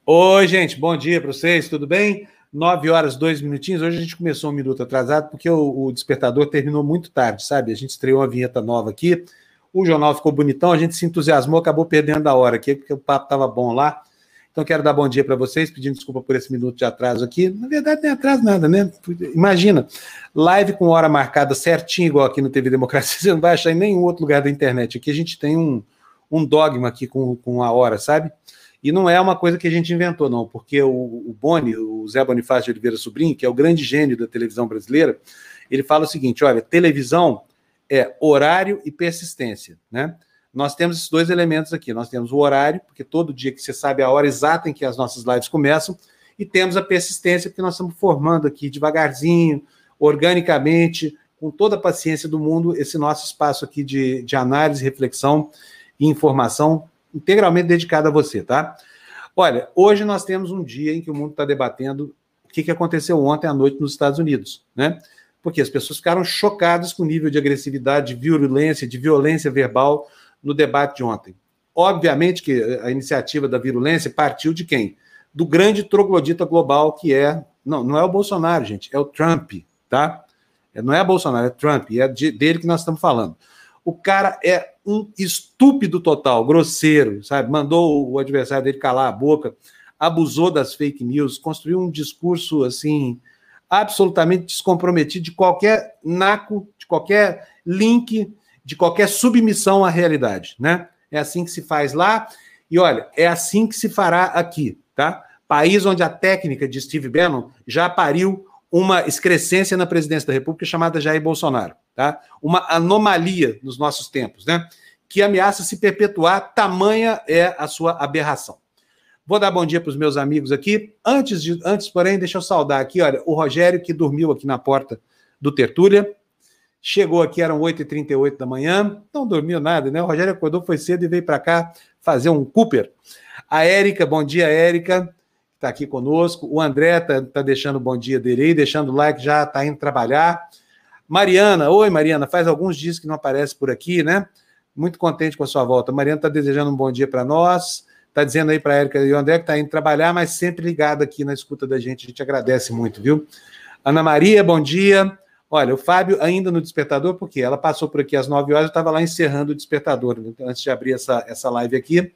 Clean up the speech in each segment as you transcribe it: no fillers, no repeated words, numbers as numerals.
Oi, gente, bom dia para vocês, tudo bem? 9 horas, 2 minutinhos. Hoje a gente começou um minuto atrasado porque o despertador terminou muito tarde, sabe? A gente estreou uma vinheta nova aqui, o jornal ficou bonitão, a gente se entusiasmou, acabou perdendo a hora aqui, porque o papo estava bom lá. Então, quero dar bom dia para vocês, pedindo desculpa por esse minuto de atraso aqui. Na verdade, nem atraso nada, né? Imagina, live com hora marcada certinho, igual aqui no TV Democracia, você não vai achar em nenhum outro lugar da internet. Aqui a gente tem um dogma aqui com a hora, sabe? E não é uma coisa que a gente inventou, não, porque o Boni, o Zé Bonifácio de Oliveira Sobrinho, que é o grande gênio da televisão brasileira, ele fala o seguinte, olha, televisão é horário e persistência, né? Nós temos esses dois elementos aqui, nós temos o horário, porque todo dia que você sabe a hora exata em que as nossas lives começam, e temos a persistência, porque nós estamos formando aqui devagarzinho, organicamente, com toda a paciência do mundo, esse nosso espaço aqui de análise, reflexão e informação integralmente dedicado a você, tá? Olha, hoje nós temos um dia em que o mundo está debatendo o que aconteceu ontem à noite nos Estados Unidos, né? Porque as pessoas ficaram chocadas com o nível de agressividade, de violência verbal no debate de ontem. Obviamente que a iniciativa da virulência partiu de quem? Do grande troglodita global que é... Não é o Bolsonaro, gente, é o Trump, tá? Não é Bolsonaro, é Trump, e é dele que nós estamos falando. O cara é um estúpido total, grosseiro, sabe? Mandou o adversário dele calar a boca, abusou das fake news, construiu um discurso, assim, absolutamente descomprometido de qualquer naco, de qualquer link, de qualquer submissão à realidade, né? É assim que se faz lá, e olha, é assim que se fará aqui, tá? País onde a técnica de Steve Bannon já pariu uma excrescência na presidência da República chamada Jair Bolsonaro, tá? Uma anomalia nos nossos tempos, né? Que ameaça se perpetuar, tamanha é a sua aberração. Vou dar bom dia para os meus amigos aqui. Antes, porém, deixa eu saudar aqui, olha, o Rogério, que dormiu aqui na porta do Tertúlia, chegou aqui, eram 8h38 da manhã, não dormiu nada, né? O Rogério acordou, foi cedo e veio para cá fazer um Cooper. A Érica, bom dia, Érica, está aqui conosco. O André tá deixando o bom dia dele aí, deixando o like, já está indo trabalhar. Mariana, oi Mariana, faz alguns dias que não aparece por aqui, né? Muito contente com a sua volta. A Mariana está desejando um bom dia para nós, está dizendo aí para a Érica e o André que está indo trabalhar, mas sempre ligado aqui na escuta da gente, a gente agradece muito, viu? Ana Maria, bom dia. Olha, o Fábio ainda no despertador, porque ela passou por aqui às 9 horas, eu estava lá encerrando o despertador, antes de abrir essa live aqui.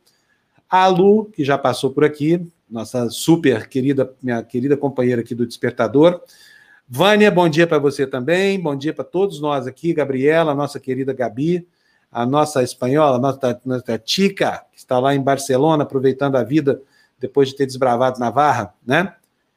A Lu, que já passou por aqui, nossa super querida, minha querida companheira aqui do despertador. Vânia, bom dia para você também, bom dia para todos nós aqui, Gabriela, nossa querida Gabi, a nossa espanhola, nossa Tica, que está lá em Barcelona, aproveitando a vida depois de ter desbravado Navarra, né?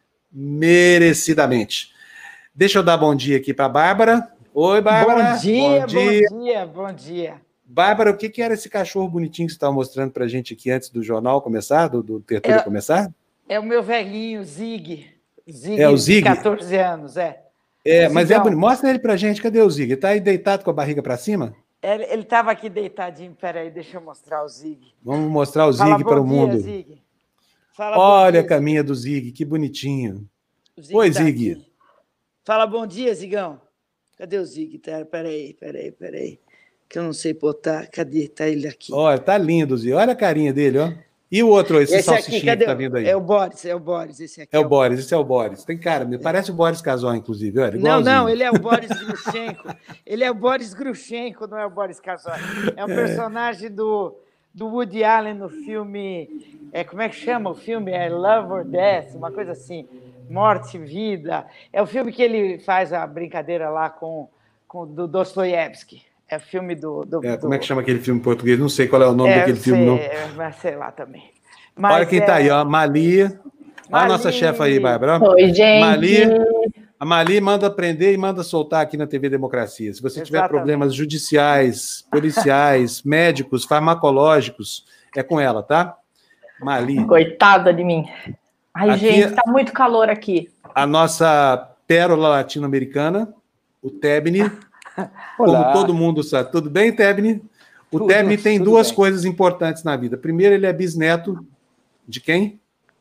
Merecidamente. Deixa eu dar bom dia aqui para a Bárbara. Oi, Bárbara. Bom dia, bom dia, bom dia, bom dia. Bárbara, o que era esse cachorro bonitinho que você estava mostrando para a gente aqui antes do jornal começar, do Tertúlia começar? É o meu velhinho, Zig. Zig, é o Zig? De 14 anos, Mas é bonito. Mostra ele para a gente. Cadê o Zig? Ele está aí deitado com a barriga para cima? Ele estava aqui deitadinho. Peraí, deixa eu mostrar o Zig. Vamos mostrar o Zig para o mundo. Zig. Olha a caminha do Zig, que bonitinho. Oi, tá Zig. Aqui. Fala bom dia, Zigão. Cadê o Zig? Peraí. Que eu não sei botar. Cadê? Tá ele aqui. Olha, tá lindo, Zig. Olha a carinha dele, ó. E o outro, esse salsichinho aqui, que tá vindo aí? É o Boris, esse aqui. É o Boris, esse é o Boris. Tem cara, parece o Boris Casoy, inclusive. Olha, não, ele é o Boris Grushenko. Ele é o Boris Grushenko, não é o Boris Casoy. É um personagem do Woody Allen no filme... como é que chama o filme? É Love or Death, uma coisa assim. Morte e Vida. É o filme que ele faz a brincadeira lá com do Dostoiévski. É o filme como é que chama aquele filme em português? Não sei qual é o nome daquele filme, não. Mas sei lá também. Mas olha quem tá aí, ó. Mali. Olha a nossa chefa aí, Bárbara. Oi, gente. A Mali manda prender e manda soltar aqui na TV Democracia. Se você tiver problemas judiciais, policiais, médicos, farmacológicos, é com ela, tá? Mali. Coitada de mim. Ai, aqui, gente, tá muito calor aqui. A nossa pérola latino-americana, o Tebni. Como todo mundo sabe. Tudo bem, Tebni? O Tebni tem duas coisas importantes na vida. Primeiro, ele é bisneto de quem?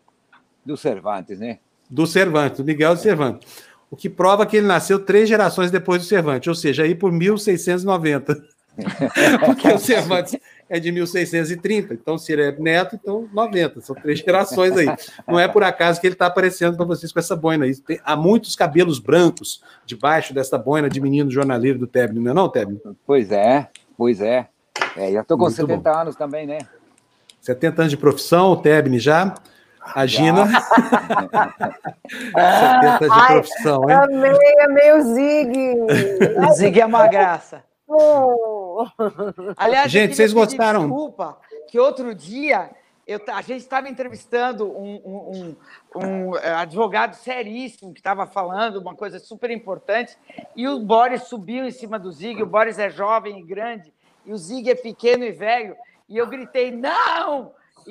Do Cervantes, né? Do Cervantes, do Miguel de Cervantes. O que prova que ele nasceu 3 gerações depois do Cervantes, ou seja, aí por 1690. Porque o Cervantes é de 1630, então se ele é neto, então 90, são 3 gerações aí. Não é por acaso que ele está aparecendo para vocês com essa boina aí. Há muitos cabelos brancos debaixo dessa boina de menino jornaleiro do Tebni, não é não, Tebni? Pois é. Já estou com Muito 70 bom. anos também, né? 70 anos de profissão, o Tebni já. A Gina. 70 de profissão, hein? Amei o Zig. O Zig é uma graça. Aliás, gente, vocês gostaram? Desculpa, que outro dia a gente estava entrevistando um advogado seríssimo que estava falando uma coisa super importante e o Boris subiu em cima do Zig. O Boris é jovem e grande e o Zig é pequeno e velho. E eu gritei, não!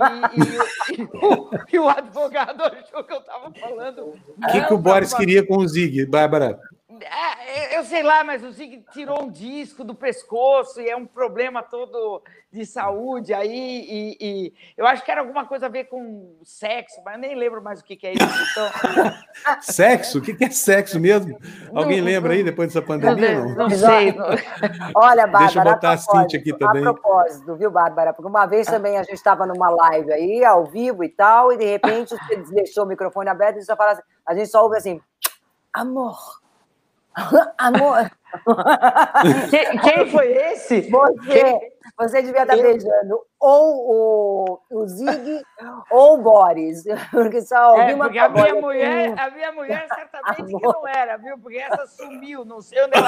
E o advogado achou que eu estava falando. O que o Boris queria com o Zig, Bárbara? Eu sei lá, mas o Zig tirou um disco do pescoço e é um problema todo de saúde aí. E eu acho que era alguma coisa a ver com sexo, mas eu nem lembro mais o que é isso. Então... Sexo? O que é sexo mesmo? Alguém lembra aí depois dessa pandemia? Não sei. Olha, Bárbara, deixa eu botar a Cíntia aqui também. A propósito, viu, Bárbara? Porque uma vez também a gente estava numa live aí, ao vivo e tal, e de repente você deixou o microfone aberto e só fala assim, a gente só ouve assim, amor. Amor. Quem foi esse? Você devia estar beijando ou o Zig ou o Boris. Porque só ouvi uma porque a minha mulher certamente que não era, viu? Porque essa sumiu, não sei onde ela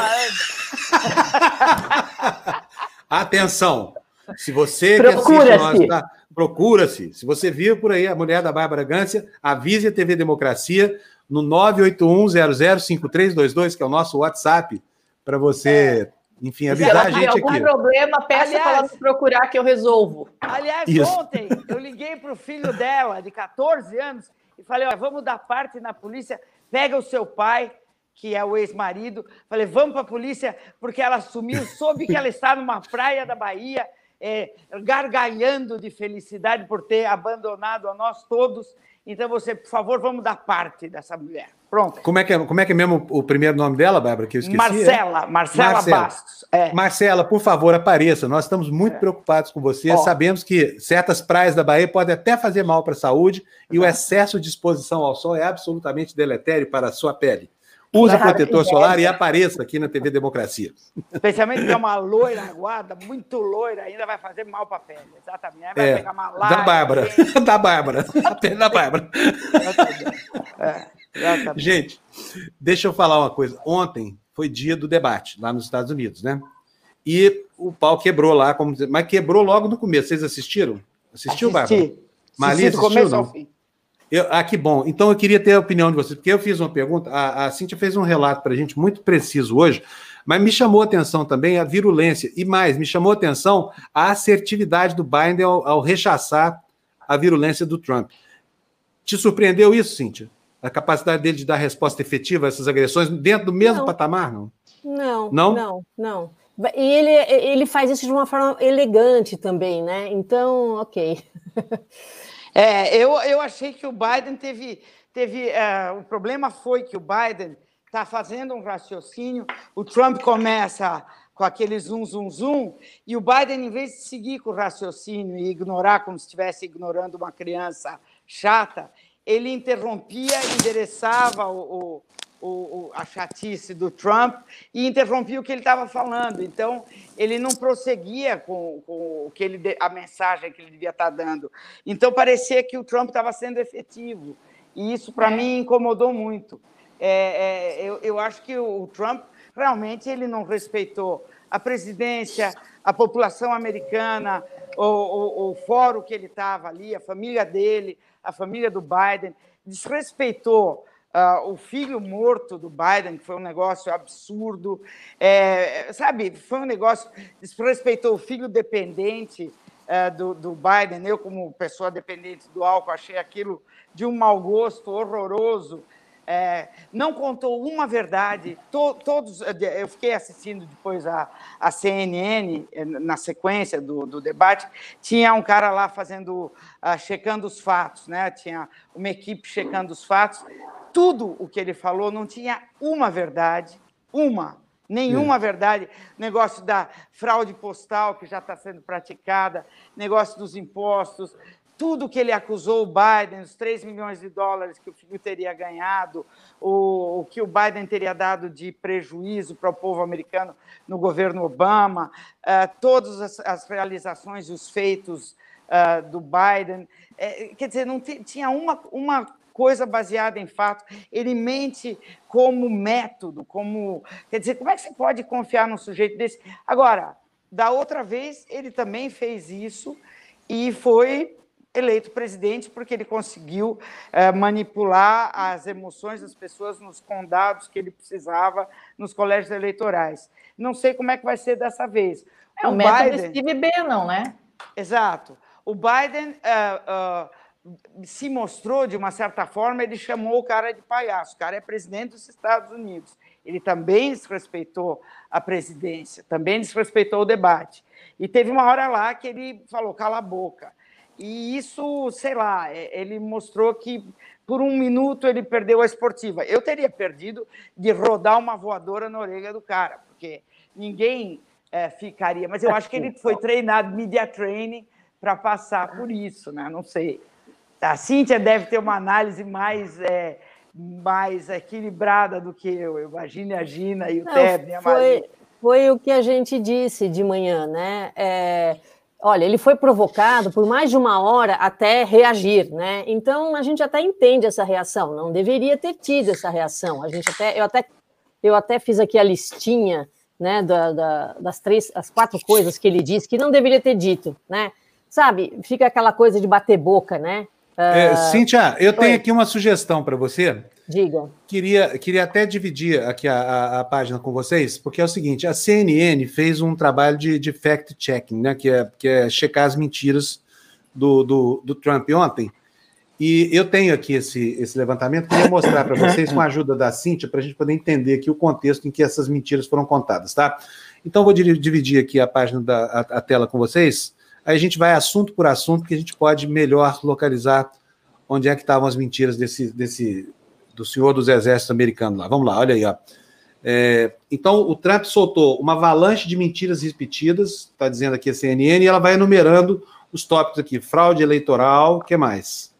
anda. Atenção! Se você procura-se. Se você viu por aí a mulher da Bárbara Gância, avise a TV Democracia no 981005322, que é o nosso WhatsApp, para você, enfim, avisar a gente aqui. Se algum problema, peça para ela me procurar que eu resolvo. Aliás, ontem eu liguei para o filho dela, de 14 anos, e falei, olha, vamos dar parte na polícia, pega o seu pai, que é o ex-marido, falei, vamos para a polícia, porque ela sumiu, soube que ela está numa praia da Bahia, gargalhando de felicidade por ter abandonado a nós todos. Então, você, por favor, vamos dar parte dessa mulher. Pronto. Como é que é mesmo o primeiro nome dela, Bárbara, que eu esqueci? Marcela Bastos. Marcela, por favor, apareça. Nós estamos muito preocupados com você. Sabemos que certas praias da Bahia podem até fazer mal para a saúde e o excesso de exposição ao sol é absolutamente deletério para a sua pele. Use protetor solar e apareça aqui na TV Democracia. Especialmente que é uma loira aguada, muito loira, ainda vai fazer mal para a pele. Exatamente. Vai pegar malária. Da Bárbara. Da Bárbara. A pele da Bárbara. Exatamente. Gente, deixa eu falar uma coisa. Ontem foi dia do debate lá nos Estados Unidos, né? E o pau quebrou lá, mas quebrou logo no começo. Vocês assistiram? Assistiu, Bárbara? Marli, assistiu, começo ao fim. Que bom. Então, eu queria ter a opinião de vocês, porque eu fiz uma pergunta, a Cíntia fez um relato para a gente muito preciso hoje, mas me chamou a atenção também a virulência, e mais, me chamou a atenção a assertividade do Biden ao rechaçar a virulência do Trump. Te surpreendeu isso, Cíntia? A capacidade dele de dar resposta efetiva a essas agressões dentro do mesmo patamar, não? Não. E ele faz isso de uma forma elegante também, né? Então, ok. Eu achei que o Biden teve o problema foi que o Biden está fazendo um raciocínio, o Trump começa com aquele zum, e o Biden, em vez de seguir com o raciocínio e ignorar como se estivesse ignorando uma criança chata, ele interrompia, endereçava a chatice do Trump e interrompia o que ele estava falando. Então, ele não prosseguia com o que a mensagem que ele devia estar dando. Então, parecia que o Trump estava sendo efetivo. E isso, para mim, incomodou muito. Eu acho que o Trump, realmente, ele não respeitou a presidência, a população americana, o fórum que ele estava ali, a família dele, a família do Biden, desrespeitou o filho morto do Biden, que foi um negócio absurdo, foi um negócio, desrespeitou o filho dependente do Biden. Eu, como pessoa dependente do álcool, achei aquilo de um mau gosto horroroso. Não contou uma verdade. Eu fiquei assistindo depois a CNN, na sequência do debate, tinha um cara lá checando os fatos, né? Tinha uma equipe checando os fatos. Tudo o que ele falou não tinha uma verdade, Nenhuma verdade. Negócio da fraude postal, que já está sendo praticada, negócio dos impostos, tudo que ele acusou o Biden, os 3 milhões de dólares que o filho teria ganhado, o que o Biden teria dado de prejuízo para o povo americano no governo Obama, todas as realizações e os feitos do Biden. Quer dizer, não tinha uma coisa baseada em fato. Ele mente como método, como... Quer dizer, como é que você pode confiar num sujeito desse? Agora, da outra vez, ele também fez isso e foi eleito presidente porque ele conseguiu manipular as emoções das pessoas nos condados que ele precisava, nos colégios eleitorais. Não sei como é que vai ser dessa vez. O método Steve Bannon, né? Exato. O Biden se mostrou, de uma certa forma, ele chamou o cara de palhaço. O cara é presidente dos Estados Unidos. Ele também desrespeitou a presidência, também desrespeitou o debate. E teve uma hora lá que ele falou, cala a boca. E isso, sei lá, ele mostrou que, por um minuto, ele perdeu a esportiva. Eu teria perdido de rodar uma voadora na orelha do cara, porque ninguém ficaria... Mas eu acho que ele foi treinado, media training, para passar por isso, né? Não sei. A Cíntia deve ter uma análise mais equilibrada do que eu. Imagine a Gina e o Teb, a Maria. Foi o que a gente disse de manhã, né? Olha, ele foi provocado por mais de 1 hora até reagir, né? Então, a gente até entende essa reação. Não deveria ter tido essa reação. Eu até fiz aqui a listinha, né, as 4 coisas que ele disse que não deveria ter dito, né? Sabe, fica aquela coisa de bater boca, né? Cíntia, eu tenho aqui uma sugestão para você. Diga. Queria até dividir aqui a página com vocês, porque é o seguinte, a CNN fez um trabalho de fact-checking, né, que é checar as mentiras do Trump ontem, e eu tenho aqui esse levantamento, queria mostrar para vocês, com a ajuda da Cíntia, para a gente poder entender aqui o contexto em que essas mentiras foram contadas, tá? Então, vou dividir aqui a página a tela com vocês, aí a gente vai assunto por assunto, que a gente pode melhor localizar onde é que estavam as mentiras do senhor dos exércitos americanos lá. Vamos lá, olha aí, ó. Então, o Trump soltou uma avalanche de mentiras repetidas, está dizendo aqui a CNN, e ela vai enumerando os tópicos aqui. Fraude eleitoral, o que mais?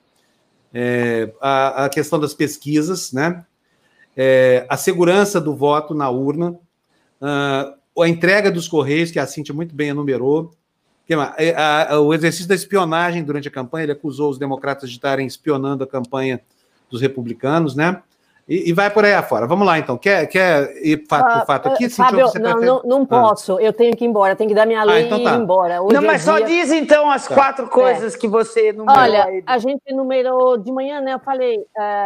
A questão das pesquisas, né? A segurança do voto na urna, a entrega dos Correios, que a Cíntia muito bem enumerou, o exercício da espionagem durante a campanha, ele acusou os democratas de estarem espionando a campanha dos republicanos, né? E vai por aí afora. Vamos lá, então. Quer ir fato por fato aqui? Fábio, não posso. Eu tenho que ir embora. Tenho que dar minha lei e ir embora. Hoje mas só diz, então, as 4 coisas que você enumerou. Olha, a gente enumerou de manhã, né? Eu falei,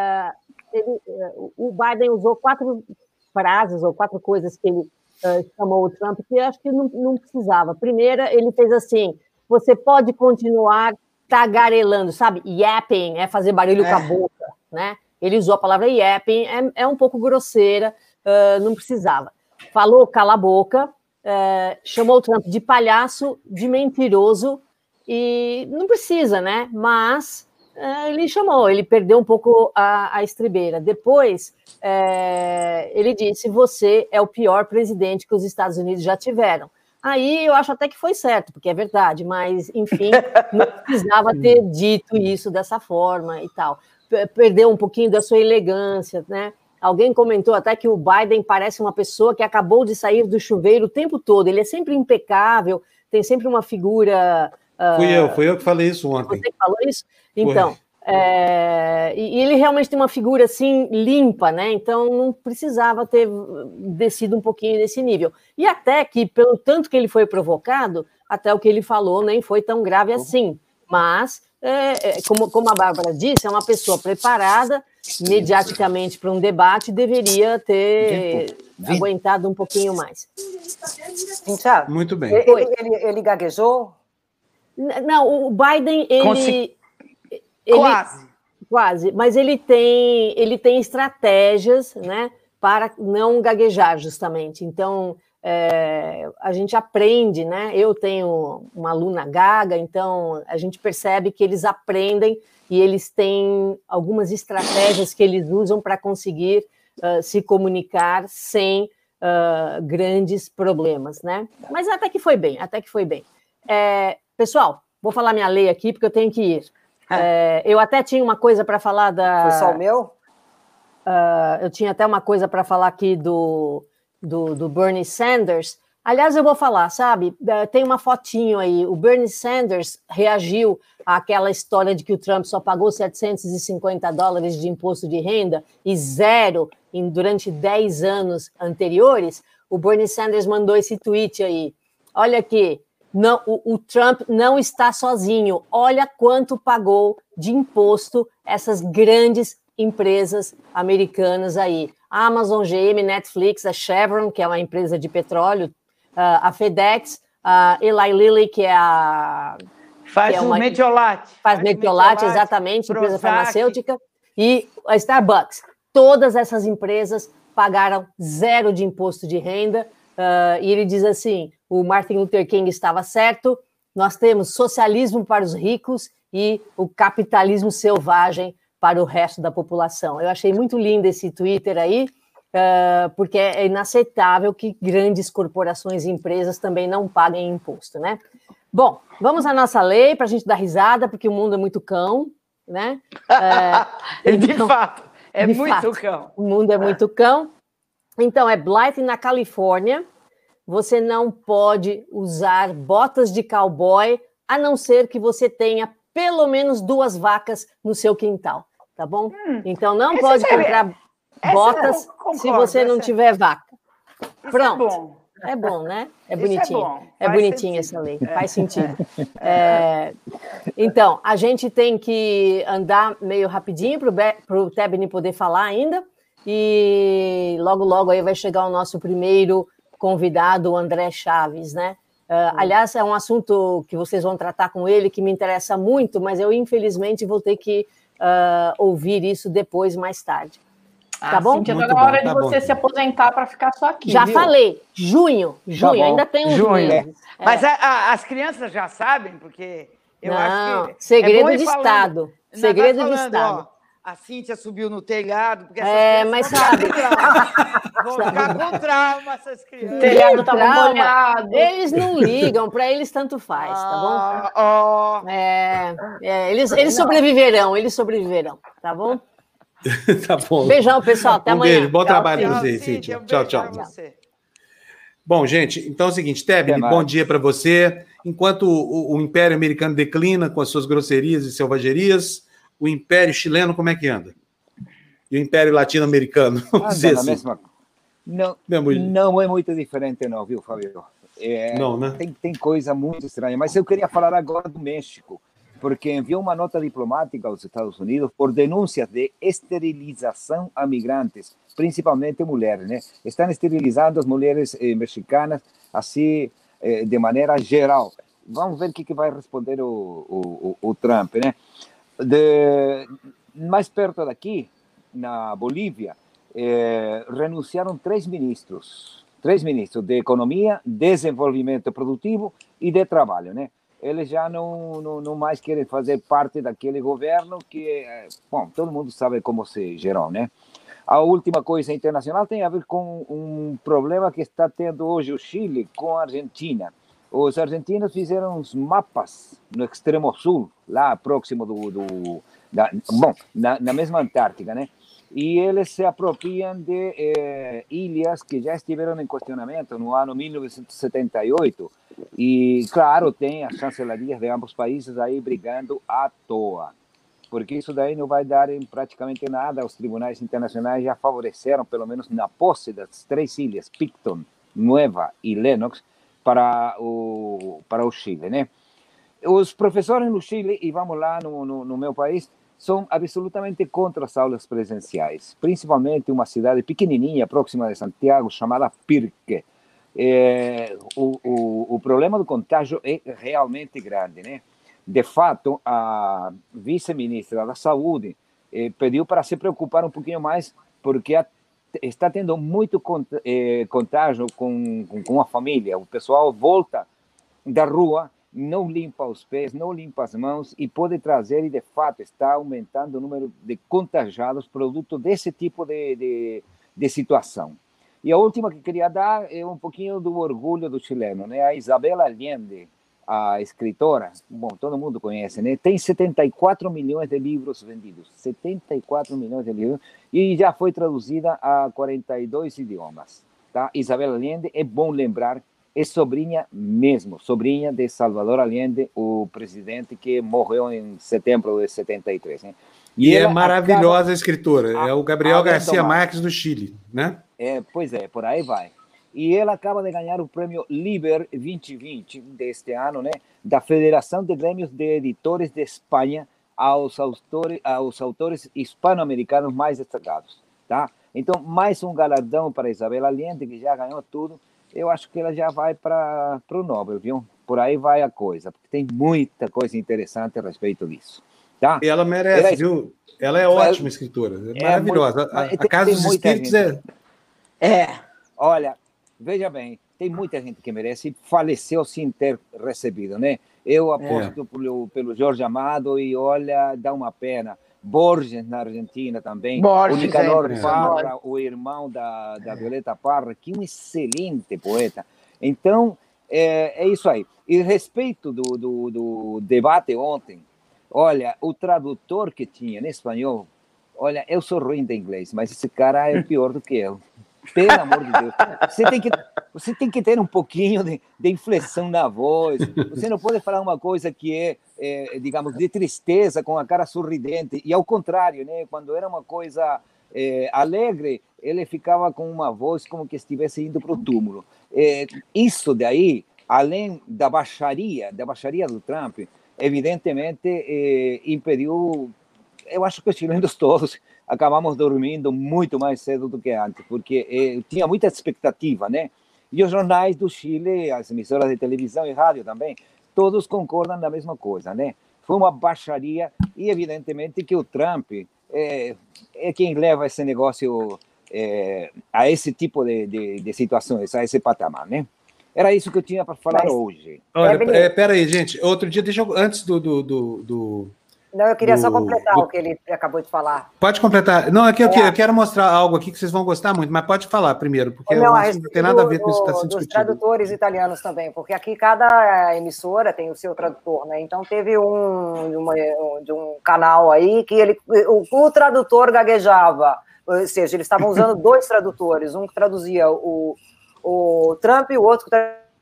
o Biden usou 4 frases ou 4 coisas que ele chamou o Trump, que eu acho que não precisava. Primeira, ele fez assim, você pode continuar tagarelando, sabe? Yapping, fazer barulho com a boca, né? Ele usou a palavra yapping, é um pouco grosseira, não precisava. Falou cala a boca, chamou o Trump de palhaço, de mentiroso, e não precisa, né? Mas ele chamou, ele perdeu um pouco a estribeira. Depois, ele disse, você é o pior presidente que os Estados Unidos já tiveram. Aí eu acho até que foi certo, porque é verdade, mas, enfim, não precisava ter dito isso dessa forma e tal. Perdeu um pouquinho da sua elegância, né? Alguém comentou até que o Biden parece uma pessoa que acabou de sair do chuveiro o tempo todo. Ele é sempre impecável, tem sempre uma figura... Fui eu que falei isso ontem. Você que falou isso? Então, e ele realmente tem uma figura assim limpa, né? Então não precisava ter descido um pouquinho desse nível. E até que, pelo tanto que ele foi provocado, até o que ele falou nem foi tão grave assim. Mas, como a Bárbara disse, é uma pessoa preparada mediaticamente para um debate, deveria ter aguentado um pouquinho mais. Thiago, muito bem. Ele gaguejou? Não, o Biden, quase, mas ele tem estratégias, né, para não gaguejar, justamente. Então, a gente aprende, né? Eu tenho uma aluna gaga, então a gente percebe que eles aprendem e eles têm algumas estratégias que eles usam para conseguir se comunicar sem grandes problemas, né? Mas até que foi bem, pessoal, vou falar minha lei aqui, porque eu tenho que ir. Eu até tinha uma coisa para falar da... Foi só o meu? Eu tinha até uma coisa para falar aqui do Bernie Sanders. Aliás, eu vou falar, sabe? Tem uma fotinho aí. O Bernie Sanders reagiu àquela história de que o Trump só pagou $750 de imposto de renda e zero durante 10 anos anteriores. O Bernie Sanders mandou esse tweet aí. Olha aqui, não, o Trump não está sozinho. Olha quanto pagou de imposto essas grandes empresas americanas aí. A Amazon, GM, Netflix, a Chevron, que é uma empresa de petróleo, a FedEx, a Eli Lilly, que é a... Faz o metiolate. Faz metiolate, exatamente, empresa farmacêutica. E a Starbucks. Todas essas empresas pagaram zero de imposto de renda. E ele diz assim, o Martin Luther King estava certo, nós temos socialismo para os ricos e o capitalismo selvagem para o resto da população. Eu achei muito lindo esse Twitter aí, porque é inaceitável que grandes corporações e empresas também não paguem imposto, né? Bom, vamos à nossa lei para a gente dar risada, porque o mundo é muito cão, né? De fato, é muito cão. O mundo é muito cão. Então, Blythe, na Califórnia, você não pode usar botas de cowboy, a não ser que você tenha pelo menos 2 vacas no seu quintal, tá bom? Então, não pode comprar botas se você não tiver vaca. Pronto. É bom, né? É bonitinho. É bonitinha essa lei, faz sentido. Então, a gente tem que andar meio rapidinho para o Tebni poder falar ainda, e logo, logo aí vai chegar o nosso primeiro convidado, o André Chaves, né? Aliás, é um assunto que vocês vão tratar com ele, que me interessa muito, mas eu, infelizmente, vou ter que ouvir isso depois, mais tarde. Tá bom? Cíntia, tá na hora de você se aposentar para ficar só aqui. Já falei, junho, ainda tem uns meses. Mas as crianças já sabem, porque eu acho que... Segredo de Estado. Segredo de Estado. A Cíntia subiu no telhado, porque mas sabe... Vão ficar com trauma essas crianças. O telhado estava molhado. Eles não ligam, para eles tanto faz, tá bom? Eles sobreviverão, tá bom? Tá bom. Beijão, pessoal. Até amanhã. Beijo. Bom trabalho para vocês, Cíntia. Tchau. Bom, gente, então é o seguinte, Tebni, bom dia para você. Enquanto o Império Americano declina com as suas grosserias e selvagerias, o Império Chileno, como é que anda? E o Império Latino-Americano? Não é muito diferente, não, viu, Fábio? Não, né? Tem coisa muito estranha. Mas eu queria falar agora do México, porque enviou uma nota diplomática aos Estados Unidos por denúncias de esterilização a migrantes, principalmente mulheres, né? Estão esterilizando as mulheres mexicanas, assim, de maneira geral. Vamos ver o que vai responder o Trump, né? Mais perto daqui, na Bolívia, renunciaram 3 ministros de Economia, Desenvolvimento Produtivo e de Trabalho, né? Eles já não mais querem fazer parte daquele governo que, bom, todo mundo sabe como se gerou, né? A última coisa internacional tem a ver com um problema que está tendo hoje o Chile com a Argentina. Os argentinos fizeram uns mapas no extremo sul, lá próximo na mesma Antártica, né? E eles se apropriam de ilhas que já estiveram em questionamento no ano 1978. E, claro, tem as chancelarias de ambos países aí brigando à toa, porque isso daí não vai dar em praticamente nada. Os tribunais internacionais já favoreceram, pelo menos na posse das 3 ilhas, Picton, Nueva e Lennox, para o Chile, né? Os professores no Chile, e vamos lá no meu país, são absolutamente contra as aulas presenciais, principalmente uma cidade pequenininha, próxima de Santiago, chamada Pirque. O problema do contágio é realmente grande, né? De fato, a vice-ministra da Saúde pediu para se preocupar um pouquinho mais, porque está tendo muito contágio com a família. O pessoal volta da rua, não limpa os pés, não limpa as mãos e pode trazer, e de fato está aumentando o número de contagiados produto desse tipo de situação. E a última que queria dar é um pouquinho do orgulho do chileno, né? A Isabel Allende, a escritora, bom, todo mundo conhece, né? Tem 74 milhões de livros vendidos, 74 milhões de livros, e já foi traduzida a 42 idiomas, tá? Isabel Allende, é bom lembrar, é sobrinha mesmo, sobrinha de Salvador Allende, o presidente que morreu em setembro de 73, né? E é maravilhosa a escritora, é o Gabriel Garcia Marques do Chile, né? Pois é, por aí vai. E ela acaba de ganhar o prêmio Liber 2020 deste ano, né, da Federação de Grêmios de Editores de Espanha aos autores hispano-americanos mais destacados, tá? Então, mais um galardão para Isabel Allende, que já ganhou tudo. Eu acho que ela já vai para o Nobel, viu? Por aí vai a coisa, porque tem muita coisa interessante a respeito disso, tá? E ela merece, viu? Ela é ótima escritora, é maravilhosa. A Casa dos Espíritos Olha, veja bem, tem muita gente que merece, faleceu sem ter recebido, né? Eu aposto pelo Jorge Amado e, olha, dá uma pena. Borges, na Argentina também. Borges, o Nicanor Parra, o irmão da Violeta Parra, que um excelente poeta. Então, é isso aí. E a respeito do debate ontem, olha, o tradutor que tinha em espanhol, olha, eu sou ruim de inglês, mas esse cara é pior do que eu. Pelo amor de Deus. Você tem que ter um pouquinho de inflexão na voz. Você não pode falar uma coisa que digamos, de tristeza, com a cara sorridente. E ao contrário, né? Quando era uma coisa alegre, ele ficava com uma voz como que estivesse indo para o túmulo. Isso daí, além da baixaria do Trump, evidentemente impediu. Eu acho que os chilenos todos acabamos dormindo muito mais cedo do que antes, porque tinha muita expectativa, né? E os jornais do Chile, as emissoras de televisão e rádio também, todos concordam na mesma coisa, né? Foi uma baixaria e, evidentemente, que o Trump é quem leva esse negócio a esse tipo de situações, a esse patamar, né? Era isso que eu tinha para falar hoje. Olha, peraí, gente. Outro dia, deixa eu... Antes Não, eu queria só completar o que ele acabou de falar. Pode completar. Não, é que eu quero mostrar algo aqui que vocês vão gostar muito, mas pode falar primeiro, porque não tem nada a ver com isso que está sendo discutido. Dos tradutores italianos também, porque aqui cada emissora tem o seu tradutor, né? Então teve de um canal aí que o tradutor gaguejava, ou seja, eles estavam usando dois tradutores, um que traduzia o Trump e o outro que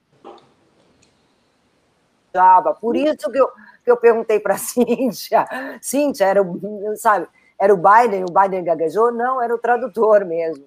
gaguejava. Por isso que eu perguntei para a Cíntia, era o Biden gaguejou? Não, era o tradutor mesmo.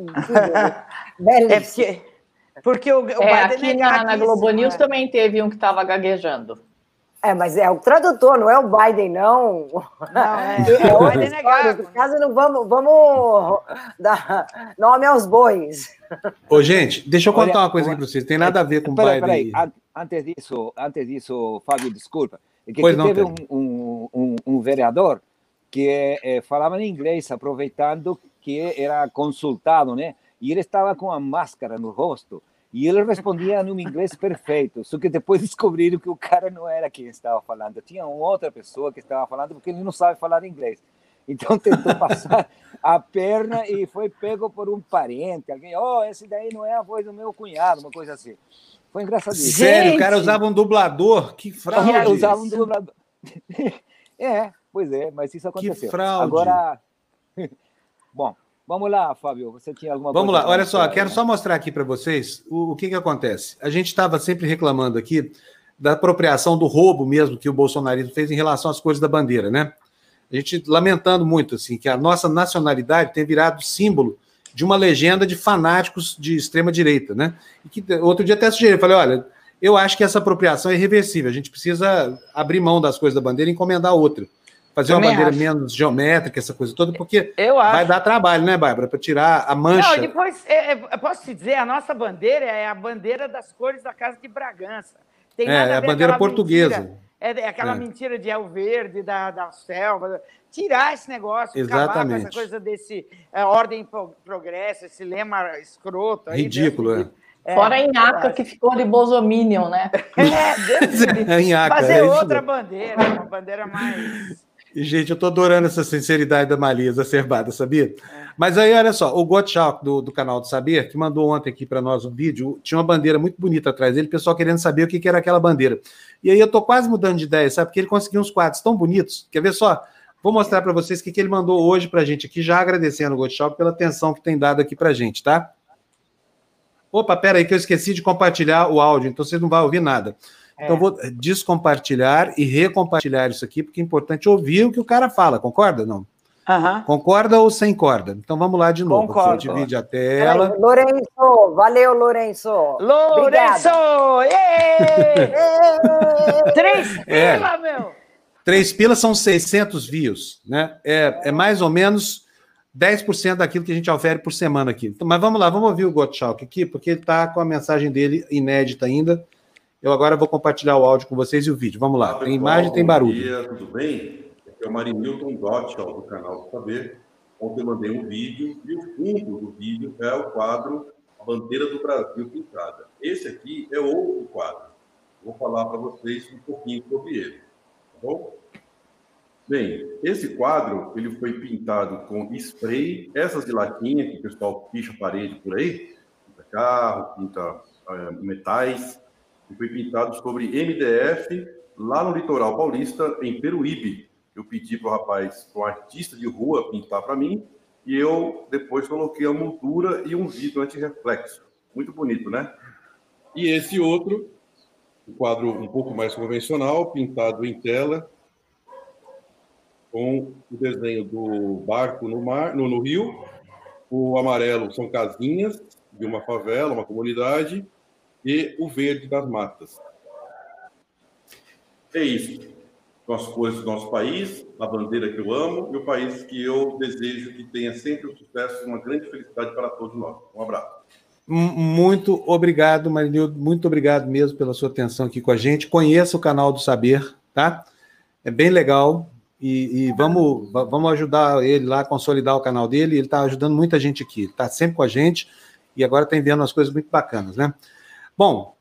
Porque o Biden aqui na Globo News também teve um que estava gaguejando. Mas é o tradutor, não é o Biden, não. Não, o Biden é gago. No caso, não vamos dar nome aos bois. Ô, gente, deixa eu contar uma coisa aqui para vocês. Tem nada a ver com o Biden. Peraí, antes disso, Fábio, desculpa. É que teve um vereador que falava em inglês, aproveitando que era consultado, né? E ele estava com a máscara no rosto. E ele respondia num inglês perfeito, só que depois descobriram que o cara não era quem estava falando. Tinha uma outra pessoa que estava falando, porque ele não sabe falar inglês. Então tentou passar a perna e foi pego por um parente. Alguém, esse daí não é a voz do meu cunhado, uma coisa assim. Foi engraçadíssimo. Sério, o cara usava um dublador? Que fraude! Usava um dublador. Pois é, mas isso aconteceu. Que fraude! Agora, bom, vamos lá, Fábio, você tinha alguma coisa? Vamos lá, olha só, quero né? só mostrar aqui para vocês o que acontece. A gente estava sempre reclamando aqui da apropriação do roubo mesmo que o bolsonarismo fez em relação às cores da bandeira, né? A gente lamentando muito, assim, que a nossa nacionalidade tem virado símbolo de uma legenda de fanáticos de extrema-direita, né? E que outro dia até sugeri, falei, olha, eu acho que essa apropriação é irreversível, a gente precisa abrir mão das coisas da bandeira e encomendar outra. Fazer uma bandeira menos geométrica, essa coisa toda, porque vai dar trabalho, né, Bárbara, para tirar a mancha. Não, depois, eu posso te dizer, a nossa bandeira é a bandeira das cores da Casa de Bragança. Tem nada a ver a bandeira portuguesa. Aquela mentira de El Verde, da selva. Tirar esse negócio, exatamente, acabar com essa coisa desse ordem e progresso, esse lema escroto. Aí, ridículo, Fora a Inhaca, que ficou de Bolsominion, né? Fazer outra bandeira, uma bandeira mais... E, gente, eu tô adorando essa sinceridade da Malia exacerbada, sabia? Mas aí, olha só, o Gottschalk do canal do Saber, que mandou ontem aqui para nós um vídeo, tinha uma bandeira muito bonita atrás dele, o pessoal querendo saber o que era aquela bandeira. E aí eu tô quase mudando de ideia, sabe? Porque ele conseguiu uns quadros tão bonitos. Quer ver só? Vou mostrar para vocês o que ele mandou hoje pra gente aqui, já agradecendo o Gottschalk pela atenção que tem dado aqui pra gente, tá? Opa, pera aí que eu esqueci de compartilhar o áudio, então vocês não vão ouvir nada. Então, eu vou descompartilhar e recompartilhar isso aqui, porque é importante ouvir o que o cara fala, concorda? Não? Concorda ou sem corda? Então, vamos lá de novo. Concordo. Aqui, divide a tela. Lourenço, valeu, Lourenço. Lourenço! 3 pila, meu! 3 pilas são 600 views, né? É mais ou menos 10% daquilo que a gente ofere por semana aqui. Então, mas vamos lá, vamos ouvir o Gottschalk aqui, porque ele está com a mensagem dele inédita ainda. Eu agora vou compartilhar o áudio com vocês e o vídeo. Vamos lá, tem imagem e tem barulho. Bom dia, tudo bem? Aqui é o Marinilton Gottschalk, do canal do Saber. Ontem eu mandei um vídeo e o fundo do vídeo é o quadro A Bandeira do Brasil Pintada. Esse aqui é outro quadro. Vou falar para vocês um pouquinho sobre ele, tá bom? Bem, esse quadro ele foi pintado com spray, essas de latinha que o pessoal picha a parede por aí, pinta carro, pinta metais. E foi pintado sobre MDF lá no litoral paulista, em Peruíbe. Eu pedi para o rapaz, para um artista de rua, pintar para mim, e eu depois coloquei a moldura e um vidro antirreflexo. Muito bonito, né? E esse outro, um quadro um pouco mais convencional, pintado em tela, com o desenho do barco no mar, no rio. O amarelo são casinhas de uma favela, uma comunidade, e o verde das matas. É isso. Com as cores do nosso país, a bandeira que eu amo e o país que eu desejo que tenha sempre o sucesso e uma grande felicidade para todos nós. Um abraço. Muito obrigado, Marinildo. Muito obrigado mesmo pela sua atenção aqui com a gente. Conheça o canal do Saber, tá? É bem legal e vamos ajudar ele lá a consolidar o canal dele. Ele está ajudando muita gente aqui. Está sempre com a gente e agora está enviando umas coisas muito bacanas, né? Bom,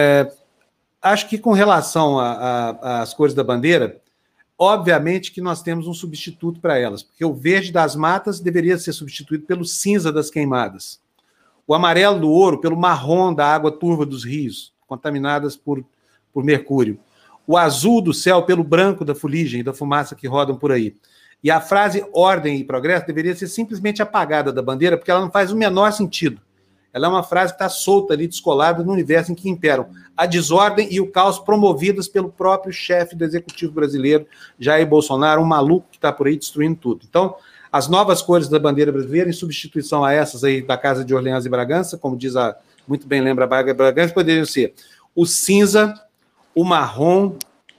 acho que com relação às cores da bandeira, obviamente que nós temos um substituto para elas, porque o verde das matas deveria ser substituído pelo cinza das queimadas, o amarelo do ouro pelo marrom da água turva dos rios, contaminadas por mercúrio, o azul do céu pelo branco da fuligem e da fumaça que rodam por aí. E a frase ordem e progresso deveria ser simplesmente apagada da bandeira, porque ela não faz o menor sentido. Ela é uma frase que está solta ali, descolada no universo em que imperam a desordem e o caos promovidas pelo próprio chefe do executivo brasileiro, Jair Bolsonaro, um maluco que está por aí destruindo tudo. Então, as novas cores da bandeira brasileira, em substituição a essas aí da Casa de Orleans e Bragança, como diz muito bem lembra a Bragança, poderiam ser o cinza, o marrom,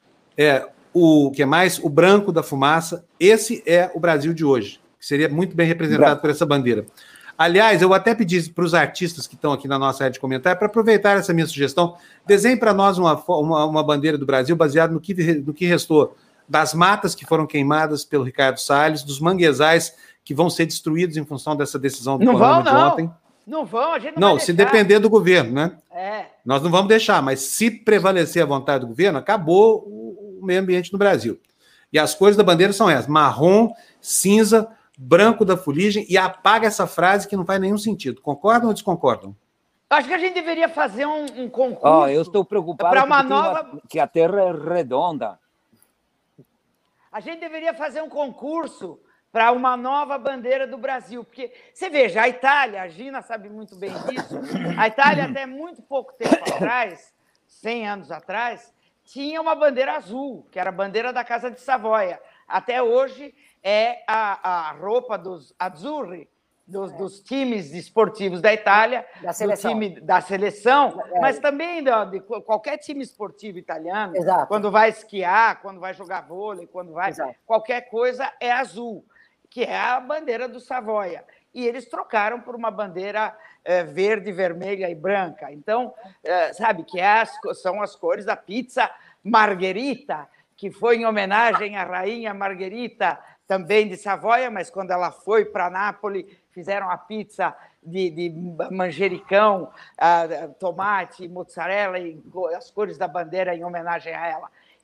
o que mais? O branco da fumaça. Esse é o Brasil de hoje, que seria muito bem representado por essa bandeira. Aliás, eu até pedi para os artistas que estão aqui na nossa área de comentário para aproveitar essa minha sugestão. Desenhe para nós uma bandeira do Brasil baseada no que restou das matas que foram queimadas pelo Ricardo Salles, dos manguezais que vão ser destruídos em função dessa decisão do Corona de ontem. Não vão, a gente não vai se depender do governo, né? É. Nós não vamos deixar, mas se prevalecer a vontade do governo, acabou o meio ambiente no Brasil. E as cores da bandeira são essas: marrom, cinza, branco da fuligem, e apaga essa frase que não faz nenhum sentido. Concordam ou desconcordam? Acho que a gente deveria fazer um concurso. Eu estou preocupado para uma nova... que a Terra é redonda. A gente deveria fazer um concurso para uma nova bandeira do Brasil, porque você veja, a Itália, a Gina sabe muito bem disso, a Itália até muito pouco tempo atrás, 100 anos atrás, tinha uma bandeira azul, que era a bandeira da Casa de Savoia. Até hoje é a roupa dos azzurri, dos times esportivos da Itália, do time da seleção, mas também de qualquer time esportivo italiano. Exato. Quando vai esquiar, quando vai jogar vôlei, quando vai... Exato. Qualquer coisa é azul, que é a bandeira do Savoia. E eles trocaram por uma bandeira verde, vermelha e branca. Então, sabe, que são as cores da pizza Margherita, que foi em homenagem à rainha Margherita, também de Savoia, mas quando ela foi para Nápoles, fizeram a pizza de manjericão, tomate, mozzarella, e as cores da bandeira em homenagem a ela.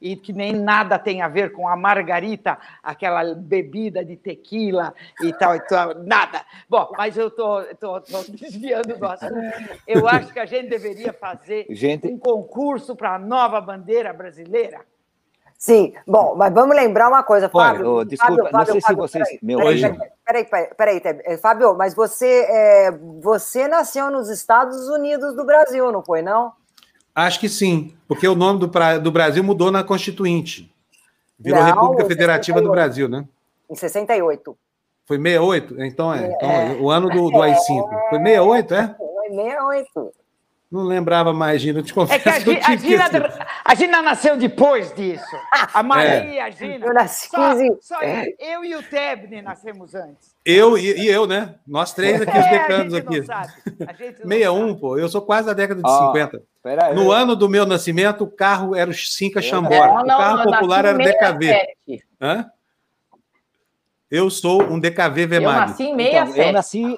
e que nem nada tem a ver com a margarita, aquela bebida de tequila e tal, nada. Bom, mas eu tô desviando do assunto. Eu acho que a gente deveria fazer um concurso para a nova bandeira brasileira. Sim, bom, mas vamos lembrar uma coisa, Fábio. Olha, desculpa, não sei se vocês... Peraí, Fábio, mas você nasceu nos Estados Unidos do Brasil, não foi, não? Acho que sim, porque o nome do Brasil mudou na Constituinte. Virou República Federativa do Brasil, né? Em 68. Foi 68? Então o ano do AI-5. Foi 68, é? Foi 68. Não lembrava mais, Gina, eu te confesso. É que a Gina nasceu depois disso. A Maria e a Gina. Eu nasci 15... Só eu e o Tebni nascemos antes. Eu, né? Nós três aqui, os decanos aqui. 61, pô. Eu sou quase da década de 50. No ano do meu nascimento, o carro era o Cinca Chambora. O carro popular era o DKV. Hã? Eu sou um DKV Vemag. Eu nasci em 67. Então, eu nasci...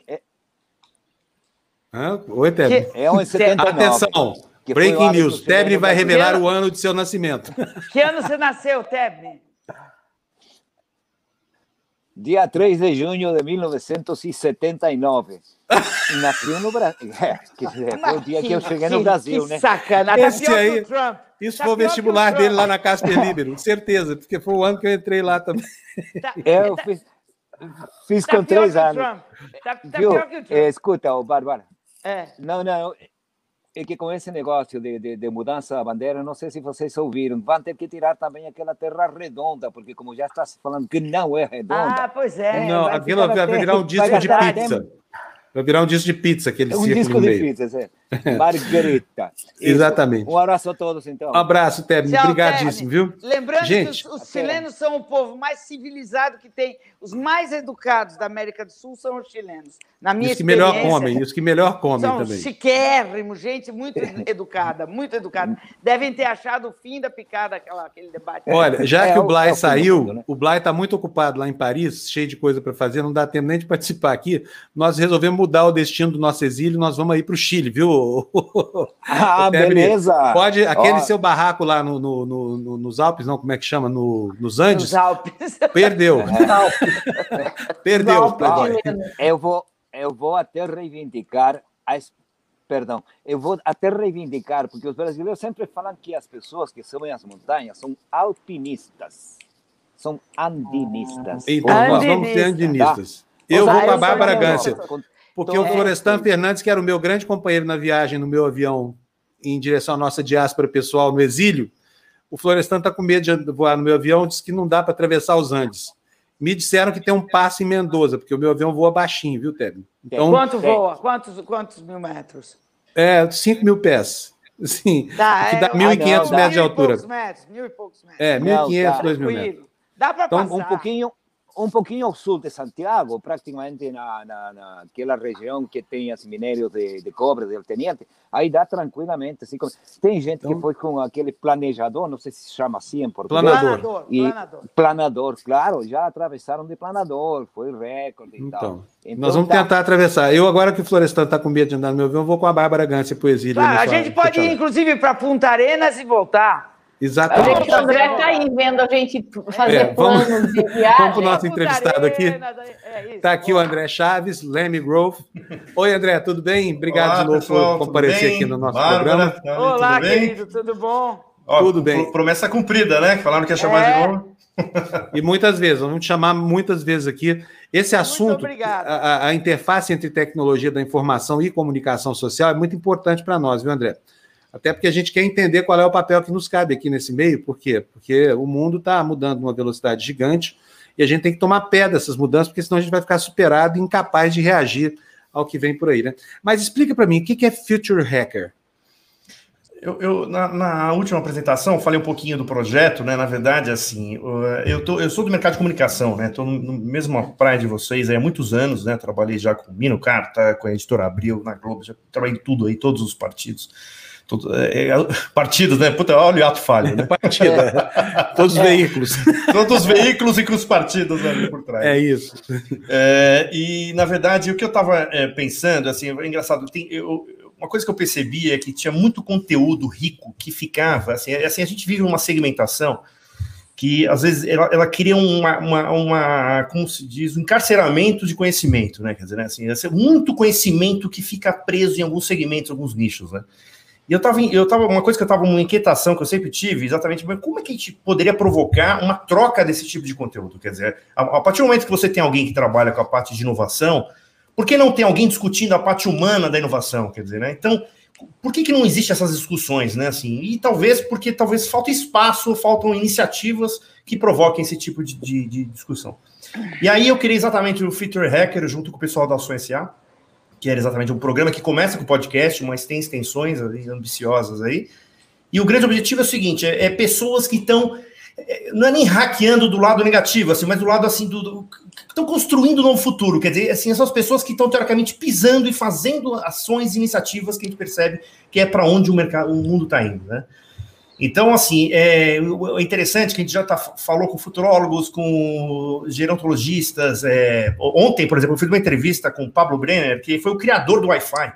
Oi, Tebni. É um 79. Atenção, breaking news. Tebni vai revelar o ano de seu nascimento. Que ano você nasceu, Tebni? Dia 3 de junho de 1979. Nasci no Brasil. Foi o dia que eu cheguei no Brasil, né? Sacana. Esse aí, isso foi o vestibular dele lá na Casper Libero, certeza, porque foi o ano que eu entrei lá também. Eu fiz com 3 anos. Viu? Escuta, Bárbara. Não. É que com esse negócio de mudança da bandeira, não sei se vocês ouviram, vão ter que tirar também aquela terra redonda, porque como já está se falando que não é redonda. Ah, pois é. Não, aquilo vai virar um disco de pizza. Vai virar um disco de pizza, aquele círculo disco no de meio. pizza, Margarita. Exatamente. Um abraço a todos, então. Um abraço, Tebni. Obrigadíssimo, viu? Lembrando gente, que os chilenos são o povo mais civilizado que tem. Os mais educados da América do Sul são os chilenos. Na minha experiência... Os que melhor comem são também. Chiquérrimos, gente muito educada, muito educada. Devem ter achado o fim da picada, aquele debate. Olha, já que o Blay saiu, mundo, né? O Blay está muito ocupado lá em Paris, cheio de coisa para fazer, não dá tempo nem de participar aqui. Nós resolvemos mudar o destino do nosso exílio, nós vamos aí para o Chile, viu? Beleza! Pode, aquele seu barraco lá nos Alpes, não, como é que chama? Nos Andes? Nos Alpes. Perdeu. Perdeu. Eu vou até reivindicar porque os brasileiros sempre falam que as pessoas que sobem as montanhas são alpinistas, são andinistas. Então, nós vamos ser andinistas. Tá? Eu vou com a Bárbara Gância, porque o Florestan Fernandes, que era o meu grande companheiro na viagem no meu avião em direção à nossa diáspora pessoal no exílio, o Florestan está com medo de voar no meu avião, disse que não dá para atravessar os Andes. Me disseram que tem um passe em Mendoza, porque o meu avião voa baixinho, viu, Tebni? Então, quanto voa? Quantos mil metros? 5 mil pés. Sim, que dá 1.500 metros de altura. 1.000 e poucos metros. 1.500, 2.000 metros. Dá para passar. Um pouquinho ao sul de Santiago, praticamente naquela região que tem os minérios de cobre, del Teniente, aí dá tranquilamente. Assim, tem gente que foi com aquele planejador, não sei se chama assim em português. Planador, claro, já atravessaram de planador, foi recorde e tal. Então, nós vamos tentar atravessar. Eu, agora que o Florestan está com medo de andar no meu avião, vou com a Bárbara Gância para o exílio. Claro, a gente pode ir, inclusive, para Punta Arenas e voltar. Exatamente. O André está aí vendo a gente fazer planos de viagem. Vamos para o nosso entrevistado aqui. Está aqui o André Chaves, Leme Grove. Oi, André, tudo bem? Obrigado de novo por comparecer aqui no nosso programa. Olá, querido, tudo bom? Tudo bem. Promessa cumprida, né? Falaram que ia chamar de novo. E muitas vezes, vamos te chamar muitas vezes aqui. Esse assunto, a interface entre tecnologia da informação e comunicação social é muito importante para nós, viu, André? Até porque a gente quer entender qual é o papel que nos cabe aqui nesse meio. Por quê? Porque o mundo está mudando numa velocidade gigante e a gente tem que tomar pé dessas mudanças, porque senão a gente vai ficar superado e incapaz de reagir ao que vem por aí, né? Mas explica para mim, o que é Future Hacker? Na última apresentação, falei um pouquinho do projeto, né? Na verdade, assim, eu sou do mercado de comunicação, né? Estou no mesmo praia de vocês há muitos anos, né? Trabalhei já com Mino Carta, com a Editora Abril, na Globo, já trabalhei em tudo aí, todos os partidos. Partidos, né? Puta, olha o ato falho, né? Partido, todos os veículos. Todos os veículos e com os partidos ali por trás. É isso. E, na verdade, o que eu estava pensando, assim, é engraçado, uma coisa que eu percebi é que tinha muito conteúdo rico que ficava, assim, a gente vive uma segmentação que, às vezes, ela cria como se diz, um encarceramento de conhecimento, né? Quer dizer, né, assim, muito conhecimento que fica preso em alguns segmentos, alguns nichos, né? E uma coisa que eu tava, uma inquietação que eu sempre tive, exatamente, como é que a gente poderia provocar uma troca desse tipo de conteúdo? Quer dizer, a partir do momento que você tem alguém que trabalha com a parte de inovação, por que não tem alguém discutindo a parte humana da inovação? Quer dizer, né? Então, por que não existem essas discussões, né? Assim, e talvez falta espaço, faltam iniciativas que provoquem esse tipo de discussão. E aí eu queria exatamente o Future Hacker junto com o pessoal da Ação SA, que era exatamente um programa que começa com podcast, mas tem extensões ali, ambiciosas aí. E o grande objetivo é o seguinte, é pessoas que estão, não é nem hackeando do lado negativo, assim, mas do lado assim, estão construindo um novo futuro, quer dizer, assim, essas pessoas que estão, teoricamente, pisando e fazendo ações e iniciativas que a gente percebe que é para onde o mundo está indo, né? Então, assim, é interessante que a gente já falou com futurólogos, com gerontologistas. Ontem, por exemplo, eu fiz uma entrevista com o Pablo Brenner, que foi o criador do Wi-Fi.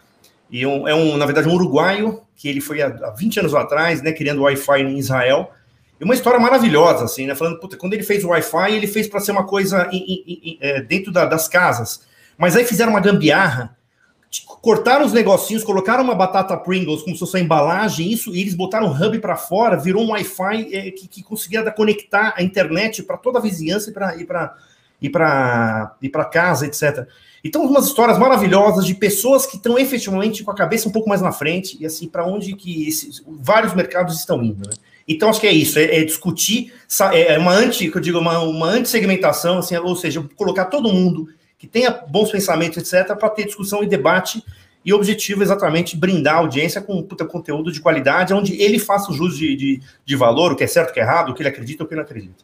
E na verdade, um uruguaio, que ele foi há 20 anos atrás, né, criando o Wi-Fi em Israel. E uma história maravilhosa, assim, né, falando, puta, quando ele fez o Wi-Fi, ele fez para ser uma coisa dentro das casas. Mas aí fizeram uma gambiarra, cortaram os negocinhos, colocaram uma batata Pringles como se fosse a embalagem, e eles botaram o hub para fora, virou um Wi-Fi que conseguia conectar a internet para toda a vizinhança e para casa, etc. Então, umas histórias maravilhosas de pessoas que estão efetivamente com a cabeça um pouco mais na frente, e assim, para onde que vários mercados estão indo, né? Então, acho que é isso, é discutir, uma antissegmentação, assim, ou seja, colocar todo mundo que tenha bons pensamentos, etc., para ter discussão e debate, e o objetivo é exatamente brindar a audiência com conteúdo de qualidade, onde ele faça o jus de valor, o que é certo, o que é errado, o que ele acredita, o que ele não acredita.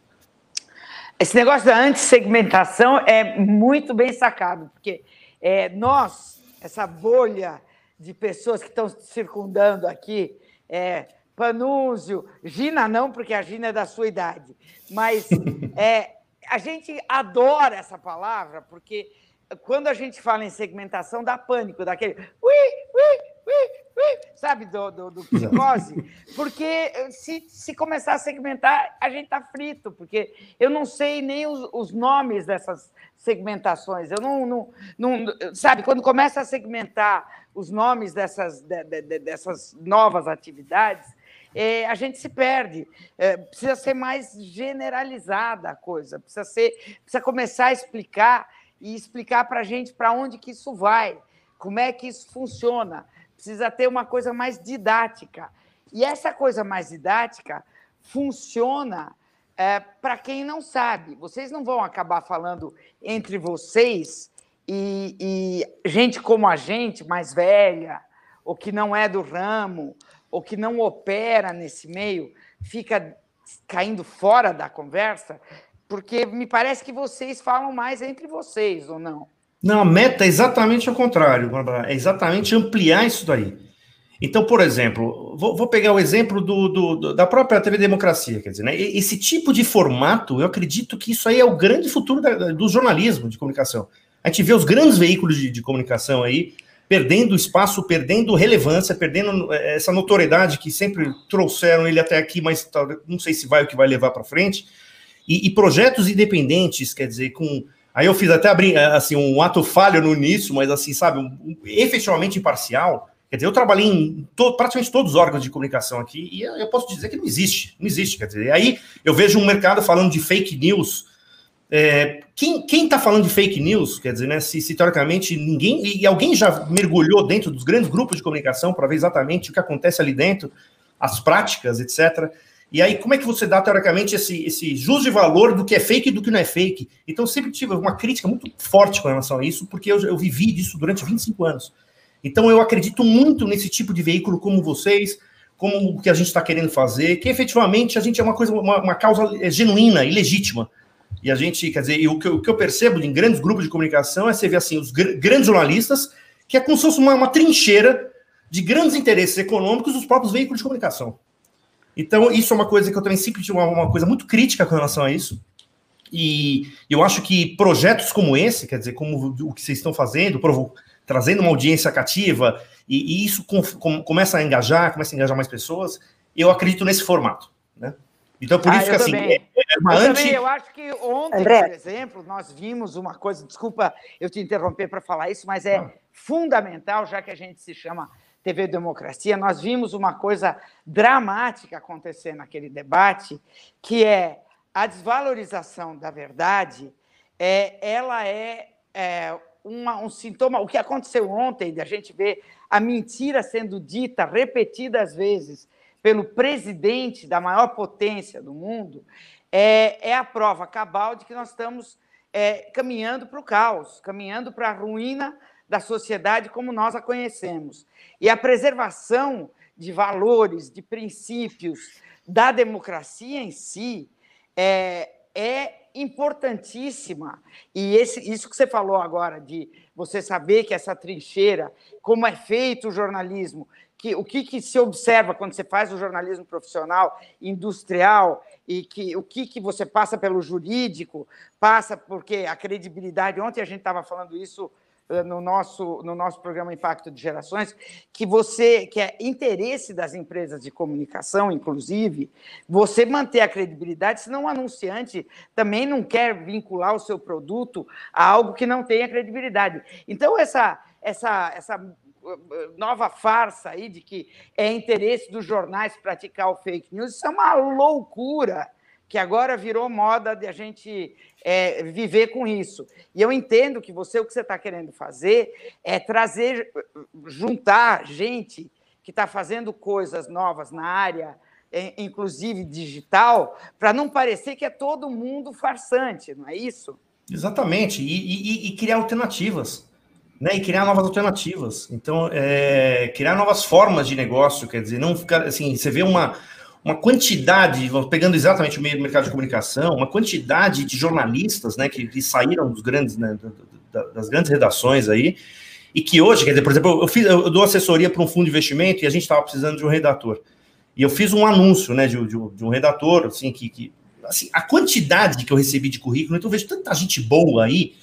Esse negócio da antissegmentação é muito bem sacado, porque nós, essa bolha de pessoas que estão circundando aqui, Panúzio, Gina não, porque a Gina é da sua idade, mas a gente adora essa palavra, porque quando a gente fala em segmentação, dá pânico, daquele sabe, do psicose, porque se começar a segmentar, a gente está frito, porque eu não sei nem os nomes dessas segmentações, eu não sabe, quando começa a segmentar os nomes dessas novas atividades, a gente se perde. Precisa ser mais generalizada a coisa, precisa começar a explicar para a gente para onde que isso vai, como é que isso funciona. Precisa ter uma coisa mais didática. E essa coisa mais didática funciona para quem não sabe. Vocês não vão acabar falando entre vocês e gente como a gente, mais velha, ou que não é do ramo, ou que não opera nesse meio, fica caindo fora da conversa, porque me parece que vocês falam mais entre vocês, ou não? Não, a meta é exatamente ao contrário, Bárbara, é exatamente ampliar isso daí. Então, por exemplo, vou pegar o exemplo da própria TV Democracia, quer dizer, né, esse tipo de formato, eu acredito que isso aí é o grande futuro do jornalismo de comunicação. A gente vê os grandes veículos de comunicação aí, perdendo espaço, perdendo relevância, perdendo essa notoriedade que sempre trouxeram ele até aqui, mas não sei se vai o que vai levar para frente, e projetos independentes, quer dizer, aí eu fiz até assim, um ato falho no início, mas assim, sabe, efetivamente imparcial. Quer dizer, eu trabalhei em praticamente todos os órgãos de comunicação aqui, e eu posso dizer que não existe, quer dizer, aí eu vejo um mercado falando de fake news. Quem está falando de fake news, quer dizer, né, se teoricamente ninguém, e alguém já mergulhou dentro dos grandes grupos de comunicação para ver exatamente o que acontece ali dentro, as práticas, etc. E aí, como é que você dá, teoricamente, esse jus de valor do que é fake e do que não é fake? Então, eu sempre tive uma crítica muito forte com relação a isso, porque eu vivi disso durante 25 anos. Então, eu acredito muito nesse tipo de veículo como vocês, como o que a gente está querendo fazer, que efetivamente a gente é uma causa genuína e legítima. E a gente, quer dizer, o que eu percebo em grandes grupos de comunicação é você ver assim, os grandes jornalistas, que é como se fosse uma trincheira de grandes interesses econômicos dos próprios veículos de comunicação. Então, isso é uma coisa que eu também sempre tive uma coisa muito crítica com relação a isso. E eu acho que projetos como esse, quer dizer, como o que vocês estão fazendo, trazendo uma audiência cativa e isso começa a engajar mais pessoas. Eu acredito nesse formato, né? Então, por isso que, assim, eu acho que ontem, André. por exemplo, nós vimos uma coisa, desculpa eu te interromper para falar isso, mas é fundamental, já que a gente se chama TV Democracia, nós vimos uma coisa dramática acontecer naquele debate, que é a desvalorização da verdade, ela é um sintoma. O que aconteceu ontem, de a gente ver a mentira sendo dita repetidas vezes pelo presidente da maior potência do mundo, é a prova cabal de que nós estamos caminhando para o caos, caminhando para a ruína da sociedade como nós a conhecemos. E a preservação de valores, de princípios da democracia em si é importantíssima. E isso que você falou agora, de você saber que essa trincheira, como é feito o jornalismo, o que se observa quando você faz o jornalismo profissional, industrial, e o que você passa pelo jurídico, passa porque a credibilidade... Ontem a gente estava falando isso no nosso programa Impacto de Gerações, que é interesse das empresas de comunicação, inclusive, você manter a credibilidade, senão o anunciante também não quer vincular o seu produto a algo que não tenha credibilidade. Então, essa nova farsa aí de que é interesse dos jornais praticar o fake news, isso é uma loucura, que agora virou moda de a gente viver com isso. E eu entendo que o que você está querendo fazer é juntar gente que está fazendo coisas novas na área, inclusive digital, para não parecer que é todo mundo farsante, não é isso? Exatamente, e criar alternativas, né? E criar novas alternativas. Então, criar novas formas de negócio, quer dizer, não ficar assim, você vê uma quantidade, pegando exatamente o meio do mercado de comunicação, uma quantidade de jornalistas, né, que saíram dos grandes, né, das grandes redações aí, e que hoje, quer dizer, por exemplo, eu dou assessoria para um fundo de investimento e a gente estava precisando de um redator. E eu fiz um anúncio, né, de um redator, assim, assim, a quantidade que eu recebi de currículo, então eu vejo tanta gente boa aí,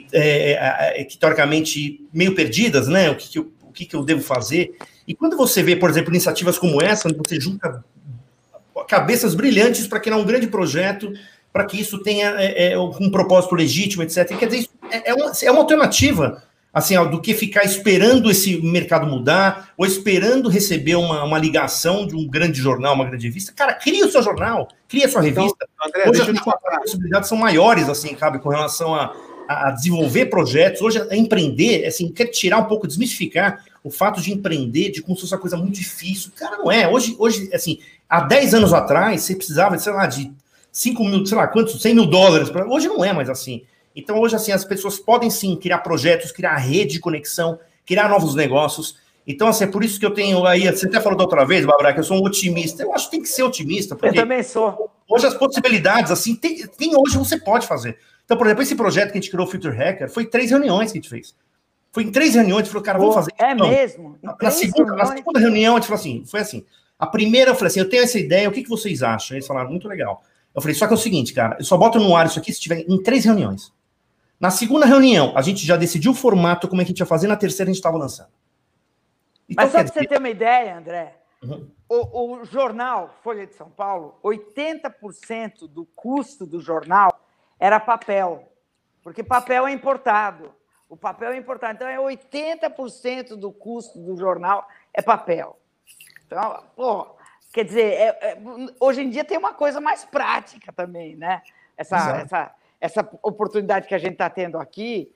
que teoricamente meio perdidas, né, o que eu devo fazer. E quando você vê, por exemplo, iniciativas como essa, onde você junta cabeças brilhantes para criar um grande projeto, para que isso tenha um propósito legítimo, etc. Quer dizer, isso é uma alternativa, assim, do que ficar esperando esse mercado mudar, ou esperando receber uma ligação de um grande jornal, uma grande revista. Cara, cria o seu jornal, cria a sua revista. Então, André, hoje as possibilidades são maiores, assim, cabe, com relação a desenvolver projetos. Hoje, a empreender, assim, quer tirar um pouco, desmistificar o fato de empreender, de como se fosse uma coisa muito difícil. Cara, não é. Hoje, assim, há 10 anos atrás, você precisava, sei lá, de 5 mil, sei lá, quantos, 100 mil dólares. Hoje não é mais assim. Então, hoje, assim, as pessoas podem, sim, criar projetos, criar rede de conexão, criar novos negócios. Então, assim, é por isso que eu tenho aí... Você até falou da outra vez, Bárbara, que eu sou um otimista. Eu acho que tem que ser otimista. Porque eu também sou. Hoje, as possibilidades, assim, hoje você pode fazer. Então, por exemplo, esse projeto que a gente criou, o Future Hacker, foi 3 reuniões que a gente fez. Foi em 3 reuniões, a gente falou, cara, vamos fazer. É mesmo? Na segunda reunião, a gente falou assim, foi assim. A primeira, eu falei assim, eu tenho essa ideia, o que vocês acham? Eles falaram, muito legal. Eu falei, só que é o seguinte, cara, eu só boto no ar isso aqui se tiver em 3 reuniões. Na segunda reunião, a gente já decidiu o formato, como é que a gente ia fazer, na terceira a gente estava lançando. Então, mas só para você ter uma ideia, André, o jornal Folha de São Paulo, 80% do custo do jornal era papel, porque papel é importado. O papel é importado. Então, 80% do custo do jornal é papel. Então, quer dizer, hoje em dia tem uma coisa mais prática também, né? Essa oportunidade que a gente está tendo aqui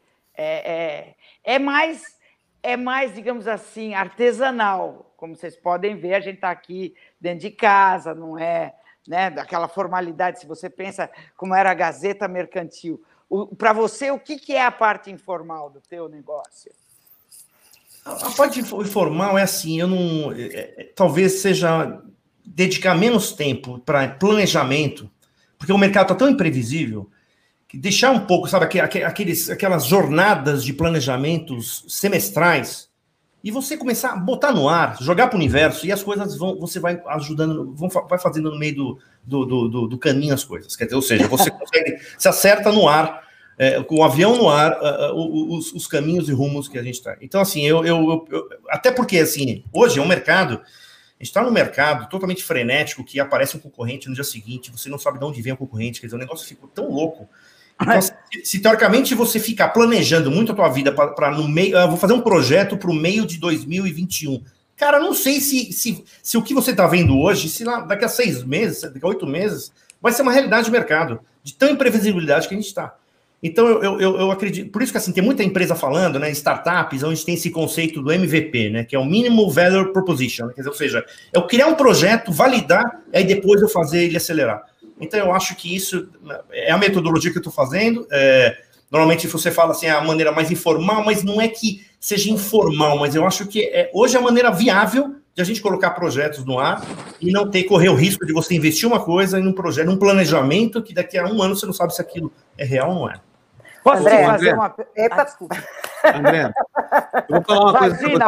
é mais, digamos assim, artesanal. Como vocês podem ver, a gente está aqui dentro de casa, não é, né, daquela formalidade. Se você pensa como era a Gazeta Mercantil, para você, o que é a parte informal do teu negócio? A parte informal é assim, eu não... talvez seja dedicar menos tempo para planejamento, porque o mercado está tão imprevisível, que deixar um pouco, sabe, aquelas jornadas de planejamentos semestrais, e você começar a botar no ar, jogar para o universo, e as coisas você vai ajudando, vai fazendo no meio do caminho as coisas. Quer dizer, ou seja, você consegue, se acerta no ar com o avião no ar, os caminhos e rumos que a gente está. Então, assim, até porque, assim, hoje é um mercado, a gente está num mercado totalmente frenético, que aparece um concorrente no dia seguinte, você não sabe de onde vem o concorrente, quer dizer, o negócio ficou tão louco. Então, se teoricamente você ficar planejando muito a tua vida para no meio, eu vou fazer um projeto para o meio de 2021, cara, não sei se o que você está vendo hoje, se lá, daqui a 6 meses, daqui a 8 meses, vai ser uma realidade de mercado, de tão imprevisibilidade que a gente está. Então, eu acredito, por isso que assim, tem muita empresa falando, né, startups, onde tem esse conceito do MVP, né, que é o Minimal Value Proposition, quer dizer, ou seja, eu criar um projeto, validar, e aí depois eu fazer ele acelerar. Então, eu acho que isso é a metodologia que eu estou fazendo. Normalmente, você fala assim, a maneira mais informal, mas não é que seja informal, mas eu acho que hoje é a maneira viável de a gente colocar projetos no ar e não correr o risco de você investir uma coisa em um projeto, num planejamento que daqui a 1 ano você não sabe se aquilo é real ou não é. Posso André, fazer uma... Desculpa. André, eu vou falar uma coisa Imagina,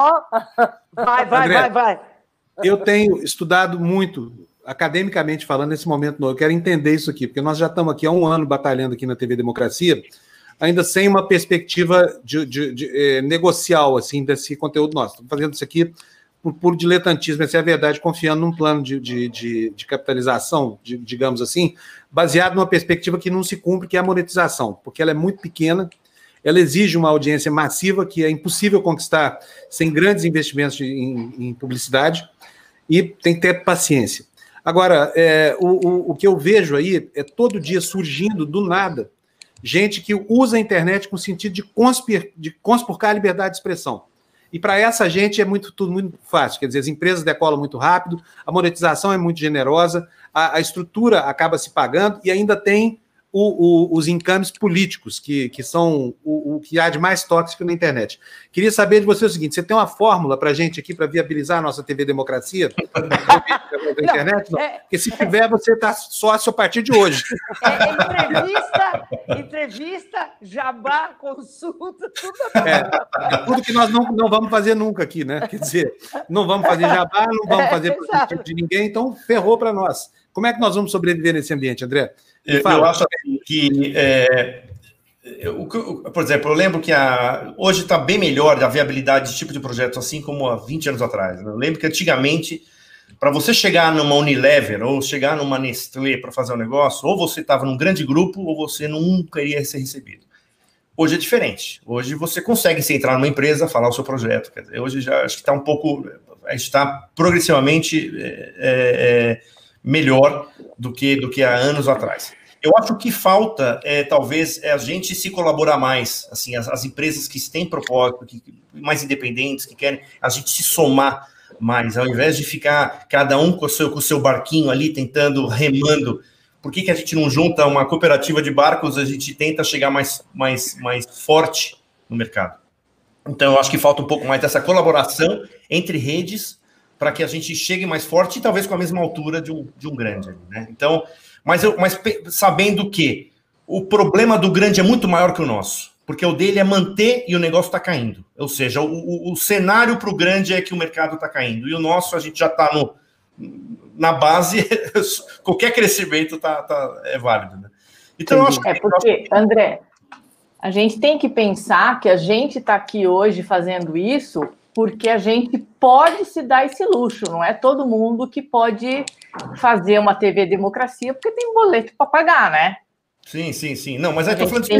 para você. Vai. Eu tenho estudado muito, academicamente falando, nesse momento novo. Eu quero entender isso aqui, porque nós já estamos aqui há 1 ano batalhando aqui na TV Democracia, ainda sem uma perspectiva negocial, assim, desse conteúdo nosso. Estamos fazendo isso aqui por puro diletantismo, essa é a verdade, confiando num plano de capitalização, digamos assim, baseado numa perspectiva que não se cumpre, que é a monetização, porque ela é muito pequena, ela exige uma audiência massiva que é impossível conquistar sem grandes investimentos em publicidade, e tem que ter paciência. Agora, o que eu vejo aí é todo dia surgindo do nada gente que usa a internet com sentido de conspurcar a liberdade de expressão. E para essa gente é tudo muito fácil, quer dizer, as empresas decolam muito rápido, a monetização é muito generosa, a estrutura acaba se pagando e ainda tem os encames políticos, que são o que há de mais tóxico na internet. Queria saber de você o seguinte, você tem uma fórmula para a gente aqui para viabilizar a nossa TV Democracia? Na internet? Não. Porque se tiver, você está sócio a partir de hoje. Entrevista, jabá, consulta, tudo. Tudo que nós não vamos fazer nunca aqui, né? Quer dizer, não vamos fazer jabá, não vamos fazer produtivo de ninguém, então ferrou para nós. Como é que nós vamos sobreviver nesse ambiente, André? Eu acho que, por exemplo, eu lembro que hoje está bem melhor a viabilidade desse tipo de projeto, assim como há 20 anos atrás. Eu lembro que antigamente, para você chegar numa Unilever ou chegar numa Nestlé para fazer um negócio, ou você estava num grande grupo ou você nunca iria ser recebido. Hoje é diferente. Hoje você consegue se entrar numa empresa, falar o seu projeto. Quer dizer, hoje já acho que está um pouco... A gente está progressivamente melhor do que há anos atrás. Eu acho que falta, talvez, a gente se colaborar mais, assim, as empresas que têm propósito, mais independentes, que querem a gente se somar mais, ao invés de ficar cada um com o seu barquinho ali, tentando, remando. Por que a gente não junta uma cooperativa de barcos, a gente tenta chegar mais forte no mercado? Então, eu acho que falta um pouco mais dessa colaboração entre redes, para que a gente chegue mais forte e talvez com a mesma altura de um grande, né? Então, mas sabendo que o problema do grande é muito maior que o nosso, porque o dele é manter e o negócio está caindo. Ou seja, o cenário para o grande é que o mercado está caindo, e o nosso a gente já está na base, qualquer crescimento é válido, né? Então, eu acho que... porque, André, a gente tem que pensar que a gente está aqui hoje fazendo isso porque a gente pode se dar esse luxo, não é todo mundo que pode fazer uma TV Democracia, porque tem boleto para pagar, né? Sim. Não, mas aí estou falando de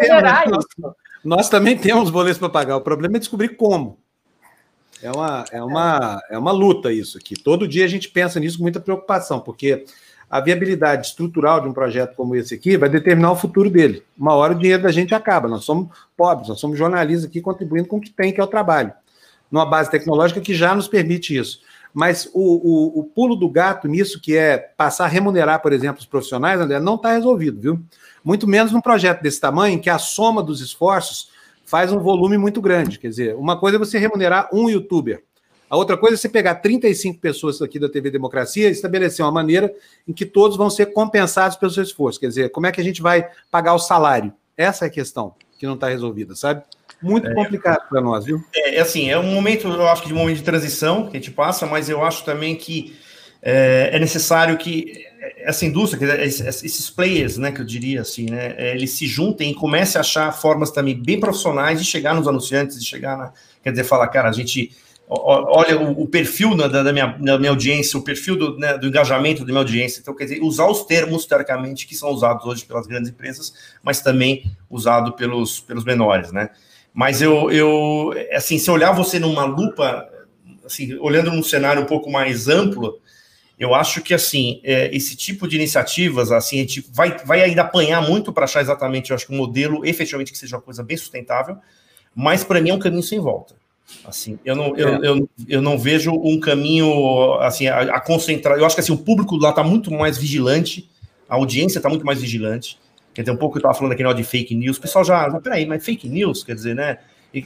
nós também temos boletos para pagar, o problema é descobrir como. É uma luta isso aqui. Todo dia a gente pensa nisso com muita preocupação, porque a viabilidade estrutural de um projeto como esse aqui vai determinar o futuro dele. Uma hora o dinheiro da gente acaba, nós somos pobres, nós somos jornalistas aqui contribuindo com o que tem, que é o trabalho, numa base tecnológica que já nos permite isso. Mas o pulo do gato nisso, que é passar a remunerar, por exemplo, os profissionais, André, não está resolvido, viu? Muito menos num projeto desse tamanho, em que a soma dos esforços faz um volume muito grande. Quer dizer, uma coisa é você remunerar um youtuber, a outra coisa é você pegar 35 pessoas aqui da TV Democracia e estabelecer uma maneira em que todos vão ser compensados pelo seu esforço. Quer dizer, como é que a gente vai pagar o salário? Essa é a questão que não está resolvida, sabe? Muito complicado para nós, viu? Assim, é um momento, eu acho que de um momento de transição que a gente passa, mas eu acho também que é necessário que essa indústria, esses players, né, que eu diria assim, né, eles se juntem e comecem a achar formas também bem profissionais de chegar nos anunciantes, de chegar quer dizer, falar, cara, a gente olha o perfil da minha audiência, o perfil do engajamento da minha audiência, então, quer dizer, usar os termos, teoricamente, que são usados hoje pelas grandes empresas, mas também usado pelos menores, né? Mas assim, se olhar você numa lupa, assim, olhando num cenário um pouco mais amplo, eu acho que, assim, esse tipo de iniciativas, assim, a gente vai ainda apanhar muito para achar exatamente, eu acho que um modelo, efetivamente, que seja uma coisa bem sustentável, mas, para mim, é um caminho sem volta. Assim, eu não vejo um caminho, assim, a concentrar. Eu acho que, assim, o público lá está muito mais vigilante, a audiência está muito mais vigilante. Quer dizer, um pouco que eu estava falando aqui de fake news, o pessoal peraí, mas fake news, quer dizer, né?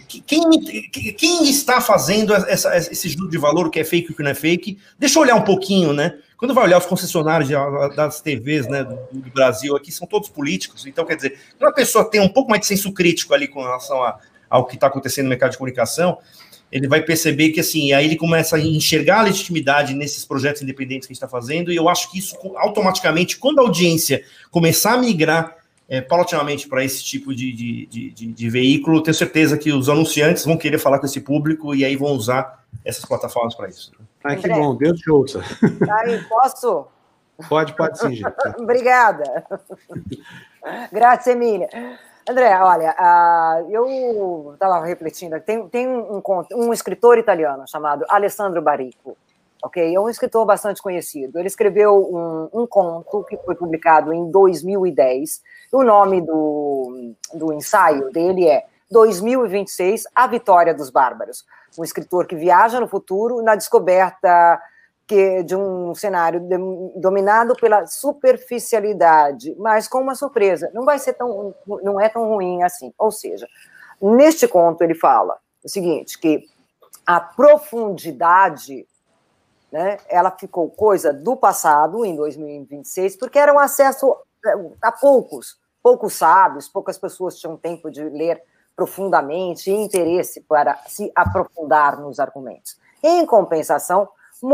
Quem está fazendo esse juízo de valor, o que é fake e o que não é fake? Deixa eu olhar um pouquinho, né? Quando vai olhar os concessionários das TVs, né, do Brasil aqui, são todos políticos. Então, quer dizer, quando a pessoa tem um pouco mais de senso crítico ali com relação ao que está acontecendo no mercado de comunicação, ele vai perceber que, assim, aí ele começa a enxergar a legitimidade nesses projetos independentes que a gente está fazendo, e eu acho que isso, automaticamente, quando a audiência começar a migrar paulatinamente para esse tipo de veículo, tenho certeza que os anunciantes vão querer falar com esse público e aí vão usar essas plataformas para isso. Ah, que bom, Deus te ouça. Aí, posso? Pode sim, gente. Obrigada. Grazie mille. André, olha, eu estava refletindo, tem um escritor italiano chamado Alessandro Baricco, ok? É um escritor bastante conhecido. Ele escreveu um conto que foi publicado em 2010. O nome do ensaio dele é 2026, A Vitória dos Bárbaros. Um escritor que viaja no futuro na descoberta de um cenário dominado pela superficialidade, mas com uma surpresa. Não é tão ruim assim. Ou seja, neste conto ele fala o seguinte, que a profundidade, né, ela ficou coisa do passado, em 2026, porque era um acesso a poucos sábios, poucas pessoas tinham tempo de ler profundamente e interesse para se aprofundar nos argumentos. Em compensação,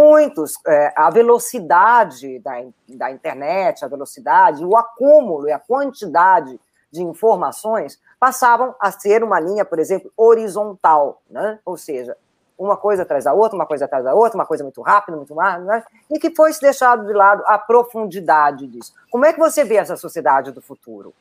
a velocidade da internet, a velocidade, o acúmulo e a quantidade de informações passavam a ser uma linha, por exemplo, horizontal, né? Ou seja, uma coisa atrás da outra, uma coisa atrás da outra, uma coisa muito rápida, muito mais, né? E que foi deixado de lado a profundidade disso. Como é que você vê essa sociedade do futuro?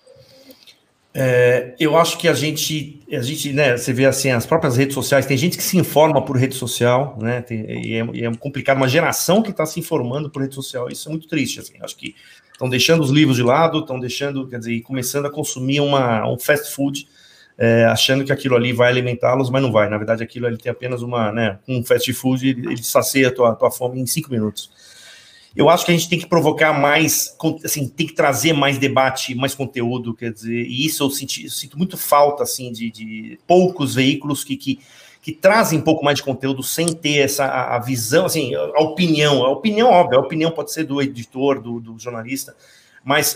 Eu acho que a gente, né, você vê assim, as próprias redes sociais, tem gente que se informa por rede social, né, e é complicado, uma geração que está se informando por rede social, isso é muito triste, assim, acho que estão deixando os livros de lado, estão deixando, quer dizer, começando a consumir um fast food, achando que aquilo ali vai alimentá-los, mas não vai, na verdade aquilo ali tem apenas um fast food, ele sacia a tua fome em 5 minutos. Eu acho que a gente tem que provocar mais, assim, tem que trazer mais debate, mais conteúdo, quer dizer, e isso eu sinto muito falta, assim, de poucos veículos que trazem um pouco mais de conteúdo sem ter a visão, assim, a opinião, óbvio, a opinião pode ser do editor, do jornalista, mas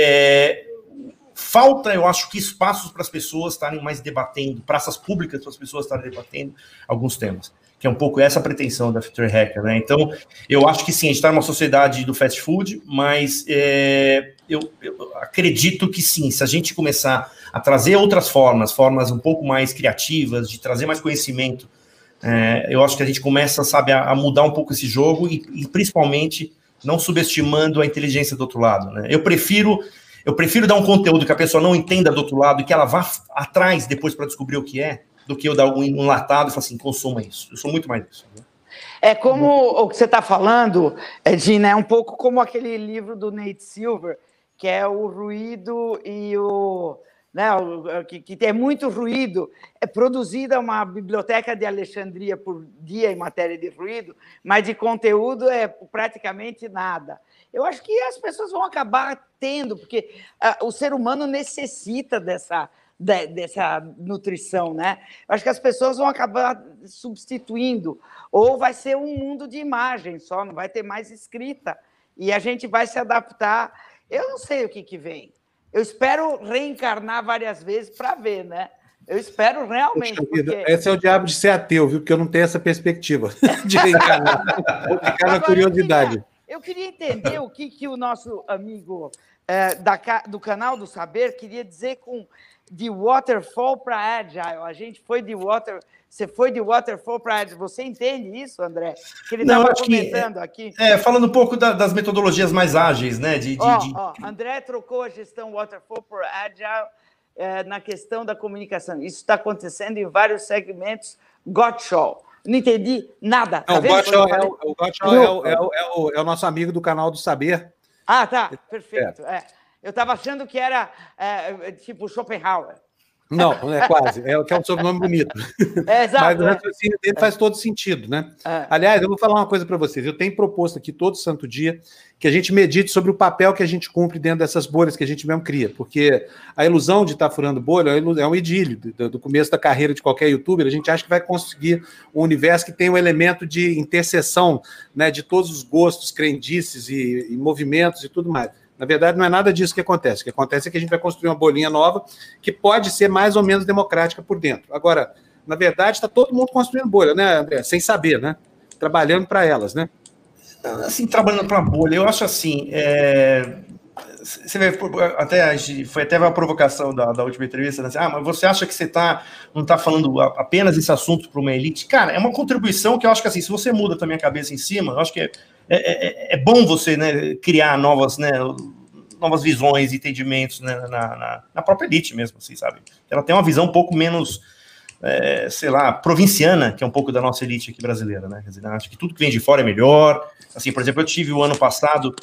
falta, eu acho, que espaços para as pessoas estarem mais debatendo, praças públicas para as pessoas estarem debatendo alguns temas, que é um pouco essa a pretensão da Future Hacker, né? Então, eu acho que sim, a gente está numa sociedade do fast food, mas eu acredito que sim, se a gente começar a trazer outras formas um pouco mais criativas, de trazer mais conhecimento, eu acho que a gente começa, sabe, a mudar um pouco esse jogo e principalmente não subestimando a inteligência do outro lado, né? Eu prefiro dar um conteúdo que a pessoa não entenda do outro lado e que ela vá atrás depois para descobrir o que é, do que eu dar um enlatado e falar assim, consuma isso. Eu sou muito mais isso. Né? É como o que você está falando, Gina, é um pouco como aquele livro do Nate Silver, que é o ruído e o... Né, que é muito ruído, é produzida uma biblioteca de Alexandria por dia em matéria de ruído, mas de conteúdo é praticamente nada. Eu acho que as pessoas vão acabar tendo, porque o ser humano necessita dessa nutrição, né? Eu acho que as pessoas vão acabar substituindo, ou vai ser um mundo de imagem só, não vai ter mais escrita, e a gente vai se adaptar. Eu não sei o que vem. Eu espero reencarnar várias vezes para ver, né? Eu espero realmente. Puxa vida, Porque... esse é o diabo de ser ateu, viu? Porque eu não tenho essa perspectiva de reencarnar. Vou ficar na curiosidade. Eu queria entender o que o nosso amigo do canal do Saber queria dizer com de waterfall para agile. Você foi de waterfall para agile. Você entende isso, André? Que ele estava comentando aqui. Falando um pouco das metodologias mais ágeis, né? André trocou a gestão waterfall por agile na questão da comunicação. Isso está acontecendo em vários segmentos. Gottschall. Não entendi nada. Tá vendo? O Gottschall é o nosso amigo do canal do Saber. Ah, tá. Perfeito. Eu estava achando que era tipo Schopenhauer. Não, é quase. Que é um sobrenome bonito. Exato. Mas o raciocínio dele faz todo sentido, né? Aliás, eu vou falar uma coisa para vocês. Eu tenho proposto aqui todo santo dia que a gente medite sobre o papel que a gente cumpre dentro dessas bolhas que a gente mesmo cria. Porque a ilusão de estar furando bolha é um idílio. Do começo da carreira de qualquer youtuber, a gente acha que vai conseguir um universo que tem um elemento de interseção, né, de todos os gostos, crendices e movimentos e tudo mais. Na verdade, não é nada disso que acontece. O que acontece é que a gente vai construir uma bolinha nova que pode ser mais ou menos democrática por dentro. Agora, na verdade, está todo mundo construindo bolha, né, André? Sem saber, né? Trabalhando para elas, né? Assim, trabalhando para a bolha, eu acho assim... Você vê, foi até uma provocação da última entrevista, né? Mas você acha que você não está falando apenas esse assunto para uma elite? Cara, é uma contribuição que eu acho que, assim, se você muda também a cabeça em cima, eu acho que é bom você, né, criar novas visões e entendimentos, né, na própria elite mesmo, assim, sabe? Ela tem uma visão um pouco menos, sei lá, provinciana, que é um pouco da nossa elite aqui brasileira, né? Quer dizer, acho que tudo que vem de fora é melhor. Assim, por exemplo, eu tive o ano passado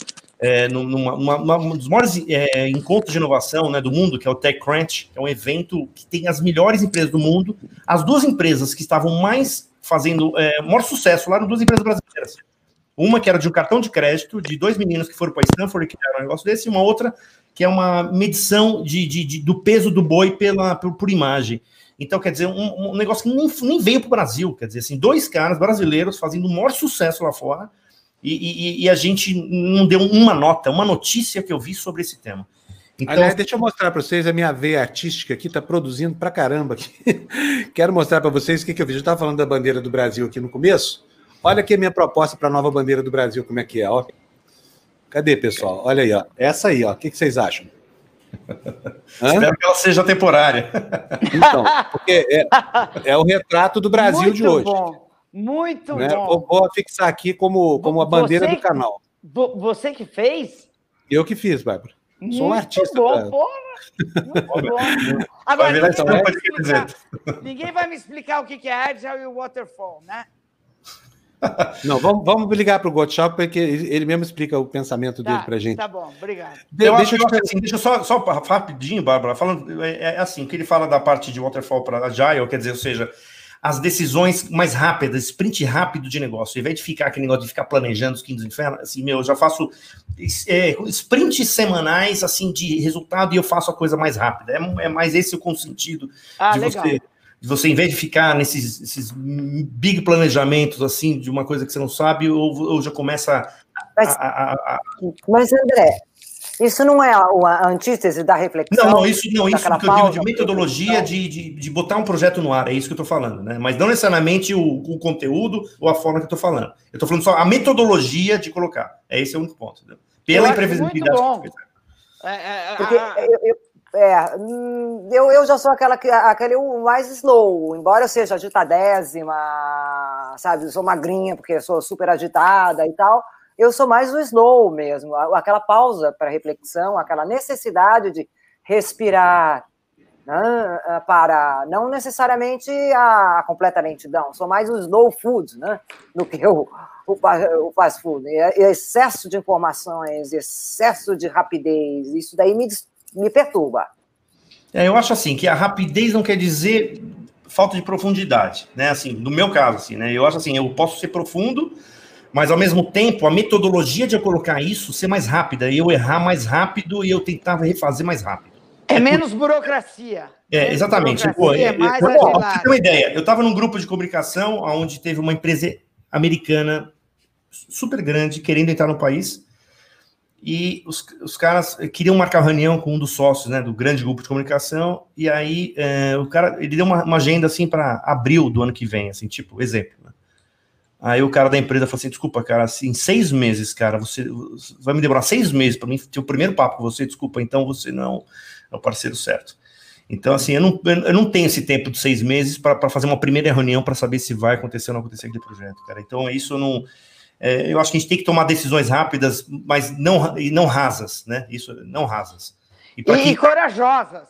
um dos maiores encontros de inovação, né, do mundo, que é o TechCrunch, que é um evento que tem as melhores empresas do mundo. As duas empresas que estavam fazendo maior sucesso lá eram duas empresas brasileiras. Uma que era de um cartão de crédito, de 2 meninos que foram para Stanford e criaram um negócio desse, e uma outra que é uma medição do peso do boi por imagem. Então, quer dizer, um negócio que nem veio para o Brasil. Quer dizer, assim, 2 caras brasileiros fazendo o maior sucesso lá fora, e a gente não deu uma notícia que eu vi sobre esse tema. Então, aliás, deixa eu mostrar para vocês a minha veia artística aqui, está produzindo para caramba aqui. Quero mostrar para vocês o que eu fiz. Eu estava falando da bandeira do Brasil aqui no começo. Olha aqui a minha proposta para a nova bandeira do Brasil, como é que é, ó. Cadê, pessoal? Olha aí, ó. Essa aí, ó. O que vocês acham? Espero que ela seja temporária. Então, porque é o retrato do Brasil muito de hoje. Muito bom. Vou fixar aqui como a bandeira do canal. Você que fez? Eu que fiz, Bárbara. Sou um artista. Muito bom. Agora, ninguém vai me explicar o que é Agile e o Waterfall, né? Não, vamos ligar para o Gottschalk, porque ele mesmo explica o pensamento dele para a gente. Tá bom, obrigado. Deixa eu só rapidinho, Bárbara, falando, assim, o que ele fala da parte de Waterfall para Agile, quer dizer, ou seja, as decisões mais rápidas, sprint rápido de negócio, ao invés de ficar aquele negócio de ficar planejando os quintos infernos, assim, eu já faço sprints semanais, assim, de resultado, e eu faço a coisa mais rápida. É mais esse o sentido de você, em vez de ficar nesses big planejamentos, assim, de uma coisa que você não sabe, ou já começa Mas, André, isso não é a antítese da reflexão? Não, isso que eu digo de metodologia de botar um projeto no ar, é isso que eu estou falando, né? Mas não necessariamente o conteúdo ou a forma que eu estou falando. Eu estou falando só a metodologia de colocar. Esse é o único ponto, entendeu? Pela imprevisibilidade. Eu já sou aquele mais slow, embora eu seja agitadésima, sabe? Eu sou magrinha porque eu sou super agitada e tal. Eu sou mais o slow mesmo, aquela pausa para reflexão, aquela necessidade de respirar, né, para não necessariamente a completa lentidão. Sou mais o slow food, né, do que o fast food. E excesso de informações, excesso de rapidez, isso daí me perturba. Eu acho assim, que a rapidez não quer dizer falta de profundidade, né? Assim, no meu caso, assim, né? Eu acho assim, eu posso ser profundo, mas ao mesmo tempo, a metodologia de eu colocar isso ser mais rápida, e eu errar mais rápido e eu tentar refazer mais rápido. Menos burocracia. Exatamente. Burocracia, pra você ter uma ideia, eu estava num grupo de comunicação onde teve uma empresa americana super grande querendo entrar no país, e os caras queriam marcar reunião com um dos sócios, né, do grande grupo de comunicação, e aí o cara, ele deu uma agenda, assim, para abril do ano que vem, assim, tipo, exemplo, né? Aí o cara da empresa falou assim, desculpa, cara, assim, 6 meses, cara, você vai me demorar 6 meses para mim ter o primeiro papo com você, desculpa, então você não é o parceiro certo. Então, assim, eu não tenho esse tempo de 6 meses para fazer uma primeira reunião para saber se vai acontecer ou não acontecer aquele projeto, cara. Então, isso não... eu acho que a gente tem que tomar decisões rápidas, mas não rasas, né? Isso, não rasas. E corajosas.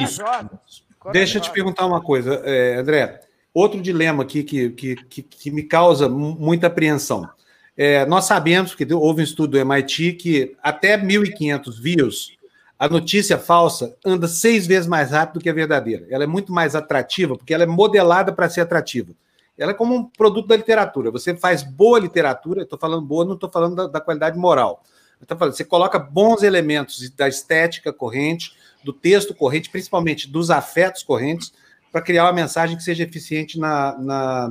Deixa eu te perguntar uma coisa, André. Outro dilema aqui que me causa muita apreensão. Nós sabemos, que houve um estudo do MIT, que até 1.500 views, a notícia falsa anda 6 vezes mais rápido que a verdadeira. Ela é muito mais atrativa, porque ela é modelada para ser atrativa. Ela é como um produto da literatura. Você faz boa literatura, eu estou falando boa, não estou falando da qualidade moral. Você coloca bons elementos da estética corrente, do texto corrente, principalmente dos afetos correntes, para criar uma mensagem que seja eficiente na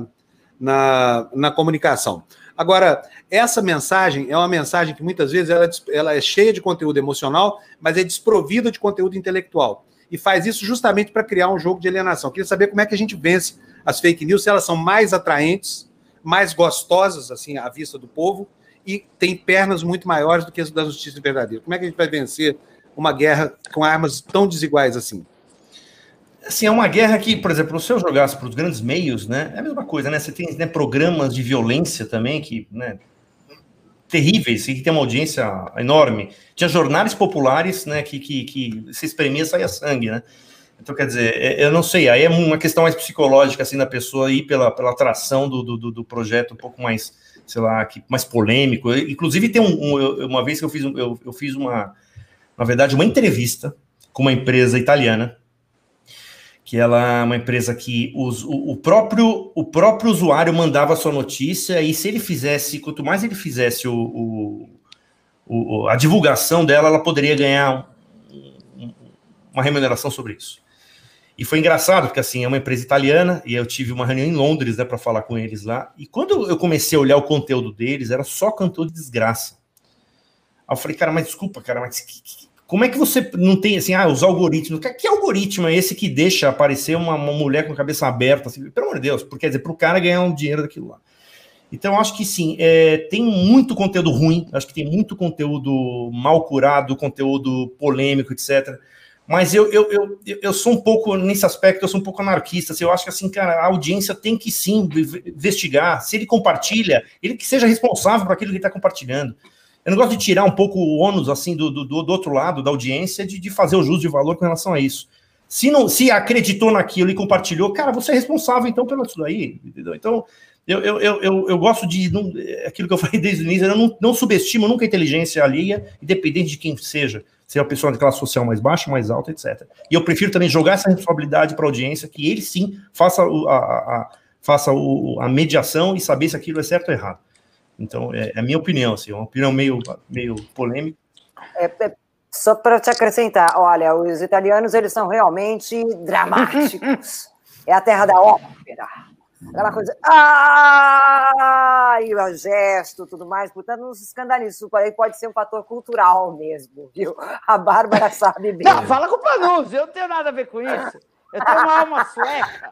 comunicação. Agora, essa mensagem é uma mensagem que muitas vezes ela é cheia de conteúdo emocional, mas é desprovida de conteúdo intelectual. E faz isso justamente para criar um jogo de alienação. Queria saber como é que a gente vence as fake news, se elas são mais atraentes, mais gostosas, assim, à vista do povo, e têm pernas muito maiores do que as das notícias verdadeiras. Como é que a gente vai vencer uma guerra com armas tão desiguais assim? Assim, é uma guerra que, por exemplo, se eu jogasse para os grandes meios, né, é a mesma coisa, né? Você tem, né, programas de violência também que, né, terríveis, que tem uma audiência enorme. Tinha jornais populares, né, que se espremia, saía sangue, né? Então, quer dizer, eu não sei, aí é uma questão mais psicológica, assim, da pessoa ir pela atração do projeto um pouco mais, sei lá, mais polêmico. Inclusive, tem uma vez que eu fiz na verdade, uma entrevista com uma empresa italiana, que ela é uma empresa que o próprio usuário mandava a sua notícia, e se ele fizesse, quanto mais ele fizesse a divulgação dela, ela poderia ganhar uma remuneração sobre isso. E foi engraçado, porque assim, é uma empresa italiana, e eu tive uma reunião em Londres, né, para falar com eles lá, e quando eu comecei a olhar o conteúdo deles, era só conteúdo de desgraça. Aí eu falei, cara, mas desculpa, cara, mas como é que você não tem, assim, os algoritmos, que algoritmo é esse que deixa aparecer uma mulher com a cabeça aberta, assim, pelo amor de Deus, porque, quer dizer, para o cara ganhar um dinheiro daquilo lá. Então, eu acho que sim, tem muito conteúdo ruim, acho que tem muito conteúdo mal curado, conteúdo polêmico, etc., mas eu sou um pouco, nesse aspecto, eu sou um pouco anarquista. Assim, eu acho que, assim, cara, a audiência tem que, sim, investigar. Se ele compartilha, ele que seja responsável por aquilo que ele está compartilhando. Eu não gosto de tirar um pouco o ônus, assim, do outro lado, da audiência, de fazer o juízo de valor com relação a isso. Se acreditou naquilo e compartilhou, cara, você é responsável, então, pelo isso daí, entendeu? Então, eu gosto de, aquilo que eu falei desde o início, eu não subestimo nunca a inteligência alheia, independente de quem seja. Se é uma pessoa de classe social mais baixa, mais alta, etc. E eu prefiro também jogar essa responsabilidade para a audiência, que ele sim faça a mediação e saber se aquilo é certo ou errado. Então, é a minha opinião, assim, uma opinião meio polêmica. Só para te acrescentar, olha, os italianos, eles são realmente dramáticos. É a terra da ópera. Aquela coisa, e o gesto, tudo mais, portanto, não se escandalize, isso aí pode ser um fator cultural mesmo, viu? A Bárbara sabe bem. Não, fala com o Panuzzi, eu não tenho nada a ver com isso. Eu tenho uma alma sueca.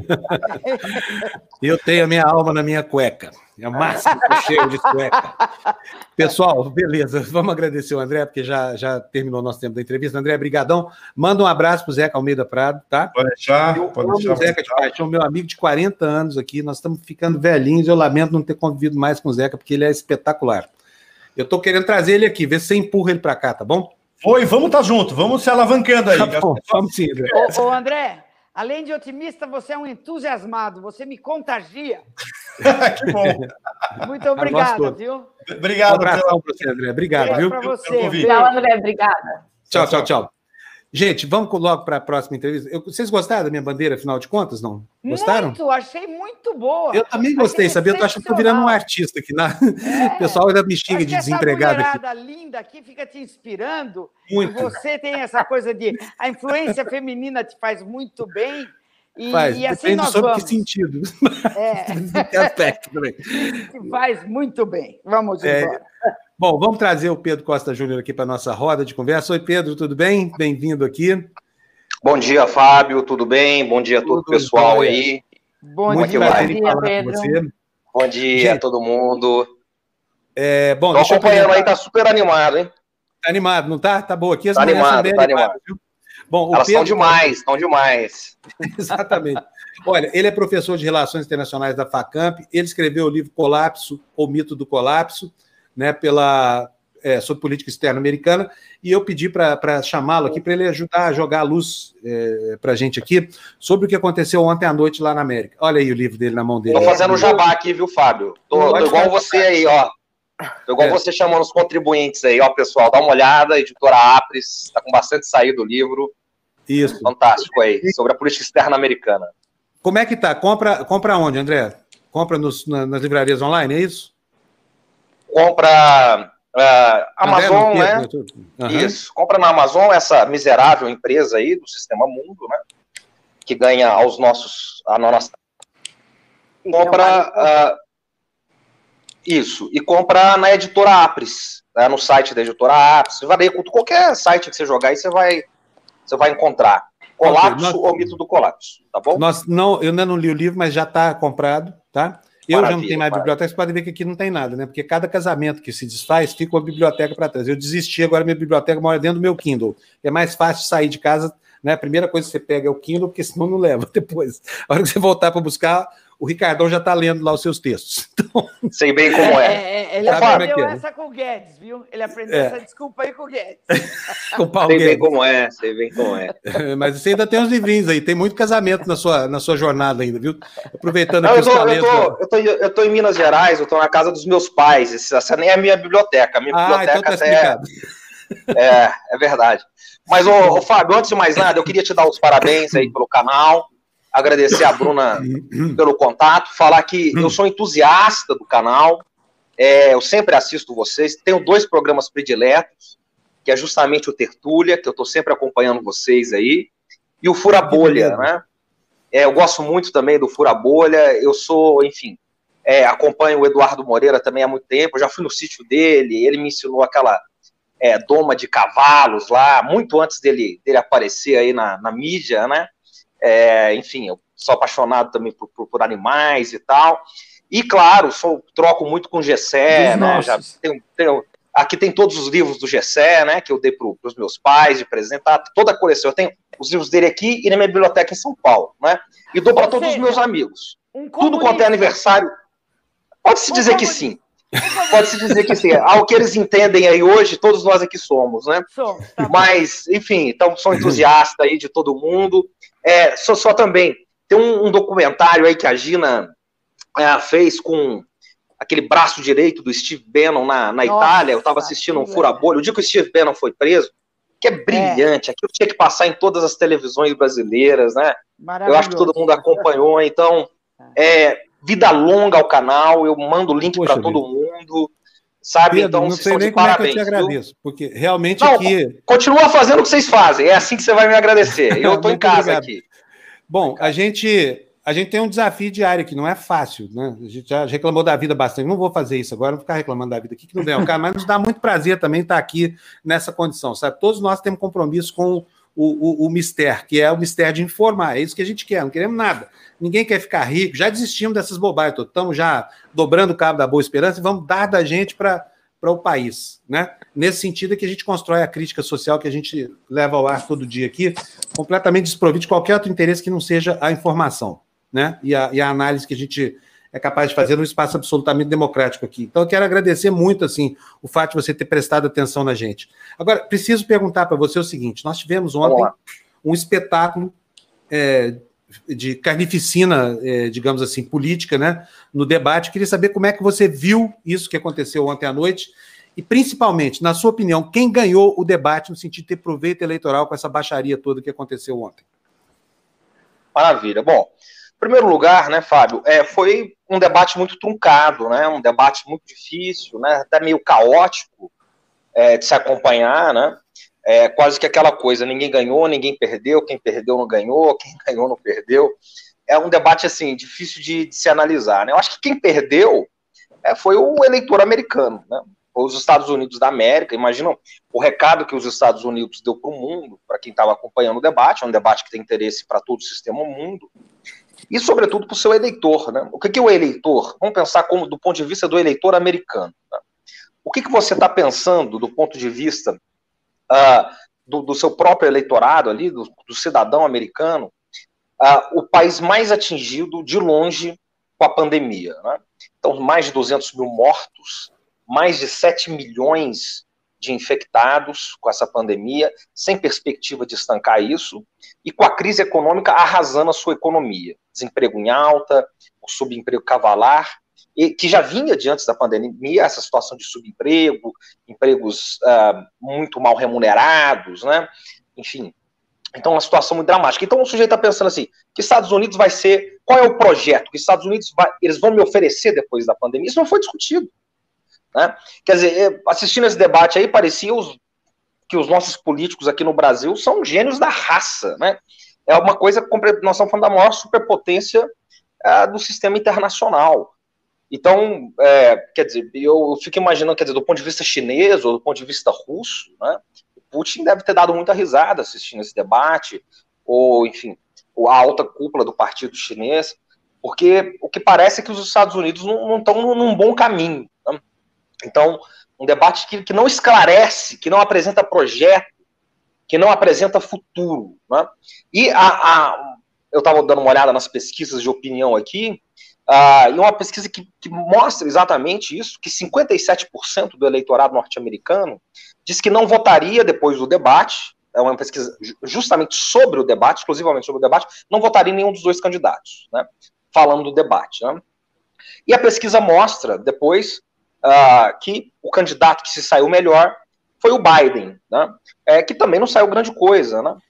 Eu tenho a minha alma na minha cueca. É o máximo que eu chego de cueca. Pessoal, beleza. Vamos agradecer o André, porque já terminou o nosso tempo da entrevista. André, brigadão. Manda um abraço pro Zeca Almeida Prado, tá? Pode deixar. O Zeca de paixão, meu amigo de 40 anos aqui. Nós estamos ficando velhinhos. Eu lamento não ter convivido mais com o Zeca, porque ele é espetacular. Eu tô querendo trazer ele aqui, ver se você empurra ele para cá, tá bom? Oi, vamos estar junto, vamos se alavancando aí. Tá bom, vamos sim, André. Ô, André, além de otimista, você é um entusiasmado, você me contagia. Que bom. Muito obrigado, viu? Obrigado. Um abração para você, André. Obrigado, viu? Para você. Tchau, André, obrigada. Tchau. Gente, vamos logo para a próxima entrevista. Vocês gostaram da minha bandeira, afinal de contas, não? Gostaram? Muito, achei muito boa. Eu também gostei, sabia? Eu tô achando que eu tô virando um artista aqui. O pessoal ainda me xinga de desempregado aqui. Essa mulherada linda aqui fica te inspirando. Muito. E você tem essa coisa de... A influência feminina te faz muito bem. Faz, e assim depende nós sobre vamos. Que sentido. Que aspecto também. Te faz muito bem. Vamos embora. Bom, vamos trazer o Pedro Costa Júnior aqui para a nossa roda de conversa. Oi, Pedro, tudo bem? Bem-vindo aqui. Bom dia, Fábio, tudo bem? Bom dia a todo o pessoal aí. Bom dia, Pedro. Bom dia a todo mundo. Bom, tô acompanhando aí, tá super animado, hein? Tá animado, não tá? Tá boa aqui. As tá animado, tá animado. Bom, elas estão demais, estão demais. Exatamente. Olha, ele é professor de Relações Internacionais da Facamp, ele escreveu o livro Colapso, ou Mito do Colapso, né, sobre política externa americana, e eu pedi para chamá-lo aqui para ele ajudar a jogar a luz para a gente aqui sobre o que aconteceu ontem à noite lá na América. Olha aí o livro dele na mão dele. Tô fazendo jabá aqui, viu, Fábio? Tô igual você aí, ó. Tô igual você chamando os contribuintes aí, ó, pessoal, dá uma olhada, editora Apres, tá com bastante saída o livro. Isso. Fantástico aí, sobre a política externa americana. Como é que tá? Compra onde, André? Compra nas livrarias online, é isso? Compra Amazon, André, né? Isso, compra na Amazon, essa miserável empresa aí do Sistema Mundo, né? Que ganha a nossa... Compra... Isso, e compra na editora Apres, né, no site da editora Apres, qualquer site que você jogar aí, você vai encontrar. Colapso ou Mito do Colapso, tá bom? Eu ainda não li o livro, mas já está comprado, tá? Eu já não tenho mais biblioteca, você pode ver que aqui não tem nada, né? Porque cada casamento que se desfaz, fica uma biblioteca para trás. Eu desisti, agora minha biblioteca mora dentro do meu Kindle. É mais fácil sair de casa, né? A primeira coisa que você pega é o Kindle, porque senão não leva depois. A hora que você voltar para buscar, o Ricardão já está lendo lá os seus textos. Então... Sei bem como é. Ele aprendeu essa com o Guedes, viu? Ele aprendeu essa desculpa aí com o Guedes. Com o Paulo Sei Guedes. Sei bem como é. Mas você ainda tem uns livrinhos aí, tem muito casamento na sua jornada ainda, viu? Aproveitando aqui os talentos. Eu tô em Minas Gerais, eu tô na casa dos meus pais. Essa nem é a minha biblioteca. A minha biblioteca então tá explicado. É verdade. Mas, ô, Fábio, antes de mais nada, eu queria te dar os parabéns aí pelo canal, agradecer a Bruna pelo contato, falar que eu sou entusiasta do canal, eu sempre assisto vocês, tenho 2 programas prediletos, que é justamente o Tertúlia, que eu estou sempre acompanhando vocês aí, e o Fura Bolha, né? Eu gosto muito também do Fura Bolha, eu sou, enfim, acompanho o Eduardo Moreira também há muito tempo, eu já fui no sítio dele, ele me ensinou aquela doma de cavalos lá, muito antes dele aparecer aí na mídia, né? Enfim, eu sou apaixonado também por animais e tal. E, claro, troco muito com o Gessé, né? Já aqui tem todos os livros do Gessé, né? Que eu dei para os meus pais de presente, toda a coleção. Eu tenho os livros dele aqui e na minha biblioteca em São Paulo, né? E dou para todos os meus amigos. Tudo quanto é aniversário. Pode-se dizer que sim. Pode-se dizer que sim. Ao que eles entendem aí hoje, todos nós aqui somos, né? Tá. Mas, enfim, então sou entusiasta aí de todo mundo. Só também, tem um documentário aí que a Gina fez com aquele braço direito do Steve Bannon na Itália. Eu estava assistindo um Fura-Bolha. O dia que o Steve Bannon foi preso, que é brilhante. Aquilo tinha que passar em todas as televisões brasileiras, né? Eu acho que todo mundo acompanhou. Então, vida longa ao canal. Eu mando o link para todo mundo. Sabe? Pedro, então, não sei nem como é que eu te agradeço, porque realmente aqui... Continua fazendo o que vocês fazem, é assim que você vai me agradecer. Eu estou em casa aqui. Bom, a gente tem um desafio diário que não é fácil, né? A gente já reclamou da vida bastante, não vou fazer isso agora, não vou ficar reclamando da vida aqui, que não vem ao caso, mas nos dá muito prazer também estar aqui nessa condição, sabe? Todos nós temos compromisso com o mistério, que é o mistério de informar, é isso que a gente quer, não queremos nada. Ninguém quer ficar rico, já desistimos dessas bobagens, estamos já dobrando o cabo da Boa Esperança e vamos dar da gente para o país, né? Nesse sentido é que a gente constrói a crítica social que a gente leva ao ar todo dia aqui, completamente desprovido de qualquer outro interesse que não seja a informação, né? E a análise que a gente é capaz de fazer num espaço absolutamente democrático aqui. Então, eu quero agradecer muito, assim, o fato de você ter prestado atenção na gente. Agora, preciso perguntar para você o seguinte, nós tivemos ontem um espetáculo de carnificina, digamos assim, política, né, no debate. Eu queria saber como é que você viu isso que aconteceu ontem à noite e, principalmente, na sua opinião, quem ganhou o debate no sentido de ter proveito eleitoral com essa baixaria toda que aconteceu ontem? Maravilha. Bom, em primeiro lugar, né, Fábio, foi um debate muito truncado, né, um debate muito difícil, né, até meio caótico de se acompanhar, né, quase que aquela coisa, ninguém ganhou, ninguém perdeu, quem perdeu não ganhou, quem ganhou não perdeu. É um debate, assim, difícil de se analisar, né? Eu acho que quem perdeu foi o eleitor americano, né? os Estados Unidos da América. Imaginam o recado que os Estados Unidos deu para o mundo, para quem estava acompanhando o debate. É um debate que tem interesse para todo o sistema mundo. E, sobretudo, para o seu eleitor, né? O que é o eleitor? Vamos pensar como do ponto de vista do eleitor americano. Tá? O que você está pensando do ponto de vista do seu próprio eleitorado ali, do cidadão americano, o país mais atingido de longe com a pandemia, né? Então, mais de 200 mil mortos, mais de 7 milhões de infectados com essa pandemia, sem perspectiva de estancar isso, e com a crise econômica arrasando a sua economia. Desemprego em alta, o subemprego cavalar, e que já vinha de antes da pandemia, essa situação de subemprego, empregos muito mal remunerados, né? Enfim, então é uma situação muito dramática. Então o sujeito está pensando assim, que Estados Unidos vai ser, qual é o projeto que Estados Unidos eles vão me oferecer depois da pandemia? Isso não foi discutido. Né? Quer dizer, assistindo esse debate aí, parecia que os nossos políticos aqui no Brasil são gênios da raça, né? É uma coisa, nós estamos falando da maior superpotência do sistema internacional. Então, quer dizer, eu fico imaginando, quer dizer, do ponto de vista chinês ou do ponto de vista russo, né? O Putin deve ter dado muita risada assistindo esse debate, ou, enfim, a alta cúpula do partido chinês, porque o que parece é que os Estados Unidos não estão num bom caminho. Né? Então, um debate que não esclarece, que não apresenta projeto, que não apresenta futuro. Né? E eu estava dando uma olhada nas pesquisas de opinião aqui, e uma pesquisa que mostra exatamente isso, que 57% do eleitorado norte-americano diz que não votaria depois do debate, é uma pesquisa justamente sobre o debate, exclusivamente sobre o debate, não votaria em nenhum dos dois candidatos, né? Falando do debate. Né? E a pesquisa mostra, depois, que o candidato que se saiu melhor foi o Biden, né? Que também não saiu grande coisa, né?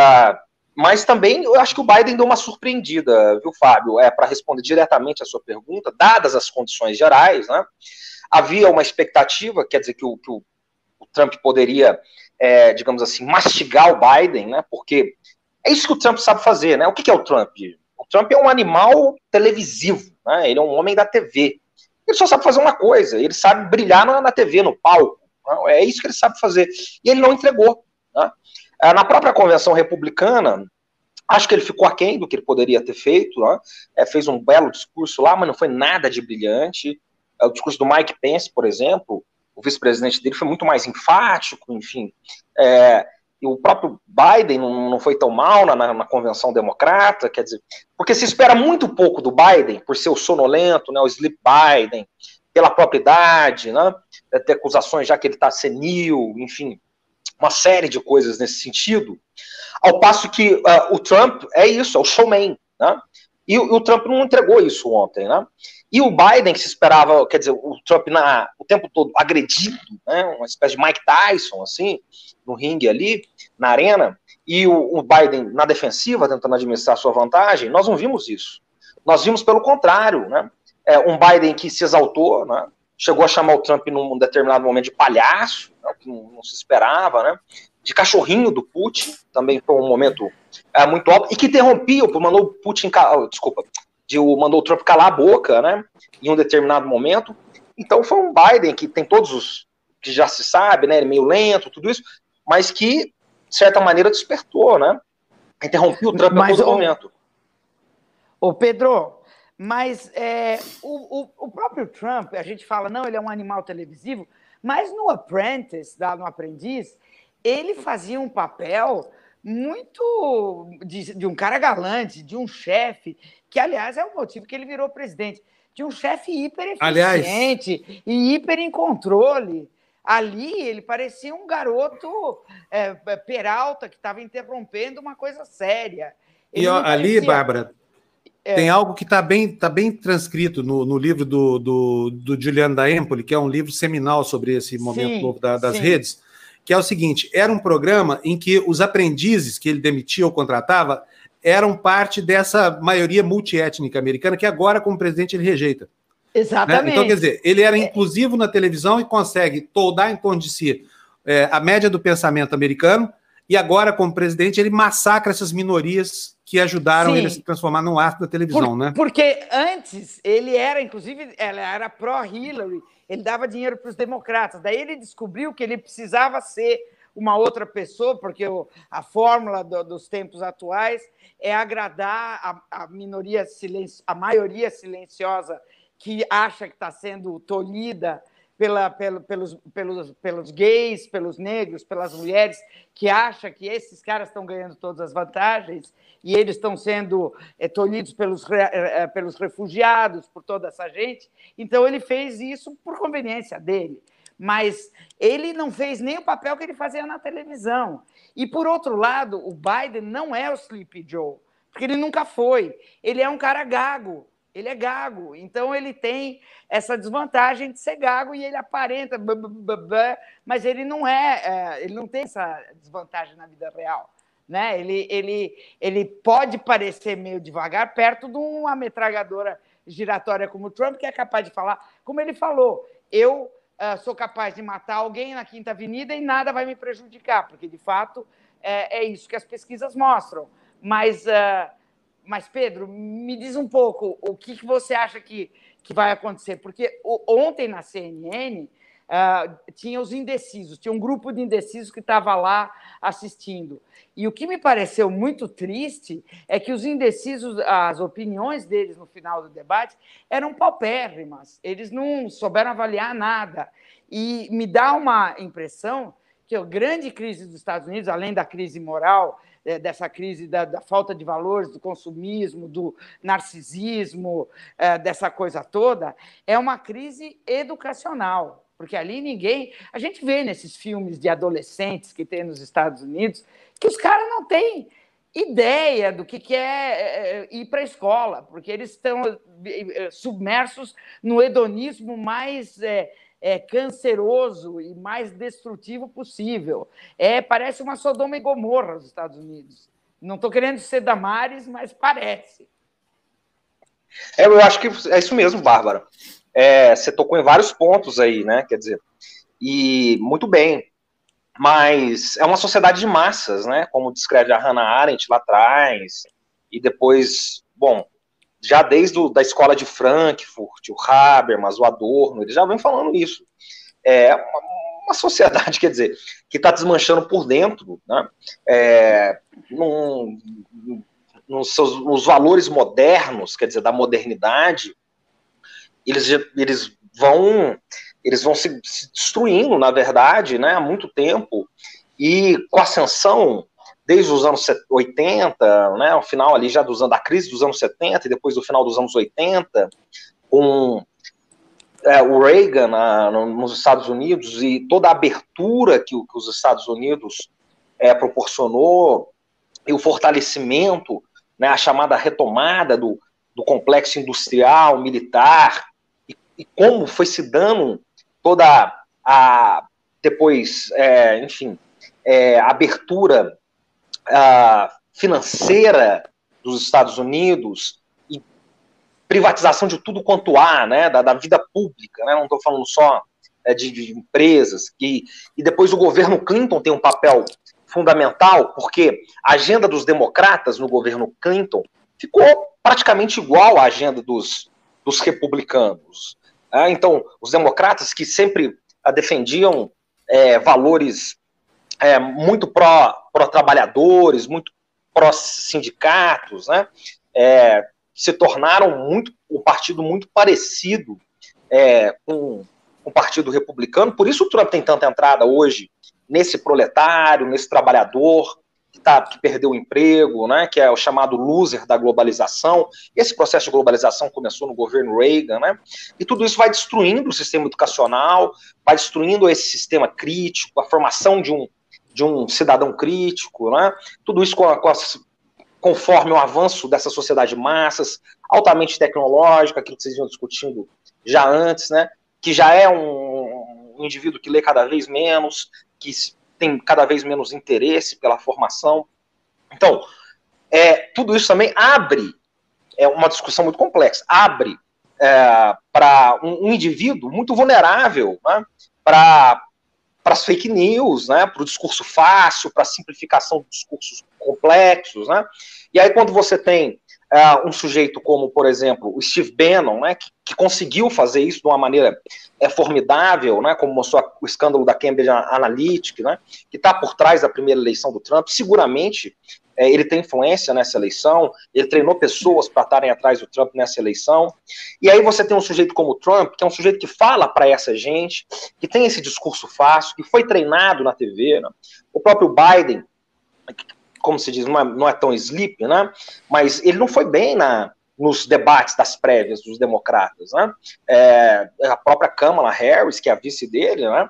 Mas também eu acho que o Biden deu uma surpreendida, viu, Fábio? Para responder diretamente a sua pergunta, dadas as condições gerais, né? Havia uma expectativa, quer dizer, que o Trump poderia, digamos assim, mastigar o Biden, né? Porque é isso que o Trump sabe fazer, né? O que é o Trump? O Trump é um animal televisivo, né? Ele é um homem da TV. Ele só sabe fazer uma coisa, ele sabe brilhar na TV, no palco. Né? É isso que ele sabe fazer. E ele não entregou. Né? Na própria convenção republicana, acho que ele ficou aquém do que ele poderia ter feito. Né? Fez um belo discurso lá, mas não foi nada de brilhante. O discurso do Mike Pence, por exemplo, o vice-presidente dele foi muito mais enfático, enfim. E o próprio Biden não foi tão mal na convenção democrata, quer dizer, porque se espera muito pouco do Biden, por ser o sonolento, né, o Sleep Biden, pela própria idade, né, ter acusações já que ele está senil, enfim, uma série de coisas nesse sentido, ao passo que o Trump é isso, é o showman, né, e o Trump não entregou isso ontem, né, e o Biden, que se esperava, quer dizer, o Trump o tempo todo agredido, né, uma espécie de Mike Tyson, assim, no ringue ali, na arena, e o Biden na defensiva, tentando administrar sua vantagem, nós não vimos isso. Nós vimos pelo contrário, né? Um Biden que se exaltou, né? Chegou a chamar o Trump num determinado momento de palhaço, né? Que não se esperava, né? De cachorrinho do Putin, também foi um momento muito óbvio, e que interrompia, mandou o Putin, mandou o Trump calar a boca, né? Em um determinado momento. Então foi um Biden que tem todos os que já se sabe, né? Ele é meio lento, tudo isso, mas que, de certa maneira, despertou, né? Interrompeu o Trump a todo momento. Ô, Pedro, mas o próprio Trump, a gente fala, não, ele é um animal televisivo, mas no Apprentice, no Aprendiz, ele fazia um papel muito de um cara galante, de um chefe, que, aliás, é o motivo que ele virou presidente, de um chefe hiper eficiente e hiper em controle. Ali, ele parecia um garoto Peralta, que estava interrompendo uma coisa séria. Ele ali, Bárbara, tem algo que está bem transcrito no livro do Giuliano da Empoli, que é um livro seminal sobre esse momento novo das redes, que é o seguinte, era um programa em que os aprendizes que ele demitia ou contratava eram parte dessa maioria multiétnica americana, que agora, como presidente, ele rejeita. Exatamente. Né? Então, quer dizer, ele era inclusivo na televisão e consegue toldar em torno de si a média do pensamento americano e agora, como presidente, ele massacra essas minorias que ajudaram Sim. ele a se transformar num astro da televisão, né? Porque antes ele era, inclusive, ela era pró-Hillary, ele dava dinheiro para os democratas. Daí ele descobriu que ele precisava ser uma outra pessoa, porque a fórmula dos tempos atuais é agradar a minoria a maioria silenciosa que acha que está sendo tolhida pelos gays, pelos negros, pelas mulheres, que acha que esses caras estão ganhando todas as vantagens e eles estão sendo tolhidos pelos refugiados, por toda essa gente. Então, ele fez isso por conveniência dele. Mas ele não fez nem o papel que ele fazia na televisão. E, por outro lado, o Biden não é o Sleepy Joe, porque ele nunca foi. Ele é um cara gago. Ele é gago, então ele tem essa desvantagem de ser gago e ele aparenta, mas ele não ele não tem essa desvantagem na vida real, né? Ele pode parecer meio devagar perto de uma metralhadora giratória como o Trump, que é capaz de falar, como ele falou, eu sou capaz de matar alguém na Quinta Avenida e nada vai me prejudicar, porque de fato é isso que as pesquisas mostram, Mas, Pedro, me diz um pouco o que você acha que vai acontecer. Porque ontem, na CNN, tinha os indecisos, tinha um grupo de indecisos que estava lá assistindo. E o que me pareceu muito triste é que os indecisos, as opiniões deles no final do debate eram paupérrimas, eles não souberam avaliar nada. E me dá uma impressão que a grande crise dos Estados Unidos, além da crise moral, dessa crise da falta de valores, do consumismo, do narcisismo, dessa coisa toda, é uma crise educacional, porque ali ninguém... A gente vê nesses filmes de adolescentes que tem nos Estados Unidos que os caras não têm ideia do que é ir para a escola, porque eles estão submersos no hedonismo mais... canceroso e mais destrutivo possível. Parece uma Sodoma e Gomorra nos Estados Unidos. Não estou querendo ser Damares, mas parece. Eu acho que é isso mesmo, Bárbara. Você tocou em vários pontos aí, né? Quer dizer, e muito bem. Mas é uma sociedade de massas, né? Como descreve a Hannah Arendt lá atrás, e depois, bom, já desde da escola de Frankfurt, o Habermas, o Adorno, eles já vêm falando isso. É uma sociedade, quer dizer, que está desmanchando por dentro, né? Nos valores modernos, quer dizer, da modernidade, eles vão se destruindo, na verdade, né, há muito tempo, e com a ascensão desde os anos 80, né, o final ali já da crise dos anos 70 e depois do final dos anos 80, com o Reagan nos Estados Unidos e toda a abertura que os Estados Unidos proporcionou e o fortalecimento, né, a chamada retomada do complexo industrial, militar, e como foi se dando toda depois, enfim, a abertura financeira dos Estados Unidos e privatização de tudo quanto há, né, da vida pública, né, não estou falando só de empresas, e depois o governo Clinton tem um papel fundamental, porque a agenda dos democratas no governo Clinton ficou praticamente igual à agenda dos republicanos. Então, os democratas que sempre defendiam valores muito pró-trabalhadores, muito pró-sindicatos, né, se tornaram um partido muito parecido com o Partido Republicano. Por isso o Trump tem tanta entrada hoje nesse proletário, nesse trabalhador que perdeu o emprego, né, que é o chamado loser da globalização. Esse processo de globalização começou no governo Reagan, né, e tudo isso vai destruindo o sistema educacional, vai destruindo esse sistema crítico, a formação de um cidadão crítico, né, tudo isso conforme o avanço dessa sociedade de massas, altamente tecnológica, aquilo que vocês iam discutindo já antes, né, que já é um indivíduo que lê cada vez menos, que tem cada vez menos interesse pela formação. Então, tudo isso também abre uma discussão muito complexa, abre para um indivíduo muito vulnerável, né, para as fake news, né, para o discurso fácil, para a simplificação de discursos complexos, né? E aí quando você tem um sujeito como, por exemplo, o Steve Bannon, né, que conseguiu fazer isso de uma maneira formidável, né, como mostrou o escândalo da Cambridge Analytica, né, que está por trás da primeira eleição do Trump, seguramente ele tem influência nessa eleição, ele treinou pessoas para estarem atrás do Trump nessa eleição, e aí você tem um sujeito como o Trump, que é um sujeito que fala para essa gente, que tem esse discurso fácil, que foi treinado na TV, né? O próprio Biden, como se diz, não é tão sleep, né? Mas ele não foi bem nos debates das prévias dos democratas, né? A própria Kamala Harris, que é a vice dele, né?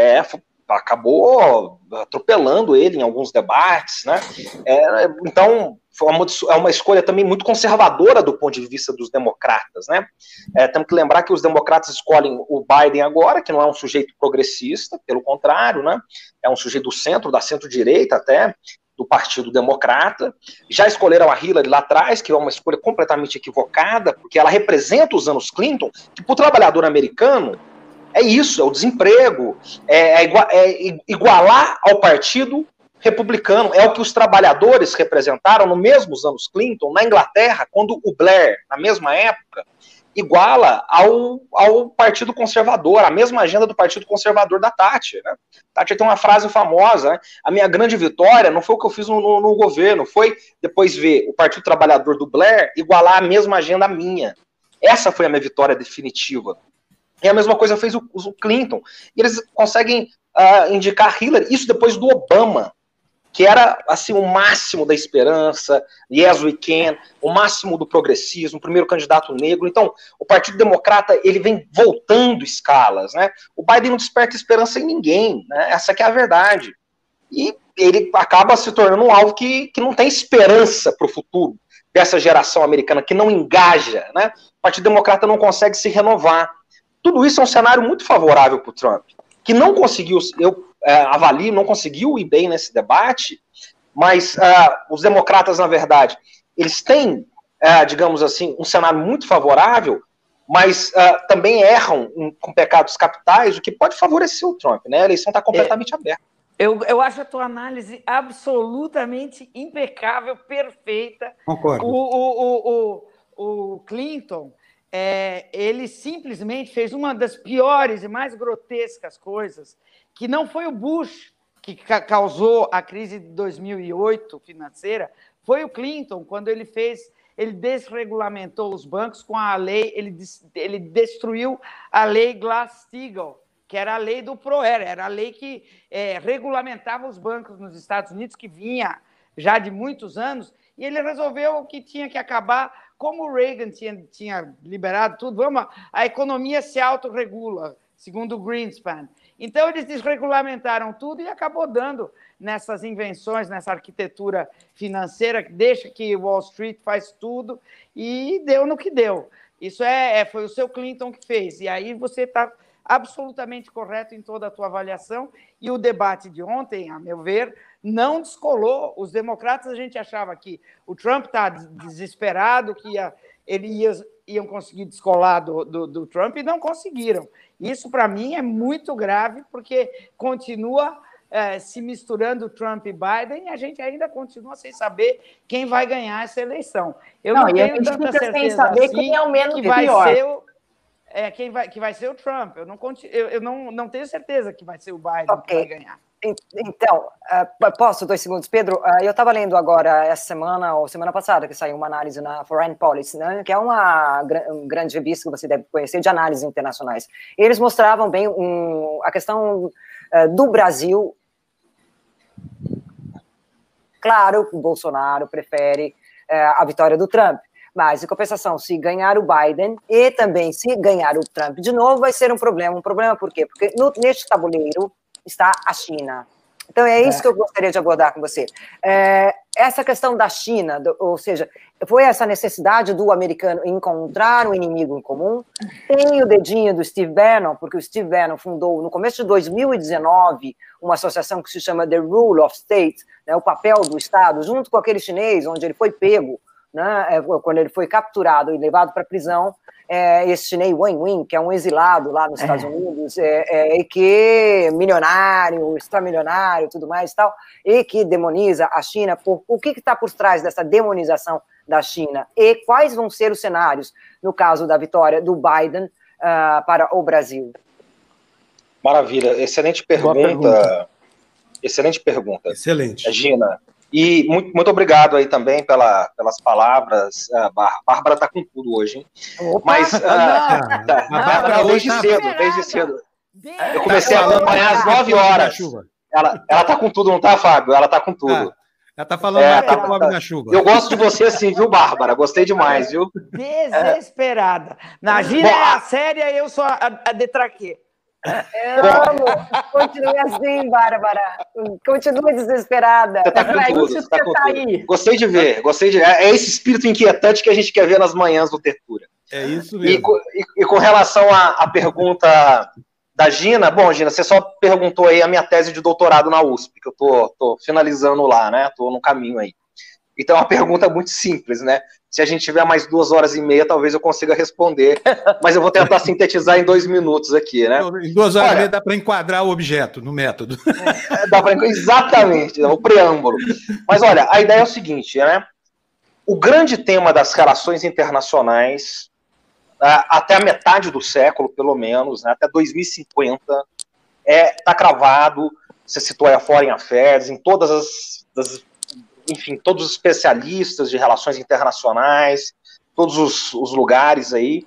Acabou atropelando ele em alguns debates, né? Então, é uma escolha também muito conservadora do ponto de vista dos democratas, né? Temos que lembrar que os democratas escolhem o Biden agora, que não é um sujeito progressista, pelo contrário, né? É um sujeito do centro, da centro-direita até, do Partido Democrata. Já escolheram a Hillary lá atrás, que é uma escolha completamente equivocada, porque ela representa os anos Clinton, que para o trabalhador americano é isso, é o desemprego, igualar ao Partido Republicano, é o que os trabalhadores representaram nos mesmos anos Clinton, na Inglaterra, quando o Blair, na mesma época, iguala ao Partido Conservador, a mesma agenda do Partido Conservador da Thatcher, né? Thatcher tem uma frase famosa, né? A minha grande vitória não foi o que eu fiz no governo, foi depois ver o Partido Trabalhador do Blair igualar a mesma agenda minha. Essa foi a minha vitória definitiva. E a mesma coisa fez o Clinton. E eles conseguem indicar Hillary, isso depois do Obama, que era assim o máximo da esperança, yes we can, o máximo do progressismo, o primeiro candidato negro. Então, o Partido Democrata, ele vem voltando escalas, né? O Biden não desperta esperança em ninguém, né? Essa que é a verdade. E ele acaba se tornando um alvo que não tem esperança para o futuro dessa geração americana, que não engaja, né? O Partido Democrata não consegue se renovar. Tudo isso é um cenário muito favorável para o Trump, que não conseguiu, avalio, não conseguiu ir bem nesse debate, mas os democratas, na verdade, eles têm, digamos assim, um cenário muito favorável, mas também erram com pecados capitais, o que pode favorecer o Trump, né? A eleição está completamente aberta. Eu acho a tua análise absolutamente impecável, perfeita. Concordo. O Clinton, ele simplesmente fez uma das piores e mais grotescas coisas, que não foi o Bush que causou a crise de 2008 financeira, foi o Clinton, quando ele desregulamentou os bancos com a lei, ele destruiu a lei Glass-Steagall, que era a lei do ProEra, era a lei que regulamentava os bancos nos Estados Unidos, que vinha já de muitos anos, e ele resolveu que tinha que acabar, como o Reagan tinha liberado tudo, a economia se autorregula, segundo o Greenspan. Então, eles desregulamentaram tudo e acabou dando nessas invenções, nessa arquitetura financeira, que deixa que Wall Street faz tudo, e deu no que deu. Isso foi o seu Clinton que fez. E aí você está absolutamente correto em toda a tua avaliação, e o debate de ontem, a meu ver, não descolou. Os democratas, a gente achava que o Trump está desesperado, que iam conseguir descolar do Trump, e não conseguiram. Isso, para mim, é muito grave, porque continua se misturando Trump e Biden, e a gente ainda continua sem saber quem vai ganhar essa eleição. Eu não tenho tanta certeza sem saber assim, quem é o menos que vai pior. Que vai ser o Trump. Eu não tenho certeza que vai ser o Biden que vai ganhar. Então, posso 2 segundos? Pedro, eu estava lendo agora essa semana, ou semana passada, que saiu uma análise na Foreign Policy, né, que é um grande revista que você deve conhecer, de análises internacionais. Eles mostravam bem a questão do Brasil. Claro, o Bolsonaro prefere a vitória do Trump. Mas, em compensação, se ganhar o Biden e também se ganhar o Trump de novo, vai ser um problema. Um problema por quê? Porque neste tabuleiro está a China. Então, é isso que eu gostaria de abordar com você. Essa questão da China, ou seja, foi essa necessidade do americano encontrar um inimigo em comum. Tem o dedinho do Steve Bannon, porque o Steve Bannon fundou, no começo de 2019, uma associação que se chama The Rule of State, né, o papel do Estado, junto com aquele chinês, onde ele foi pego né, quando ele foi capturado e levado para a prisão, esse chinês Wang Wing, que é um exilado lá nos Estados Unidos, e que milionário, extramilionário, tudo mais e tal, e que demoniza a China. O que está por trás dessa demonização da China? E quais vão ser os cenários, no caso da vitória do Biden para o Brasil? Maravilha, excelente pergunta. Excelente pergunta. Excelente. Gina. E muito obrigado aí também pelas palavras. A Bárbara está com tudo hoje, hein? Opa, mas desde cedo. Eu comecei a acompanhar às 9 horas. Ela está com tudo, não está, Fábio? Ela está com tudo. Ela está falando mais que pobre na chuva. Eu gosto de você assim, viu, Bárbara? Gostei demais, viu? Desesperada. Na Gina é a séria, eu sou a detraquê. Continue assim, Bárbara. Continue desesperada. Você tá com tudo, tá com tudo. Gostei de ver. É esse espírito inquietante que a gente quer ver nas manhãs do Tertúlia. É isso mesmo. E com relação à pergunta da Gina, bom, Gina, você só perguntou aí a minha tese de doutorado na USP, que eu tô finalizando lá, né? Tô no caminho aí. Então é uma pergunta muito simples, né? Se a gente tiver mais 2 horas e meia, talvez eu consiga responder, mas eu vou tentar sintetizar em 2 minutos aqui, né? Em 2 horas e meia dá para enquadrar o objeto no método. Exatamente, o preâmbulo. Mas olha, a ideia é o seguinte, né? O grande tema das relações internacionais, até a metade do século, pelo menos, né, até 2050, está cravado, você citou aí a Foreign Affairs, em todas enfim, todos os especialistas de relações internacionais, todos os lugares aí,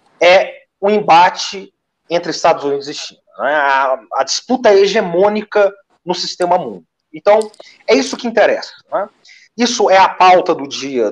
é um embate entre Estados Unidos e China, né? A disputa hegemônica no sistema mundo. Então, é isso que interessa, né? Isso é a pauta do dia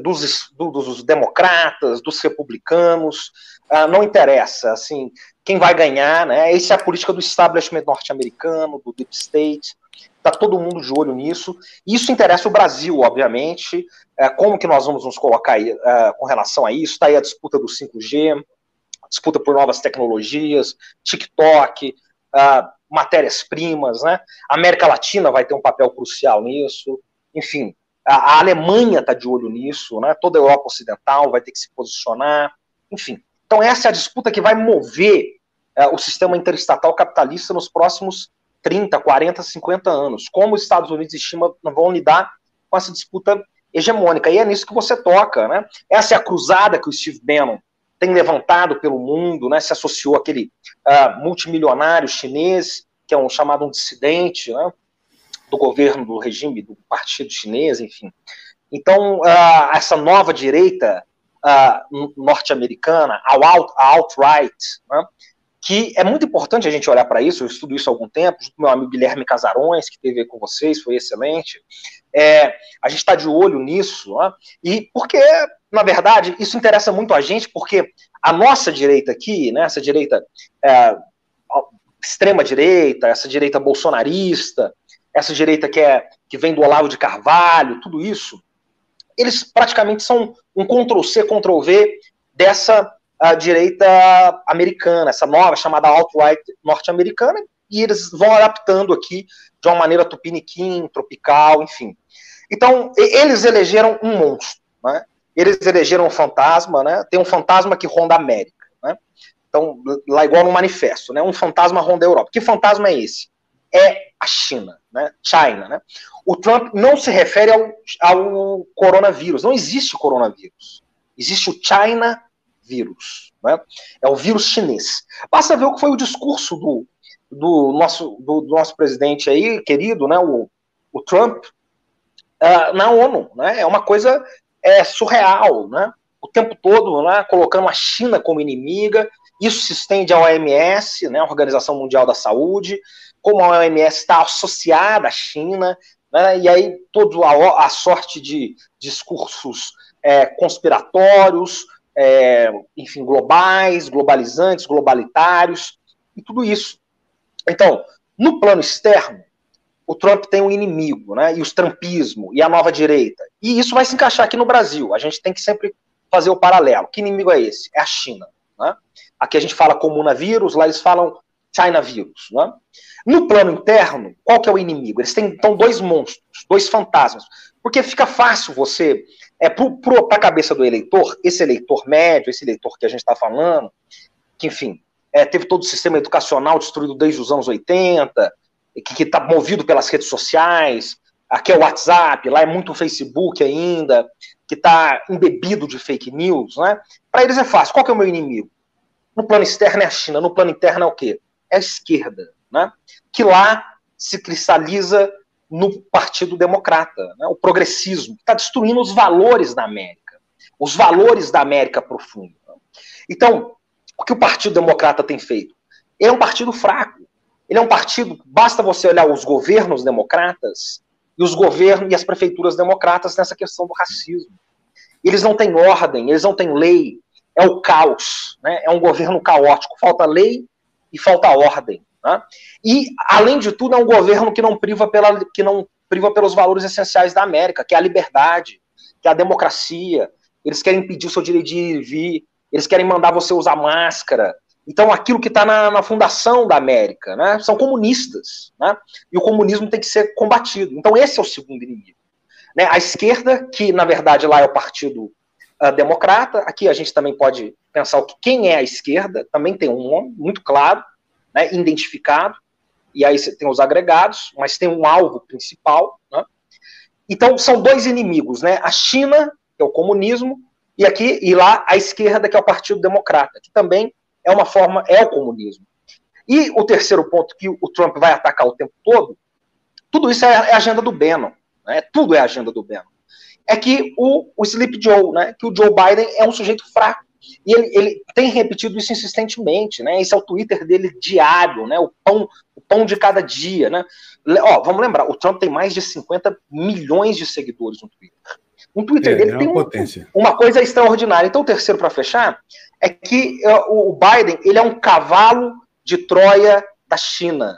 dos democratas, dos republicanos, não interessa, assim, quem vai ganhar, né? Essa é a política do establishment norte-americano, do deep state. Está todo mundo de olho nisso. Isso interessa o Brasil, obviamente. Como que nós vamos nos colocar aí, com relação a isso? Está aí a disputa do 5G, a disputa por novas tecnologias, TikTok, matérias-primas, né? A América Latina vai ter um papel crucial nisso. Enfim, a Alemanha está de olho nisso, né? Toda a Europa Ocidental vai ter que se posicionar. Enfim, então essa é a disputa que vai mover o sistema interestatal capitalista nos próximos 30, 40, 50 anos. Como os Estados Unidos e China vão lidar com essa disputa hegemônica. E é nisso que você toca, né? Essa é a cruzada que o Steve Bannon tem levantado pelo mundo, né? Se associou àquele multimilionário chinês, que é um chamado dissidente, né? Do governo, do regime, do partido chinês, enfim. Então, essa nova direita norte-americana, a alt-right, né? Que é muito importante a gente olhar para isso, eu estudo isso há algum tempo, junto com meu amigo Guilherme Casarões, que esteve com vocês, foi excelente. A gente está de olho nisso, né? E porque, na verdade, isso interessa muito a gente, porque a nossa direita aqui, né, essa direita extrema-direita, essa direita bolsonarista, essa direita que vem do Olavo de Carvalho, tudo isso, eles praticamente são um Ctrl-C, Ctrl-V dessa a direita americana, essa nova chamada alt-right norte-americana, e eles vão adaptando aqui de uma maneira tupiniquim, tropical, enfim. Então, eles elegeram um monstro, né? Eles elegeram um fantasma, né? Tem um fantasma que ronda a América, né? Então, lá igual no manifesto, né? Um fantasma ronda a Europa. Que fantasma é esse? É a China, né? China, né? O Trump não se refere ao coronavírus, não existe coronavírus. Existe o China vírus, né? É o vírus chinês. Basta ver o que foi o discurso do nosso presidente aí, querido, né, o Trump, na ONU, né? É uma coisa surreal, né? O tempo todo, né, colocando a China como inimiga. Isso se estende à OMS, né, a Organização Mundial da Saúde, como a OMS está associada à China, né, e aí toda a sorte de discursos conspiratórios, enfim, globais, globalizantes, globalitários, e tudo isso. Então, no plano externo, o Trump tem um inimigo, né, e os trumpismo, e a nova direita, e isso vai se encaixar aqui no Brasil, a gente tem que sempre fazer o paralelo. Que inimigo é esse? É a China, né? Aqui a gente fala comunavírus, lá eles falam China Vírus. Né? No plano interno, qual que é o inimigo? Eles têm então dois monstros, dois fantasmas, porque fica fácil você, para a cabeça do eleitor, esse eleitor médio, esse eleitor que a gente está falando, que, enfim, teve todo o sistema educacional destruído desde os anos 80, que está movido pelas redes sociais, aqui é o WhatsApp, lá é muito o Facebook ainda, que está embebido de fake news, né? Para eles é fácil. Qual que é o meu inimigo? No plano externo é a China, no plano interno é o quê? É a esquerda, né? Que lá se cristaliza no Partido Democrata, né? O progressismo, que está destruindo os valores da América, os valores da América profunda. Então, o que o Partido Democrata tem feito? Ele é um partido fraco. Ele é um partido, basta você olhar os governos democratas e os governos e as prefeituras democratas nessa questão do racismo. Eles não têm ordem, eles não têm lei, é o caos, né? É um governo caótico, falta lei e falta ordem. Né? E, além de tudo, é um governo que não priva pelos valores essenciais da América, que é a liberdade, que é a democracia. Eles querem impedir o seu direito de ir e vir, eles querem mandar você usar máscara. Então, aquilo que está na fundação da América, né, são comunistas, né, e o comunismo tem que ser combatido. Então, esse é o segundo inimigo. Né, a esquerda, que, na verdade, lá é o Partido Democrata, aqui a gente também pode pensar quem é a esquerda, também tem um nome muito claro, né, identificado, e aí você tem os agregados, mas tem um alvo principal. Né. Então, são dois inimigos, né, a China, que é o comunismo, e lá a esquerda, que é o Partido Democrata, que também é o comunismo. E o terceiro ponto que o Trump vai atacar o tempo todo, tudo isso é a agenda do Bannon, né? Tudo é a agenda do Bannon. É que o Sleep Joe, né? Que o Joe Biden é um sujeito fraco. E ele tem repetido isso insistentemente, né? Esse é o Twitter dele diário, né? O pão de cada dia, né? Ó, vamos lembrar, o Trump tem mais de 50 milhões de seguidores no Twitter. O Twitter dele tem uma coisa extraordinária. Então, o terceiro, para fechar, é que o Biden, ele é um cavalo de Troia da China,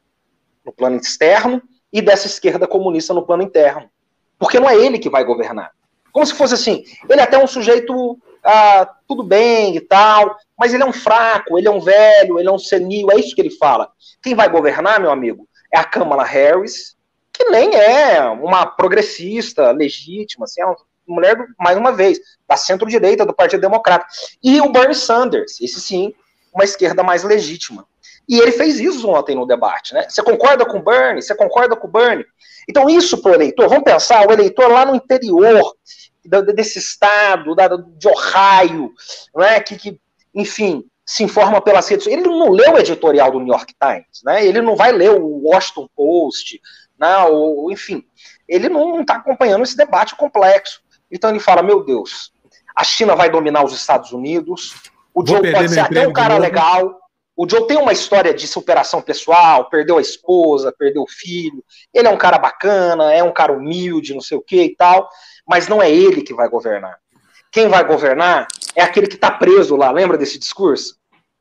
no plano externo, e dessa esquerda comunista no plano interno. Porque não é ele que vai governar. Como se fosse assim, ele é até um sujeito, tudo bem e tal, mas ele é um fraco, ele é um velho, ele é um senil, é isso que ele fala. Quem vai governar, meu amigo, é a Kamala Harris, que nem é uma progressista legítima, assim, é uma mulher, mais uma vez, da centro-direita do Partido Democrata. E o Bernie Sanders, esse sim, uma esquerda mais legítima. E ele fez isso ontem no debate, né? Você concorda com o Bernie? Você concorda com o Bernie? Então isso para o eleitor, vamos pensar, o eleitor lá no interior desse estado, de Ohio, né, que enfim, se informa pelas redes sociais. Ele não leu o editorial do New York Times, né? Ele não vai ler o Washington Post, não, enfim, ele não está acompanhando esse debate complexo. Então ele fala, meu Deus, a China vai dominar os Estados Unidos, o Joe pode ser até um cara legal, o Joe tem uma história de superação pessoal, perdeu a esposa, perdeu o filho, ele é um cara bacana, é um cara humilde, não sei o que e tal, mas não é ele que vai governar. Quem vai governar é aquele que está preso lá, lembra desse discurso?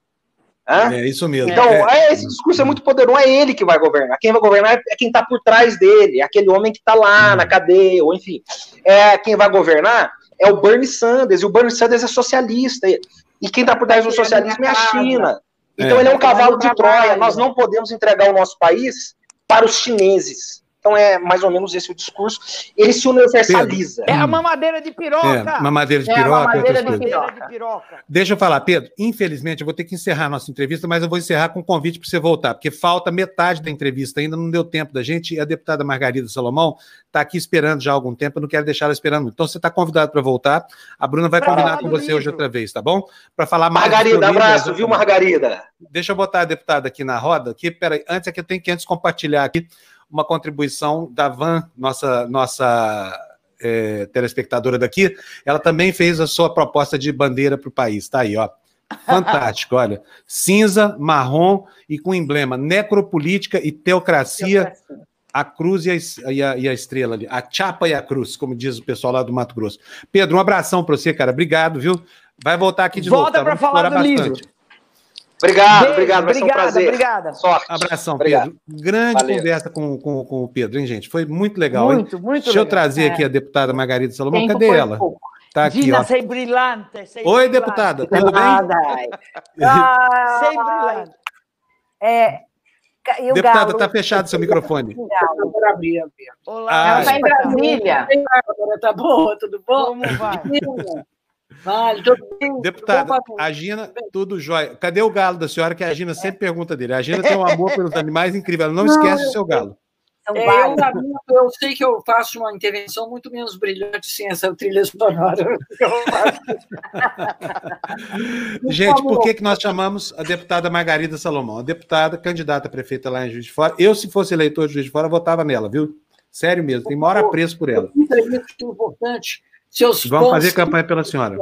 Hã? É isso mesmo. Então, esse discurso é muito poderoso, não é ele que vai governar. Quem vai governar é quem está por trás dele, é aquele homem que está lá na cadeia, ou enfim. Quem vai governar é o Bernie Sanders, e o Bernie Sanders é socialista, e quem está por trás do socialismo é a China. Então ele é um cavalo de Troia, nós não podemos entregar o nosso país para os chineses. Então é mais ou menos esse o discurso. Ele se universaliza. É a mamadeira de piroca. Mamadeira de piroca. Deixa eu falar, Pedro. Infelizmente, eu vou ter que encerrar a nossa entrevista, mas eu vou encerrar com um convite para você voltar, porque falta metade da entrevista ainda, não deu tempo da gente. E a deputada Margarida Salomão está aqui esperando já há algum tempo, eu não quero deixar ela esperando muito. Então você está convidado para voltar. A Bruna vai combinar com você hoje outra vez, tá bom? Para falar mais. Margarida, abraço, viu, Margarida? Deixa eu botar a deputada aqui na roda. Aqui, peraí, antes eu tenho que compartilhar aqui uma contribuição da Van, nossa telespectadora daqui. Ela também fez a sua proposta de bandeira para o país. Tá aí, ó. Fantástico, olha. Cinza, marrom e com emblema necropolítica e teocracia. A cruz e a estrela ali. A chapa e a cruz, como diz o pessoal lá do Mato Grosso. Pedro, um abração para você, cara. Obrigado, viu? Vai voltar aqui de novo. Volta para falar do livro. Obrigado, vai ser um prazer. Obrigada. Sorte. Abração, Pedro. Grande conversa com o Pedro, hein, gente? Foi muito legal, hein? Muito legal. Deixa eu trazer aqui a deputada Margarida Salomão. Cadê ela? Tá aqui, Gina, ó. sei brilhante. Oi, deputada, tudo bem? Sei brilhante. E o Deputada, Galo? está fechado seu microfone. Agora abri. Olá, Ela está em Brasília. Agora tá boa, tudo bom? como vai? Vale, tudo bem? Deputada, Tudo bom, a Gina, tudo jóia. Cadê o galo da senhora, que a Gina sempre pergunta dele? A Gina tem um amor pelos animais incrível, ela não esquece o seu galo. São eu, vários. lamento, eu sei que eu faço uma intervenção muito menos brilhante sem essa trilha sonora. Gente, por que nós chamamos a deputada Margarida Salomão? A deputada candidata a prefeita lá em Juiz de Fora. Eu, se fosse eleitor de Juiz de Fora, votava nela, viu? Sério mesmo, tem maior apreço por ela. Isso é importante. Vamos fazer campanha pela senhora.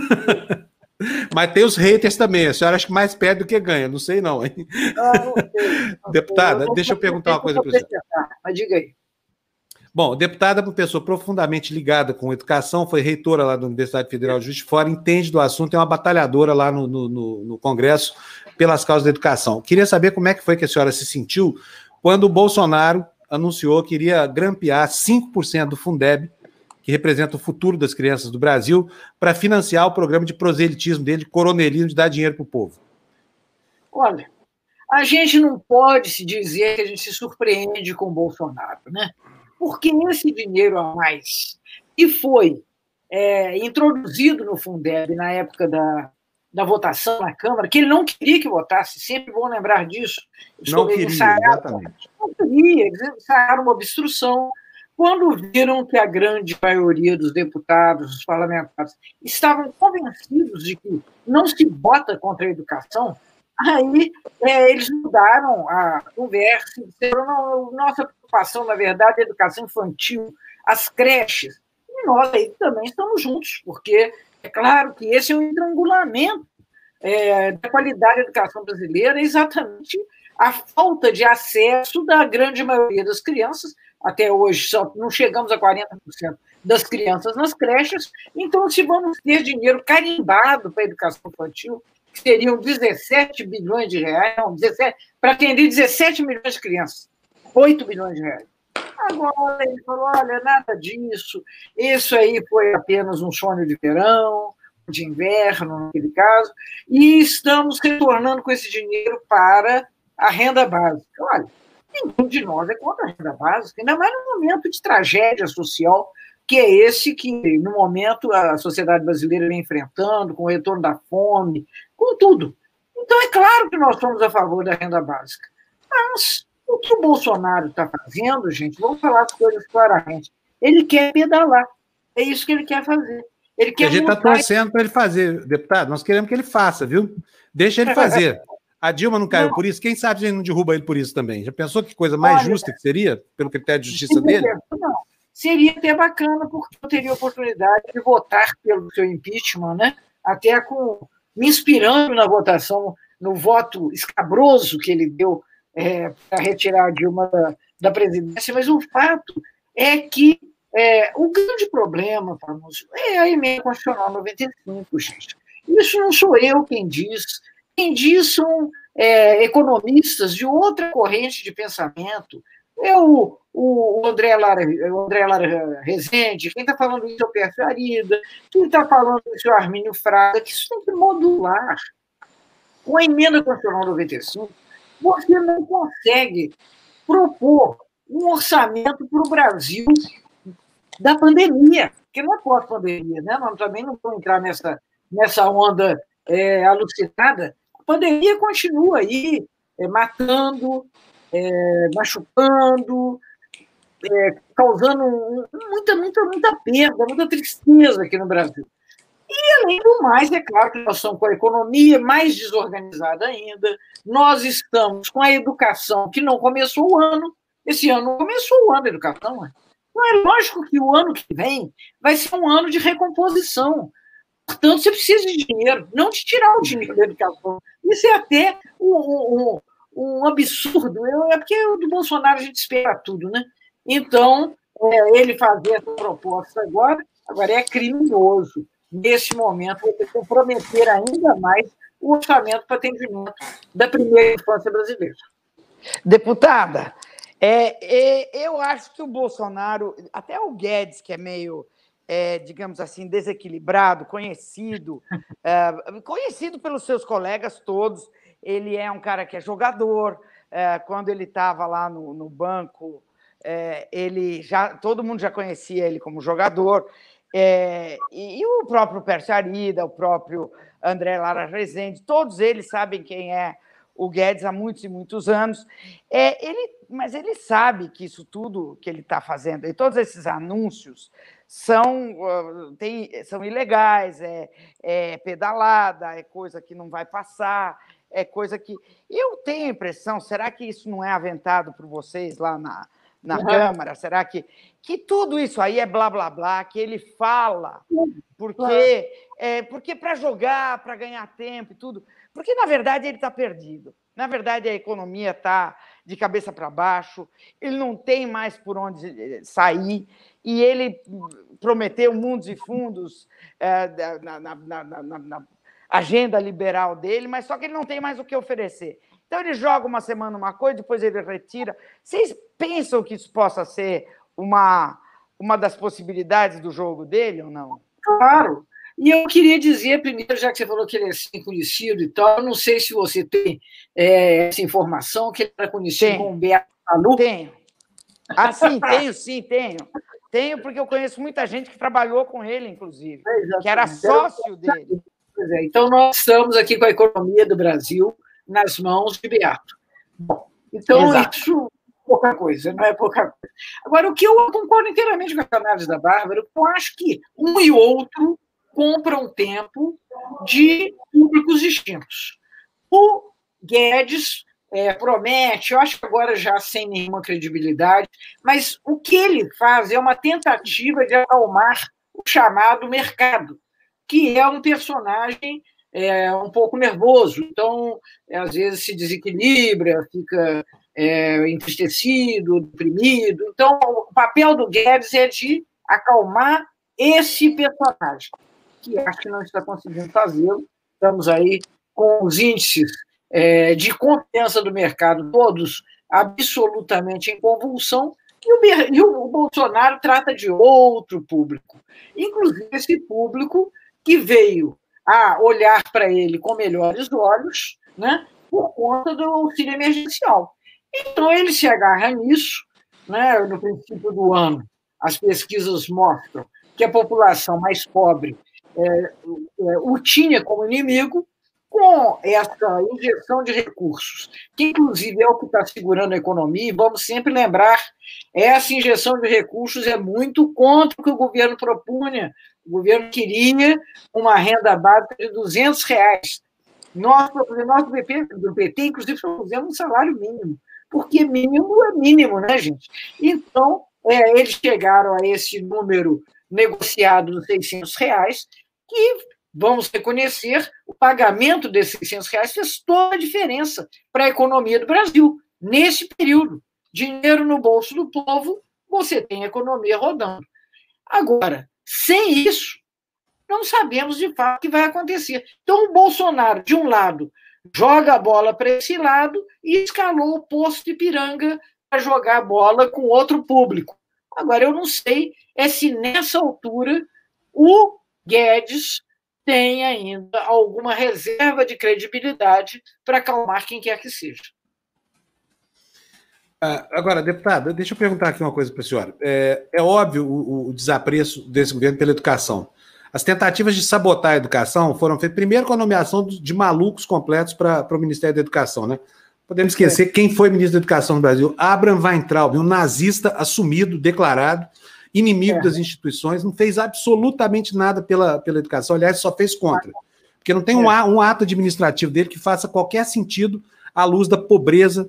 Mas tem os haters também. A senhora acha que mais perde do que ganha. Não sei, não, hein? Não sei. Deputada, deixa eu perguntar uma coisa para você. Mas diga aí. Bom, deputada, uma pessoa profundamente ligada com educação, foi reitora lá da Universidade Federal de Juiz de Fora, entende do assunto, é uma batalhadora lá no Congresso pelas causas da educação. Queria saber como é que foi que a senhora se sentiu quando o Bolsonaro anunciou que iria grampear 5% do Fundeb, que representa o futuro das crianças do Brasil, para financiar o programa de proselitismo dele, de coronelismo, de dar dinheiro para o povo. Olha, a gente não pode se dizer que a gente se surpreende com o Bolsonaro, né? Porque esse dinheiro a mais que foi introduzido no Fundeb na época da votação na Câmara, que ele não queria que votasse, sempre vou lembrar disso. Não queria, exatamente. Não queria, eles ensaiaram uma obstrução. Quando viram que a grande maioria dos deputados, dos parlamentares, estavam convencidos de que não se vota contra a educação, aí eles mudaram a conversa e disseram, não, nossa preocupação, na verdade, é a educação infantil, as creches. E nós aí também estamos juntos, porque é claro que esse é o estrangulamento da qualidade da educação brasileira, é exatamente a falta de acesso da grande maioria das crianças. Até hoje só não chegamos a 40% das crianças nas creches, então se vamos ter dinheiro carimbado para a educação infantil, que seriam 17 bilhões de reais, não, 17, para atender 17 milhões de crianças, 8 bilhões de reais. Agora ele falou, olha, nada disso, isso aí foi apenas um sonho de verão, de inverno, naquele caso, e estamos retornando com esse dinheiro para a renda básica. Olha, nenhum de nós é contra a renda básica, ainda mais num momento de tragédia social, que é esse que, no momento, a sociedade brasileira vem enfrentando, com o retorno da fome, com tudo. Então, é claro que nós somos a favor da renda básica. Mas o que o Bolsonaro está fazendo, gente, vamos falar as coisas claramente, ele quer pedalar. É isso que ele quer fazer. Ele quer a gente está torcendo para ele fazer, deputado. Nós queremos que ele faça, viu? Deixa ele fazer. A Dilma não caiu por isso? Quem sabe a gente não derruba ele por isso também? Já pensou que coisa mais justa que seria, pelo critério de justiça dele? Não, seria até bacana, porque eu teria a oportunidade de votar pelo seu impeachment, né? Até me inspirando na votação, no voto escabroso que ele deu para retirar a Dilma da presidência, mas o fato é que o grande problema, famoso, é a emenda constitucional 95, gente. Isso não sou eu quem diz. Quem diz são economistas de outra corrente de pensamento. É o André Lara Rezende, quem está falando isso é o Pércio Arida, quem está falando isso é o Armínio Fraga, que isso tem que modular. Com a emenda constitucional 95, você não consegue propor um orçamento para o Brasil da pandemia, porque não é pós-pandemia, né? Nós também não vamos entrar nessa onda alucinada. A pandemia continua aí, matando, machucando, causando muita perda, muita tristeza aqui no Brasil. E, além do mais, é claro que nós estamos com a economia mais desorganizada ainda, nós estamos com a educação que não começou o ano, esse ano não começou o ano da educação, né? Então, é lógico que o ano que vem vai ser um ano de recomposição. Portanto, você precisa de dinheiro, não de tirar o dinheiro da educação. Isso é até um absurdo. É porque do Bolsonaro a gente espera tudo, né? Então, ele fazer essa proposta agora é criminoso. Nesse momento, você comprometer ainda mais o orçamento para atendimento da primeira infância brasileira. Deputada, eu acho que o Bolsonaro, até o Guedes, que é meio, digamos assim, desequilibrado, conhecido pelos seus colegas todos, ele é um cara que é jogador. Quando ele estava lá no banco, todo mundo já conhecia ele como jogador. E o próprio Pércio Arida, o próprio André Lara Rezende, todos eles sabem quem é o Guedes há muitos e muitos anos. Mas ele sabe que isso tudo que ele está fazendo, e todos esses anúncios, são ilegais, pedalada, é coisa que não vai passar, é coisa que... Eu tenho a impressão, será que isso não é aventado por vocês lá na Câmara? Será que tudo isso aí é blá, blá, blá, que ele fala porque para jogar, para ganhar tempo e tudo, porque, na verdade, ele está perdido. Na verdade, a economia está de cabeça para baixo, ele não tem mais por onde sair, e ele prometeu mundos e fundos na agenda liberal dele, mas só que ele não tem mais o que oferecer. Então, ele joga uma semana uma coisa, depois ele retira. Vocês pensam que isso possa ser uma das possibilidades do jogo dele ou não? Claro. E eu queria dizer, primeiro, já que você falou que ele é assim conhecido e tal, eu não sei se você tem essa informação, que ele era conhecido como Beato Maluco. Tenho. Sim, tenho. Tenho, porque eu conheço muita gente que trabalhou com ele, inclusive, que era sócio dele. Pois é, então, nós estamos aqui com a economia do Brasil nas mãos de Beato. Bom, então, isso é pouca coisa, não é pouca coisa. Agora, o que eu concordo inteiramente com a análise da Bárbara, eu acho que um e outro compram tempo de públicos distintos. O Guedes promete, eu acho que agora já sem nenhuma credibilidade, mas o que ele faz é uma tentativa de acalmar o chamado mercado, que é um personagem um pouco nervoso, então, às vezes se desequilibra, fica entristecido, deprimido. Então, o papel do Guedes é de acalmar esse personagem, que acho que não está conseguindo fazê-lo. Estamos aí com os índices de confiança do mercado todos absolutamente em convulsão, e o Bolsonaro trata de outro público, inclusive esse público que veio a olhar para ele com melhores olhos, né, por conta do auxílio emergencial. Então, ele se agarra nisso, né, no princípio do ano. As pesquisas mostram que a população mais pobre o tinha como inimigo, com essa injeção de recursos, que, inclusive, é o que está segurando a economia, e vamos sempre lembrar, essa injeção de recursos é muito contra o que o governo propunha. O governo queria uma renda básica de R$200. Nós do PT, inclusive, propusemos um salário mínimo, porque mínimo é mínimo, né, gente? Então, eles chegaram a esse número negociado dos R$600, que, vamos reconhecer, o pagamento desses R$600 fez toda a diferença para a economia do Brasil. Nesse período, dinheiro no bolso do povo, você tem a economia rodando. Agora, sem isso, não sabemos de fato o que vai acontecer. Então, o Bolsonaro, de um lado, joga a bola para esse lado e escalou o Poço de Ipiranga para jogar a bola com outro público. Agora, eu não sei se nessa altura o Guedes tem ainda alguma reserva de credibilidade para acalmar quem quer que seja. Agora, deputada, deixa eu perguntar aqui uma coisa para a senhora. É óbvio o desapreço desse governo pela educação. As tentativas de sabotar a educação foram feitas primeiro com a nomeação de malucos completos para o Ministério da Educação, né? Podemos esquecer quem foi ministro da Educação no Brasil. Abraham Weintraub, um nazista assumido, declarado, inimigo das instituições, não fez absolutamente nada pela educação, aliás, só fez contra. Porque não tem um ato administrativo dele que faça qualquer sentido à luz da pobreza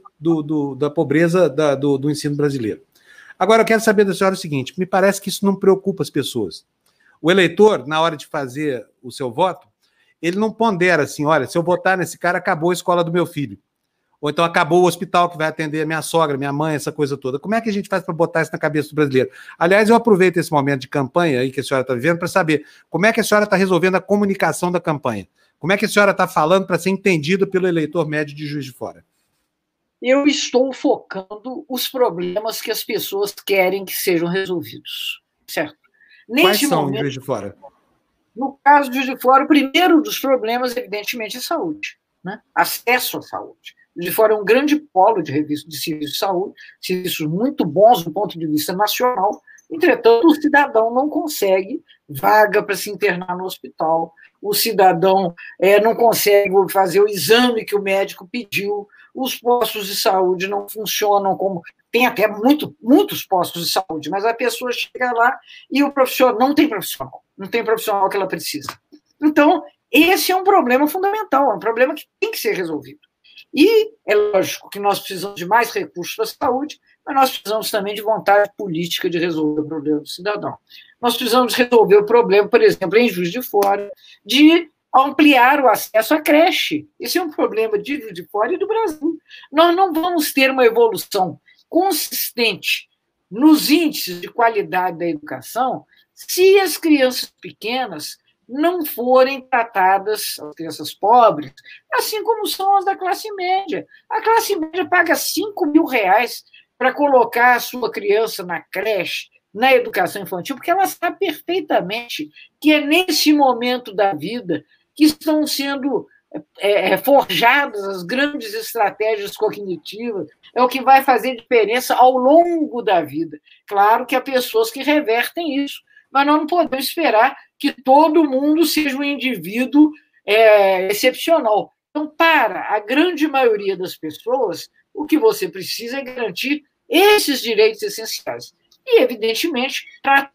do ensino brasileiro. Agora, eu quero saber da senhora o seguinte, me parece que isso não preocupa as pessoas. O eleitor, na hora de fazer o seu voto, ele não pondera assim, olha, se eu votar nesse cara, acabou a escola do meu filho. Ou então acabou o hospital que vai atender a minha sogra, minha mãe, essa coisa toda. Como é que a gente faz para botar isso na cabeça do brasileiro? Aliás, eu aproveito esse momento de campanha aí que a senhora está vivendo para saber como é que a senhora está resolvendo a comunicação da campanha. Como é que a senhora está falando para ser entendida pelo eleitor médio de Juiz de Fora? Eu estou focando os problemas que as pessoas querem que sejam resolvidos, certo? Quais são em Juiz de Fora? No caso de Juiz de Fora, o primeiro dos problemas, evidentemente, é saúde. né? Acesso à saúde. Juiz de Fora é um grande polo de serviços de saúde, serviços muito bons do ponto de vista nacional. Entretanto, o cidadão não consegue vaga para se internar no hospital, o cidadão não consegue fazer o exame que o médico pediu, os postos de saúde não funcionam como... Tem até muitos postos de saúde, mas a pessoa chega lá e o profissional não tem profissional que ela precisa. Então, esse é um problema fundamental, é um problema que tem que ser resolvido. E é lógico que nós precisamos de mais recursos para a saúde, mas nós precisamos também de vontade política de resolver o problema do cidadão. Nós precisamos resolver o problema, por exemplo, em Juiz de Fora, de ampliar o acesso à creche. Esse é um problema de Juiz de Fora e do Brasil. Nós não vamos ter uma evolução consistente nos índices de qualidade da educação se as crianças pequenas não forem tratadas, as crianças pobres, assim como são as da classe média. A classe média paga R$5.000 para colocar a sua criança na creche, na educação infantil, porque ela sabe perfeitamente que é nesse momento da vida que estão sendo forjadas as grandes estratégias cognitivas, é o que vai fazer diferença ao longo da vida. Claro que há pessoas que revertem isso, mas nós não podemos esperar que todo mundo seja um indivíduo excepcional. Então, para a grande maioria das pessoas, o que você precisa é garantir esses direitos essenciais. E, evidentemente,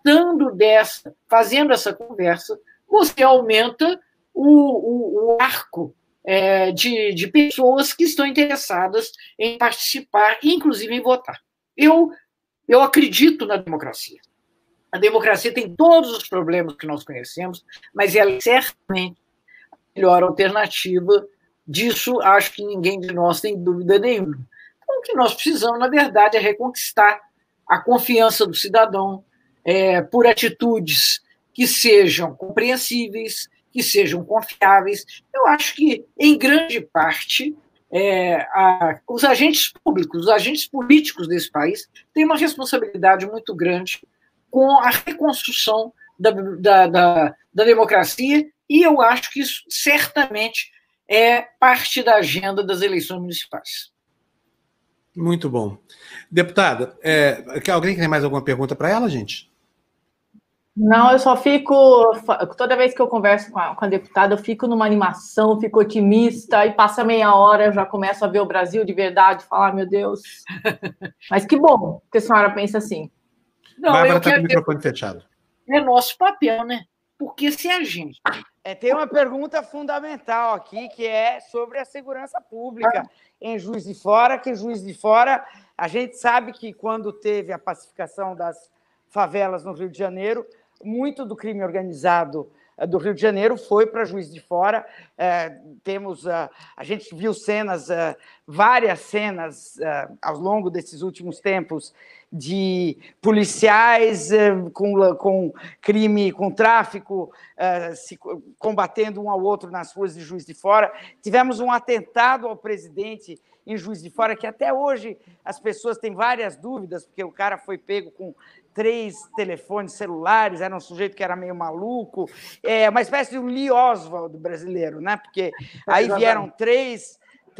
fazendo essa conversa, você aumenta o arco de pessoas que estão interessadas em participar, inclusive em votar. Eu acredito na democracia. A democracia tem todos os problemas que nós conhecemos, mas ela é certamente a melhor alternativa. Disso, acho que ninguém de nós tem dúvida nenhuma. Então, o que nós precisamos, na verdade, é reconquistar a confiança do cidadão por atitudes que sejam compreensíveis, que sejam confiáveis. Eu acho que, em grande parte, os agentes públicos, os agentes políticos desse país têm uma responsabilidade muito grande com a reconstrução da democracia, e eu acho que isso certamente é parte da agenda das eleições municipais. Muito bom. Deputada, alguém tem mais alguma pergunta para ela, gente? Não, eu só fico... Toda vez que eu converso com a deputada, eu fico numa animação, fico otimista, e passa meia hora, eu já começo a ver o Brasil de verdade, falar, meu Deus. Mas que bom que a senhora pensa assim. Não, Bárbara está com o microfone fechado. É nosso papel, né? Porque se a gente... Tem uma pergunta fundamental aqui, que é sobre a segurança pública em Juiz de Fora, que Juiz de Fora, a gente sabe que quando teve a pacificação das favelas no Rio de Janeiro, muito do crime organizado do Rio de Janeiro foi para Juiz de Fora. A gente viu várias cenas ao longo desses últimos tempos de policiais com crime, com tráfico, combatendo um ao outro nas ruas de Juiz de Fora. Tivemos um atentado ao presidente em Juiz de Fora, que até hoje as pessoas têm várias dúvidas, porque o cara foi pego com 3 telefones celulares, era um sujeito que era meio maluco, uma espécie de um Lee Oswald brasileiro, né? Porque aí vieram três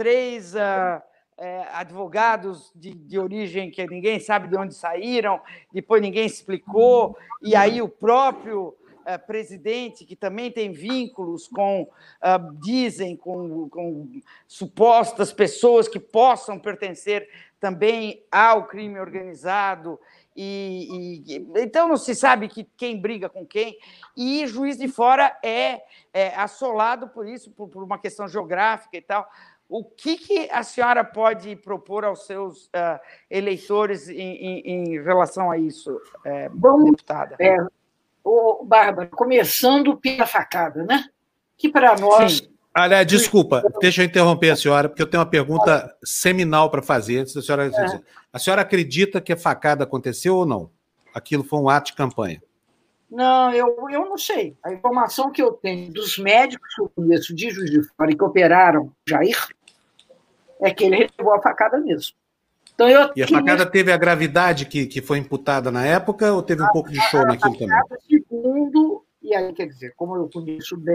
advogados de origem que ninguém sabe de onde saíram, depois ninguém explicou, e aí o próprio presidente, que também tem vínculos dizem, com supostas pessoas que possam pertencer também ao crime organizado, então não se sabe quem briga com quem, e Juiz de Fora é assolado por isso, por uma questão geográfica e tal. O que a senhora pode propor aos seus eleitores em relação a isso, deputada? Bárbara, começando pela facada, né? Que para nós... Sim. Aliás, desculpa, deixa eu interromper a senhora, porque eu tenho uma pergunta seminal para fazer. A senhora acredita que a facada aconteceu ou não? Aquilo foi um ato de campanha? Não, eu não sei. A informação que eu tenho dos médicos que eu conheço de Juiz de Fora e que operaram Jair é que ele levou a facada mesmo. Então, e a facada teve a gravidade que foi imputada na época ou teve um pouco de show naquilo também? Segundo, e aí, quer dizer, como eu conheço bem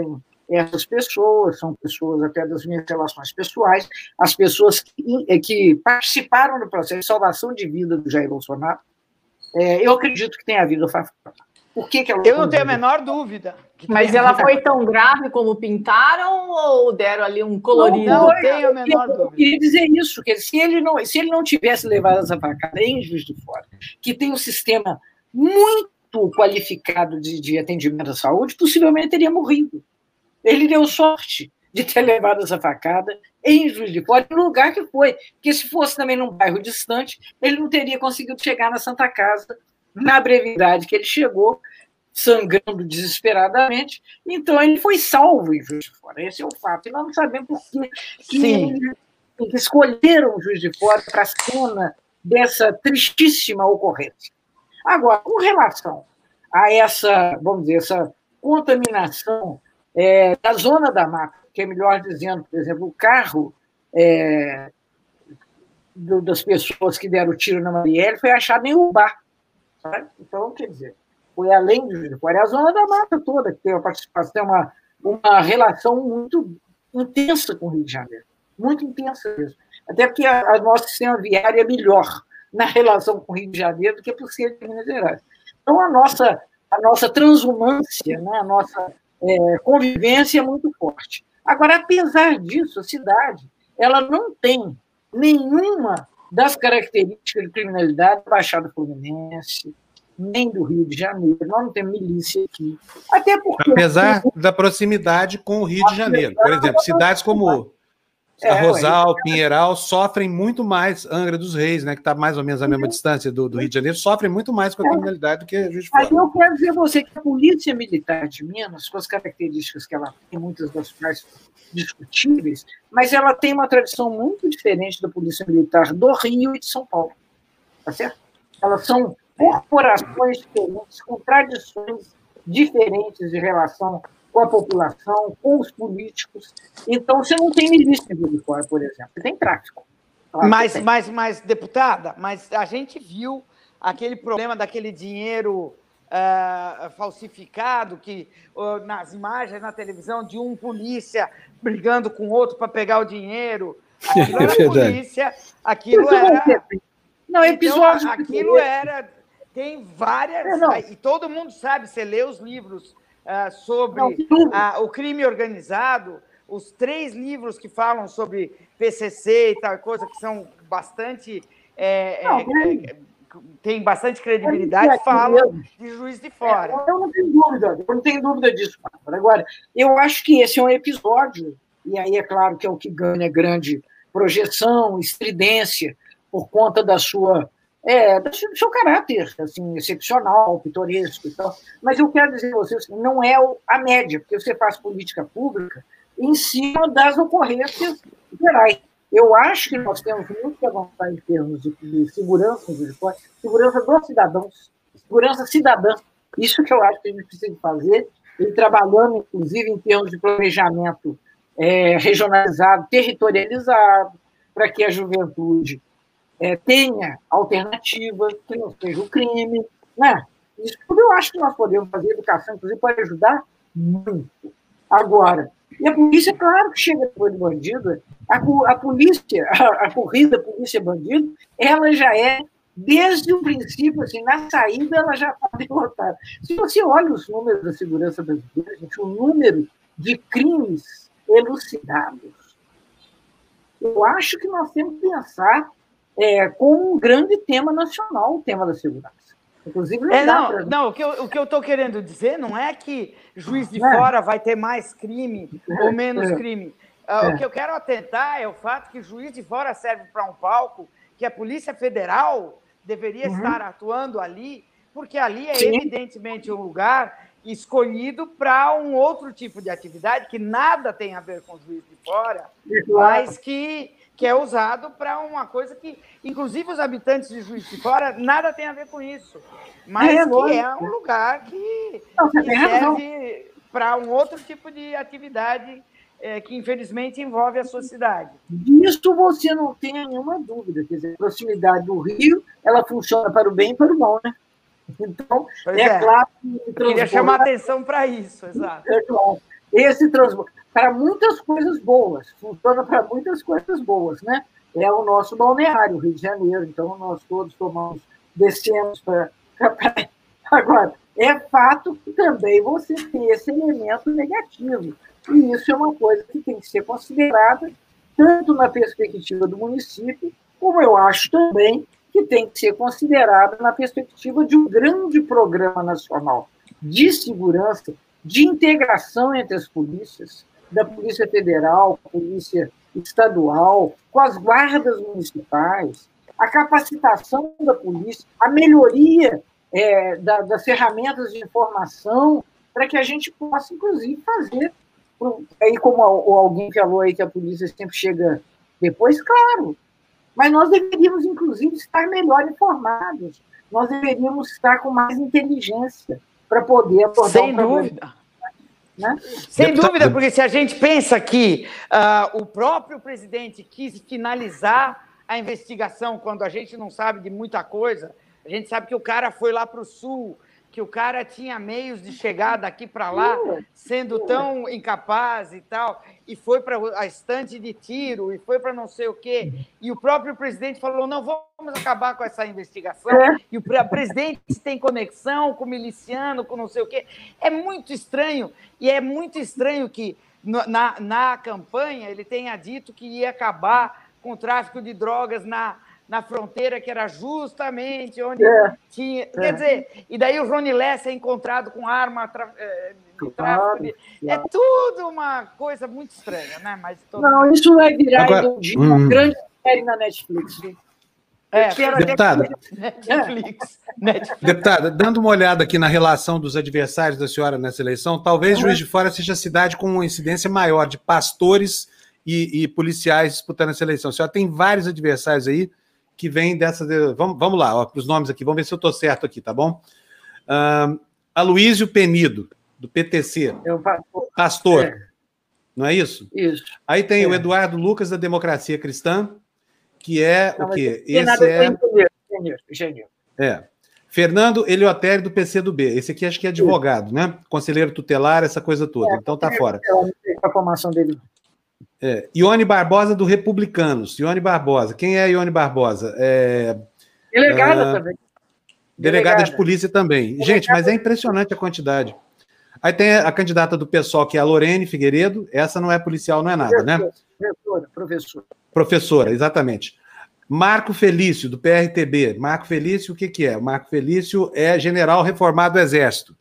essas pessoas, são pessoas até das minhas relações pessoais, as pessoas que participaram do processo de salvação de vida do Jair Bolsonaro. Eu acredito que tenha havido fartura. Por que ela Eu não tenho a menor dúvida. Mas ela foi tão grave como pintaram ou deram ali um colorido? Não tenho a menor dúvida. Eu queria dizer isso, que se ele não tivesse levado essa facada em Juiz de Fora, que tem um sistema muito qualificado de atendimento à saúde, possivelmente teria morrido. Ele deu sorte de ter levado essa facada em Juiz de Fora, no lugar que foi. Porque se fosse também num bairro distante, ele não teria conseguido chegar na Santa Casa na brevidade que ele chegou, sangrando desesperadamente. Então, ele foi salvo em Juiz de Fora. Esse é o fato. E nós não sabemos por que escolheram Juiz de Fora para a cena dessa tristíssima ocorrência. Agora, com relação a essa, vamos dizer, essa contaminação da zona da mata, que é melhor dizendo, por exemplo, o carro das pessoas que deram o tiro na Marielle foi achado em Ubá. Sabe? Então, quer dizer, foi além de Juiz de Fora, é a zona da mata toda, que tem uma participação, tem uma relação muito intensa com o Rio de Janeiro. Muito intensa mesmo. Até porque o nosso sistema viário é melhor na relação com o Rio de Janeiro do que por ser de Minas Gerais. Então, a nossa transumância, né, a nossa convivência é muito forte. Agora, apesar disso, a cidade ela não tem nenhuma das características de criminalidade da Baixada Fluminense, nem do Rio de Janeiro. Nós não temos milícia aqui. Até porque, apesar da proximidade com o Rio de Janeiro. Por exemplo, cidades como Rosal, Pinheiral sofrem muito mais, Angra dos Reis, né, que está mais ou menos à mesma distância do Rio de Janeiro, sofrem muito mais com a criminalidade do que Juiz de Fora. Aí eu quero dizer a você que a Polícia Militar de Minas, com as características que ela tem, muitas das quais discutíveis, mas ela tem uma tradição muito diferente da Polícia Militar do Rio e de São Paulo. Tá certo? Elas são corporações diferentes, com tradições diferentes de relação com a população, com os políticos. Então, você não tem milícia em Juiz de Fora, por exemplo. Você tem tráfico. Claro, mas, deputada, mas a gente viu aquele problema daquele dinheiro falsificado, que nas imagens, na televisão, de um polícia brigando com outro para pegar o dinheiro. Aquilo era polícia, aquilo era... Não, episódio... Então, aquilo era... Tem várias... E todo mundo sabe, você lê os livros sobre o crime organizado, os 3 livros que falam sobre PCC e tal coisa, que são bastante... tem bastante credibilidade, falam de Juiz de Fora. Eu não tenho dúvida disso, Bárbara. Agora, eu acho que esse é um episódio, e aí é claro que é o que ganha grande projeção, estridência, por conta do seu caráter assim, excepcional, pitoresco e tal. Mas eu quero dizer a vocês que não é a média, porque você faz política pública em cima das ocorrências gerais. Eu acho que nós temos muito que avançar em termos de segurança dos cidadãos, segurança cidadã. Isso que eu acho que a gente precisa fazer, e trabalhando, inclusive, em termos de planejamento regionalizado, territorializado, para que a juventude tenha alternativa, que não seja o crime. Né? Isso tudo eu acho que nós podemos fazer. Educação, inclusive, pode ajudar muito. Agora, e a polícia, claro que chega depois do bandido, a polícia, a corrida polícia-bandido, ela já é, desde o princípio, assim, na saída, ela já está derrotada. Se você olha os números da segurança brasileira, gente, o número de crimes elucidados, eu acho que nós temos que pensar como um grande tema nacional, o tema da segurança. Inclusive, o que eu estou querendo dizer não é que Juiz de Fora vai ter mais crime ou menos crime. O que eu quero atentar é o fato que Juiz de Fora serve para um palco que a Polícia Federal deveria estar atuando ali, porque ali é evidentemente um lugar escolhido para um outro tipo de atividade que nada tem a ver com Juiz de Fora, mas que é usado para uma coisa que, inclusive, os habitantes de Juiz de Fora nada tem a ver com isso, mas que é um lugar que serve para um outro tipo de atividade que, infelizmente, envolve a sua cidade. Disso você não tem nenhuma dúvida. Quer dizer, a proximidade do Rio, ela funciona para o bem e para o mal, né? Então, claro que... Eu queria chamar a atenção para isso, exato. Claro. esse transbordo, para muitas coisas boas, funciona para muitas coisas boas, né? É o nosso balneário, o Rio de Janeiro, então nós todos descemos para... Agora, é fato que também você tem esse elemento negativo, e isso é uma coisa que tem que ser considerada tanto na perspectiva do município, como eu acho também que tem que ser considerada na perspectiva de um grande programa nacional de segurança, de integração entre as polícias, da Polícia Federal, Polícia Estadual, com as guardas municipais, a capacitação da polícia, a melhoria das ferramentas de informação, para que a gente possa, inclusive, fazer... Aí, como alguém falou aí que a polícia sempre chega depois, claro, mas nós deveríamos, inclusive, estar melhor informados, nós deveríamos estar com mais inteligência para poder abordar Sem dúvida. Né? Sem dúvida, porque se a gente pensa que o próprio presidente quis finalizar a investigação quando a gente não sabe de muita coisa, a gente sabe que o cara foi lá para o sul, que o cara tinha meios de chegar daqui para lá, sendo tão incapaz e tal, e foi para a estante de tiro, e foi para não sei o quê, e o próprio presidente falou, não, vamos acabar com essa investigação, e o presidente tem conexão com o miliciano, com não sei o quê. É muito estranho, e é muito estranho que na campanha ele tenha dito que ia acabar com o tráfico de drogas na fronteira, que era justamente onde tinha... Quer dizer, e daí o Rony Lessa é encontrado com arma de tráfico de... É tudo uma coisa muito estranha, né? Mas Não, isso vai virar agora, uma grande série na Netflix. Deputada, Deputada, dando uma olhada aqui na relação dos adversários da senhora nessa eleição, talvez Juiz de Fora seja a cidade com uma incidência maior de pastores e policiais disputando essa eleição. A senhora tem vários adversários aí que vem dessa... Vamos lá, para os nomes aqui, vamos ver se eu estou certo aqui, tá bom? Aloísio Penido, do PTC, pastor, não é isso? Isso. Aí tem o Eduardo Lucas, da Democracia Cristã, que é o quê? Esse engenheiro. Fernando Eliotério, do PCdoB, esse aqui acho que é advogado, né? Conselheiro tutelar, essa coisa toda, então tá fora. A formação dele. Ione Barbosa, do Republicanos. Ione Barbosa. Quem é Ione Barbosa? Delegada também. Delegada de polícia também. Gente, mas é impressionante a quantidade. Aí tem a candidata do PSOL, que é a Lorene Figueiredo. Essa não é policial, não é nada, né? Professora, exatamente. Marco Felício, do PRTB. Marco Felício, o que é? O Marco Felício é general reformado do Exército.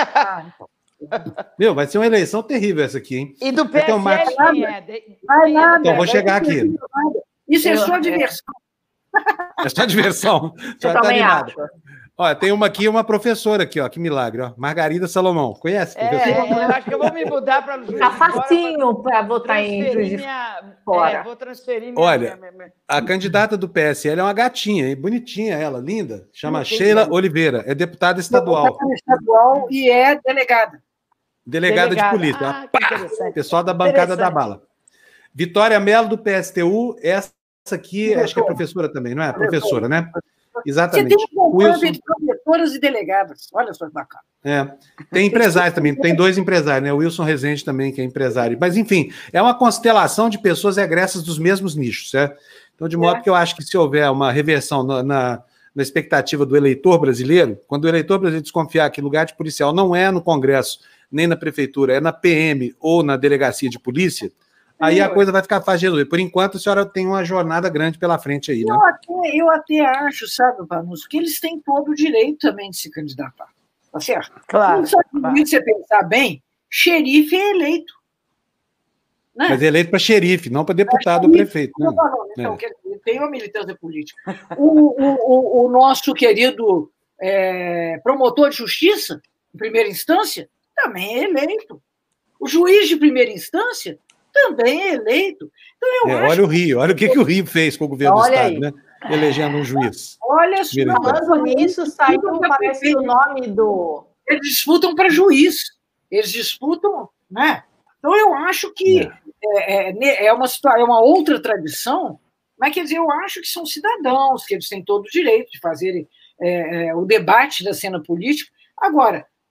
Meu, vai ser uma eleição terrível essa aqui, hein? E do PSL quem é? Então, vou chegar aqui. Isso é só diversão. É só diversão. Eu também acho. Olha, tem uma aqui, uma professora aqui, ó, que milagre, ó. Margarida Salomão. Conhece, professora? Eu acho que eu vou me mudar para Juiz de Fora. Tá facinho para votar em Juiz de Fora. Vou transferir Olha, a candidata do PSL é uma gatinha, hein? Bonitinha ela, linda. Chama Sheila Oliveira. É deputada estadual. Deputada estadual e é delegada. Delegada de polícia. Pessoal da bancada da bala. Vitória Mello, do PSTU. Essa aqui, acho que é professora também, não é? Professora, né? Exatamente. Você tem um concurso entre professoras e delegadas. Olha só que bacana. Tem empresários também. Tem dois empresários, né? O Wilson Rezende também, que é empresário. Mas, enfim, é uma constelação de pessoas egressas dos mesmos nichos, certo? Então, de modo que eu acho que se houver uma reversão na expectativa do eleitor brasileiro, quando o eleitor brasileiro desconfiar que lugar de policial não é no Congresso, nem na Prefeitura, é na PM ou na Delegacia de Polícia, aí a coisa vai ficar fácil de resolver. Por enquanto, a senhora tem uma jornada grande pela frente aí, né? Eu até acho, sabe, Vanucci, que eles têm todo o direito também de se candidatar. Tá certo? Claro. Se você pensar bem, xerife é eleito. Né? Mas é eleito para xerife, não para deputado ou prefeito. Né? Então, tem uma militância política. O nosso querido promotor de justiça, em primeira instância, também é eleito. O juiz de primeira instância também é eleito. Então, olha o Rio, olha o que o Rio fez com o governo do Estado, né? Elegendo um juiz. Olha só. Falando nisso, saiu, parece o nome do... Eles disputam para juiz. Eles disputam, né? Então, eu acho que é uma outra tradição, mas, quer dizer, eu acho que são cidadãos, que eles têm todo o direito de fazerem o debate da cena política. Agora,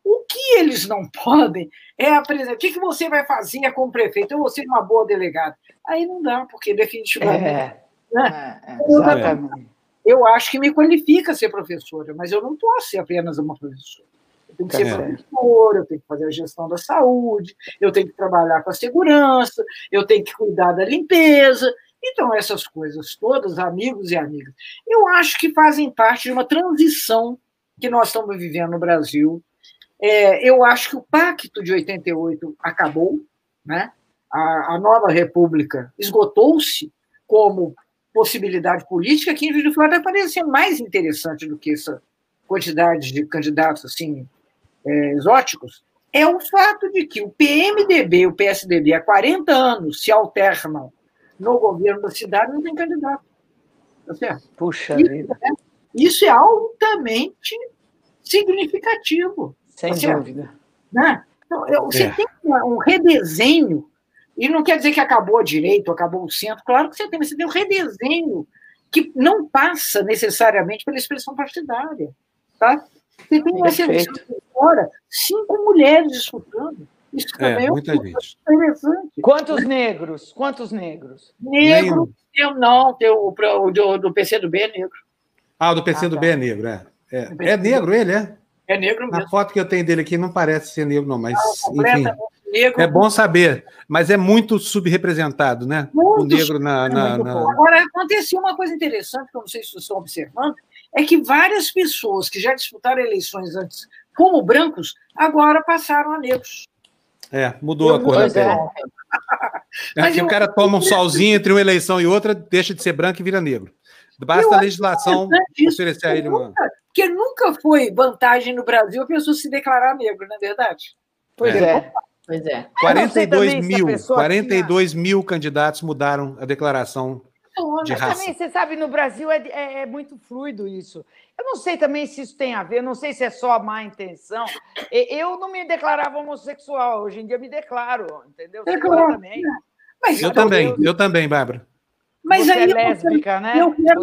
O que eles não podem é apresentar. O que você vai fazer como prefeito? Eu vou ser uma boa delegada. Aí não dá, porque definitivamente. Exatamente. Eu acho que me qualifica ser professora, mas eu não posso ser apenas uma professora. Eu tenho que ser professora, eu tenho que fazer a gestão da saúde, eu tenho que trabalhar com a segurança, eu tenho que cuidar da limpeza. Então, essas coisas todas, amigos e amigas, eu acho que fazem parte de uma transição que nós estamos vivendo no Brasil. Eu acho que o Pacto de 88 acabou, né? A nova república esgotou-se como possibilidade política, que, em vez de falar, vai parecer mais interessante do que essa quantidade de candidatos assim, exóticos, é o fato de que o PMDB e o PSDB há 40 anos se alternam no governo da cidade, não tem candidato. Tá certo? Puxa vida. Isso é altamente significativo. Sem dúvida. Né? Então, você tem um redesenho, e não quer dizer que acabou a direita, acabou o centro, claro que você tem, mas você tem um redesenho que não passa necessariamente pela expressão partidária. Tá? Você tem uma seleção fora, 5 mulheres disputando. Isso também muita gente. Interessante. Quantos negros? Quantos negros? Negro, eu não, do PCdoB é negro. Ah, o do PCdoB é negro, É negro ele, é? É negro mesmo. Na foto que eu tenho dele aqui não parece ser negro, não, mas enfim. Negro. É bom saber, mas é muito subrepresentado, né? Muito o negro na... Agora, aconteceu uma coisa interessante, que eu não sei se vocês estão observando, é que várias pessoas que já disputaram eleições antes como brancos, agora passaram a negros. Mudou a cor da pele. Mas o cara toma um solzinho entre uma eleição e outra, deixa de ser branco e vira negro. Basta a legislação oferecer a ele uma... Porque nunca foi vantagem no Brasil a pessoa se declarar negro, não é verdade? Pois é. 42 mil candidatos mudaram a declaração de raça. Também, você sabe, no Brasil é muito fluido isso. Eu não sei também se isso tem a ver, não sei se é só má intenção. Eu não me declarava homossexual, hoje em dia me declaro, entendeu? Você também. Mas eu também, Bárbara. Mas você é lésbica, né?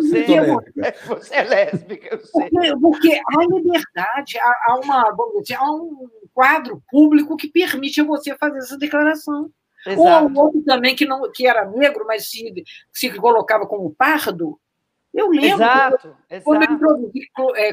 Você é lésbica, eu sei. Porque há liberdade, há um quadro público que permite a você fazer essa declaração. Exato. Ou um outro também que era negro, mas se colocava como pardo. Eu lembro quando eu introduzi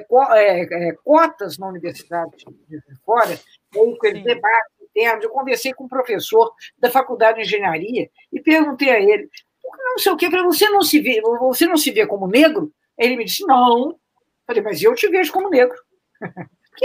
cotas na Universidade de Fora, com aquele debate interno, eu conversei com um professor da Faculdade de Engenharia e perguntei a ele, não sei o que, você não se vê como negro? Ele me disse, não. Eu falei, mas eu te vejo como negro. Que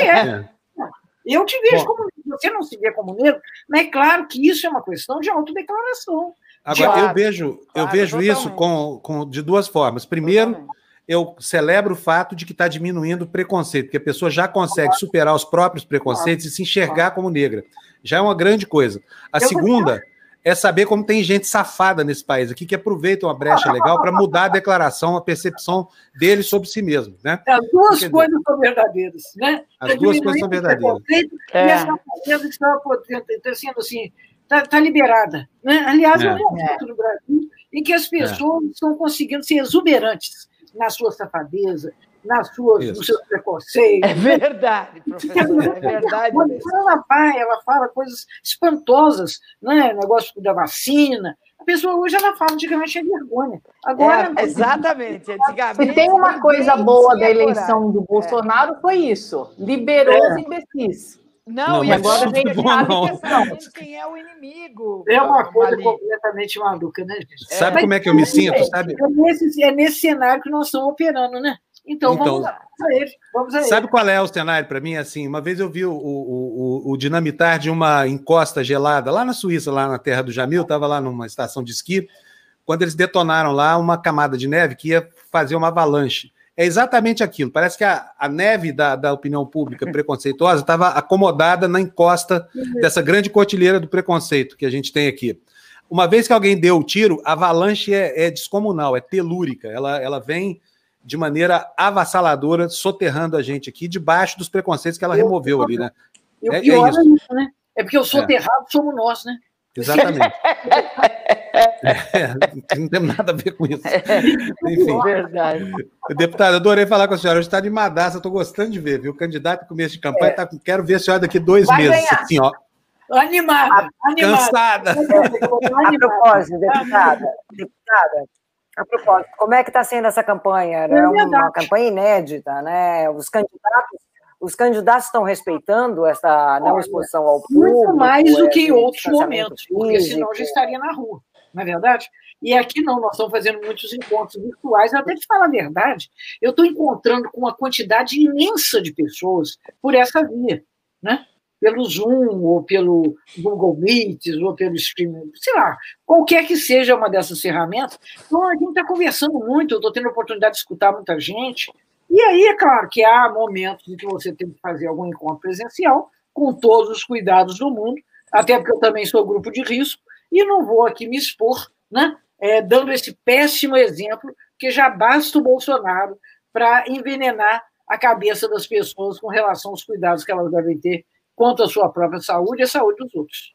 eu te vejo como negro. Você não se vê como negro, mas é claro que isso é uma questão de autodeclaração. Agora, eu vejo isso de duas formas. Primeiro, eu celebro o fato de que está diminuindo o preconceito, porque a pessoa já consegue superar os próprios preconceitos e se enxergar como negra. Já é uma grande coisa. A segunda é saber como tem gente safada nesse país aqui que aproveita uma brecha legal para mudar a declaração, a percepção dele sobre si mesmo. Né? As duas coisas são verdadeiras. Né? As duas coisas são verdadeiras. E essa coisa está sendo assim, está liberada. Né? Aliás, é um momento no Brasil em que as pessoas estão conseguindo ser exuberantes na sua safadeza, nos seus preconceitos. É verdade, professor, é verdade. Ela fala coisas espantosas, né? Negócio da vacina. A pessoa hoje ela fala, antigamente tinha vergonha. Agora, exatamente, antigamente. Se tem uma coisa boa da eleição do Bolsonaro, foi isso. Liberou os imbecis. Não, e agora a gente sabe quem é o inimigo. É uma coisa completamente maluca, né, gente? Sabe como é que eu me sinto? Sabe? É nesse cenário que nós estamos operando, né? Então vamos a ele. Sabe qual é o cenário para mim? Assim, uma vez eu vi o dinamitar de uma encosta gelada lá na Suíça, lá na terra do Jamil, estava lá numa estação de esqui, quando eles detonaram lá uma camada de neve que ia fazer uma avalanche. É exatamente aquilo. Parece que a neve da opinião pública preconceituosa estava acomodada na encosta dessa grande cordilheira do preconceito que a gente tem aqui. Uma vez que alguém deu o tiro, a avalanche é descomunal, é telúrica. Ela vem de maneira avassaladora, soterrando a gente aqui, debaixo dos preconceitos que ela removeu ali, né? E o pior é isso, né? É porque o soterrado somos nós, né? Exatamente. Não tem nada a ver com isso. Enfim. Verdade. Deputado, adorei falar com a senhora. Hoje está animadaça, estou gostando de ver, viu? O candidato em começo de campanha, quero ver a senhora daqui 2 meses. ganhar. Assim, ó. Animada. Cansada. A propósito, deputada, a propósito, como é que está sendo essa campanha? É uma campanha inédita, né? Os candidatos estão respeitando essa não exposição ao público? Muito mais do que em outros distanciamento momentos, porque senão físico. já estaria na rua, não é verdade? E aqui não, nós estamos fazendo muitos encontros virtuais. Até te falar a verdade, eu estou encontrando com uma quantidade imensa de pessoas por essa via, né? Pelo Zoom, ou pelo Google Meet, ou pelo streaming, sei lá, qualquer que seja uma dessas ferramentas. Então, a gente está conversando muito, eu estou tendo a oportunidade de escutar muita gente. E aí, é claro que há momentos em que você tem que fazer algum encontro presencial, com todos os cuidados do mundo, até porque eu também sou grupo de risco, e não vou aqui me expor, né, dando esse péssimo exemplo, que já basta o Bolsonaro para envenenar a cabeça das pessoas com relação aos cuidados que elas devem ter quanto à sua própria saúde e a saúde dos outros.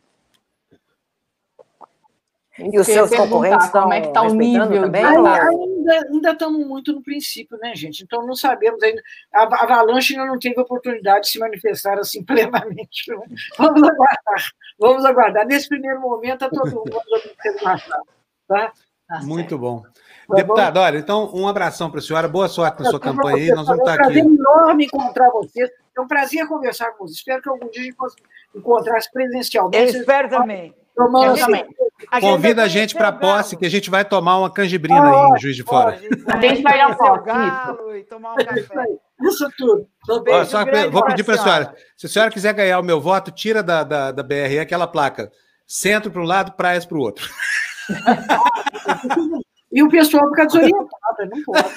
E os seus concorrentes estão como é que está o nível também? Ainda estamos muito no princípio, né, gente? Então não sabemos ainda. A Avalanche ainda não teve oportunidade de se manifestar assim plenamente. Vamos aguardar. Vamos aguardar. Nesse primeiro momento, a todo mundo tá? Muito bom. Deputado, olha, então um abração para a senhora, boa sorte na sua campanha aí. Nós vamos estar aqui. É um prazer enorme encontrar vocês. É um prazer conversar com vocês. Espero que algum dia a gente possa encontrar-se presencialmente. Eu espero também. Convida a gente para a posse, que a gente vai tomar uma canjibrina aí em Juiz de Fora. A gente vai dar o galo e tomar um café. Isso tudo. Vou pedir para a senhora. Se a senhora quiser ganhar o meu voto, tira da BRE aquela placa. Centro para um lado, praias para o outro. E o pessoal fica desorientado, não pode.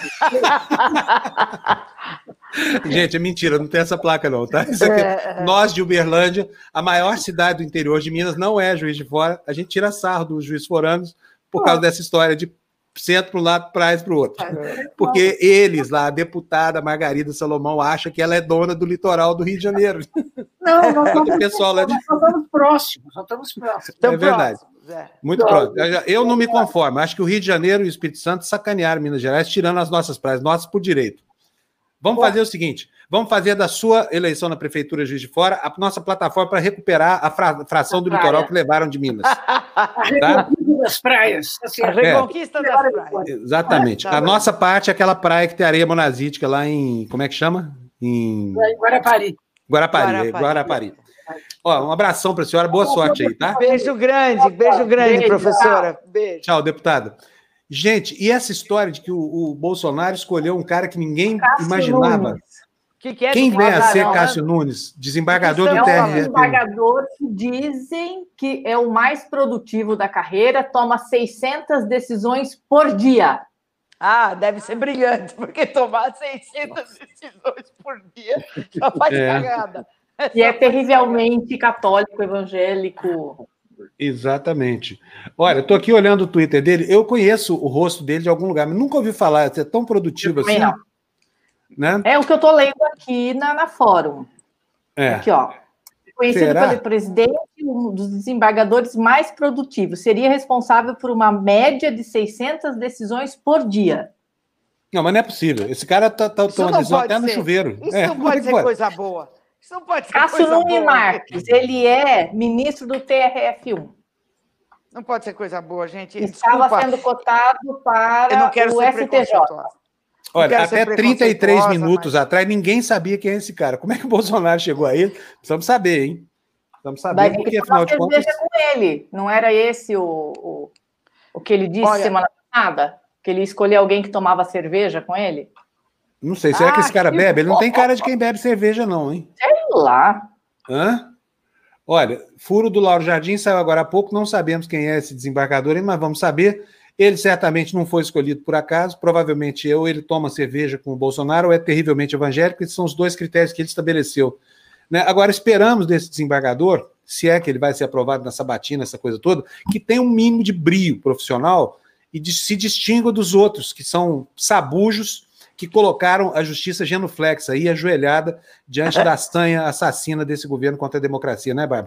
Gente, é mentira, não tem essa placa não, tá? Isso aqui, nós de Uberlândia, a maior cidade do interior de Minas, não é Juiz de Fora, a gente tira sarro dos Juiz Foranos por causa dessa história de centro para um lado, praias para o outro. Porque eles lá, a deputada Margarida Salomão, acha que ela é dona do litoral do Rio de Janeiro. Não, nós estamos próximos. É verdade. Muito próximo. Eu não me conformo. Acho que o Rio de Janeiro e o Espírito Santo sacanearam Minas Gerais, tirando as nossas praias, nossas por direito. Vamos fazer o seguinte, vamos fazer da sua eleição na Prefeitura de Juiz de Fora a nossa plataforma para recuperar a fração do litoral que levaram de Minas. A reconquista das praias. A reconquista das praias. Exatamente. A nossa parte é aquela praia que tem areia monazítica lá em... Como é que chama? Em Guarapari. Ó, um abração para a senhora, boa sorte aí, tá? Beijo grande, professora. Beijo. Tchau, deputado. Gente, e essa história de que o Bolsonaro escolheu um cara que ninguém imaginava? Quem vem a ser Cássio Nunes? Desembargador do TRE. É um desembargador que dizem que é o mais produtivo da carreira, toma 600 decisões por dia. Ah, deve ser brilhante, porque tomar 600 decisões por dia já faz cagada. E é terrivelmente católico, evangélico. Exatamente. Olha, estou aqui olhando o Twitter dele, eu conheço o rosto dele de algum lugar, mas nunca ouvi falar, é tão produtivo assim. Não. Né? É o que eu estou lendo aqui na Fórum. Aqui, ó. Conhecido pelo presidente, um dos desembargadores mais produtivos. Seria responsável por uma média de 600 decisões por dia. Não, mas não é possível. Esse cara tá tomando decisão até no chuveiro. Isso não pode ser coisa boa. Isso não pode ser Cássio Nunes Marques, ele é ministro do TRF1. Não pode ser coisa boa, gente. Estava sendo cotado para o STJ. Olha, até 33 minutos atrás, ninguém sabia quem é esse cara. Como é que o Bolsonaro chegou a ele? Precisamos saber, hein? Precisamos saber, porque afinal de contas... com ele. Não era esse o que ele disse semana passada? Que ele escolheu alguém que tomava cerveja com ele? Não sei, será que esse cara bebe? Ele não tem cara de quem bebe cerveja, não, hein? Sei lá. Hã? Olha, furo do Lauro Jardim saiu agora há pouco, não sabemos quem é esse desembargador, mas vamos saber. Ele certamente não foi escolhido por acaso, provavelmente ele toma cerveja com o Bolsonaro ou é terrivelmente evangélico, esses são os dois critérios que ele estabeleceu. Né? Agora, esperamos desse desembargador, se é que ele vai ser aprovado na sabatina, essa coisa toda, que tenha um mínimo de brio profissional e se distinga dos outros, que são sabujos, que colocaram a justiça genuflexa aí, ajoelhada, diante da sanha assassina desse governo contra a democracia, né, Bárbara?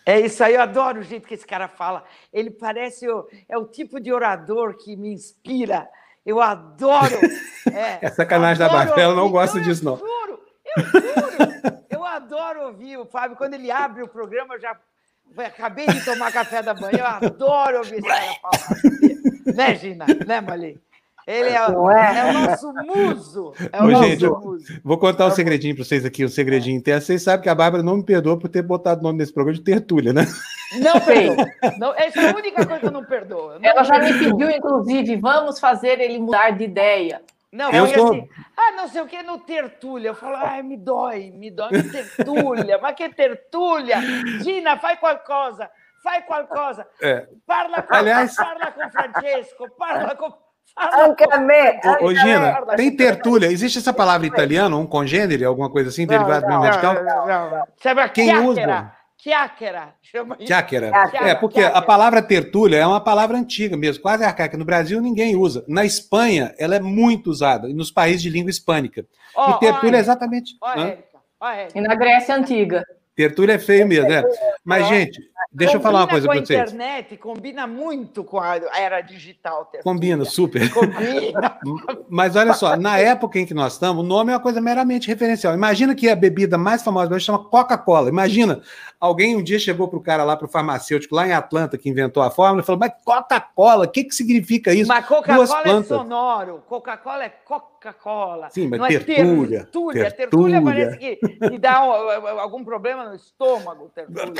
É isso aí, eu adoro o jeito que esse cara fala. Ele parece é o tipo de orador que me inspira. Eu adoro. É sacanagem da Bárbara, ela não gosta disso, não. Eu juro. Eu adoro ouvir o Fábio. Quando ele abre o programa, eu já acabei de tomar café da manhã. Eu adoro ouvir esse cara falar. Né, Gina? Né, Mali? Ele é o nosso muso. É o gente, nosso muso. Vou contar um segredinho para vocês aqui, um segredinho interno. Vocês sabem que a Bárbara não me perdoa por ter botado o nome desse programa de Tertúlia, né? Não perdoa. Não, essa é a única coisa que eu não perdoo. Ela já me pediu, inclusive, vamos fazer ele mudar de ideia. Não, assim, não sei o que no Tertúlia. Eu falo, me dói Tertúlia. Mas que Tertúlia? Gina, faz qualcosa. Parla com Francesco, parla com... Ô, Gina, tem tertúlia? Existe essa palavra em italiano, um congênere, alguma coisa assim, derivado do medical? Não. Sabe quem usa? Chiacchiera. Chama isso. Chiacchiera. Porque a palavra tertúlia é uma palavra antiga mesmo, quase arcaica. No Brasil ninguém usa. Na Espanha, ela é muito usada, e nos países de língua hispânica. E tertúlia é exatamente... E na Grécia Antiga. Tertúlia é feio mesmo, né? Mas, gente, deixa eu falar uma coisa para vocês. A internet combina muito com a era digital. Tertúlia. Combina, super. Combina. Mas olha só, na época em que nós estamos, o nome é uma coisa meramente referencial. Imagina que a bebida mais famosa hoje chama Coca-Cola. Imagina, alguém um dia chegou para o cara lá, para o farmacêutico, lá em Atlanta, que inventou a fórmula, e falou, mas Coca-Cola, o que significa isso? Mas Coca-Cola é sonoro, Coca-Cola é Coca-Cola. Sim, mas não tertúlia. Tertúlia parece que dá algum problema no estômago, tertúlia.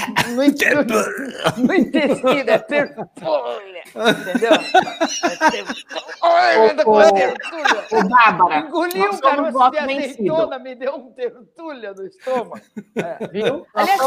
No intestino, é tertúlia. Entendeu? Ô, Bárbara, engoliu um caroço de azeitona, me deu um tertúlia no estômago. Viu? Aliás,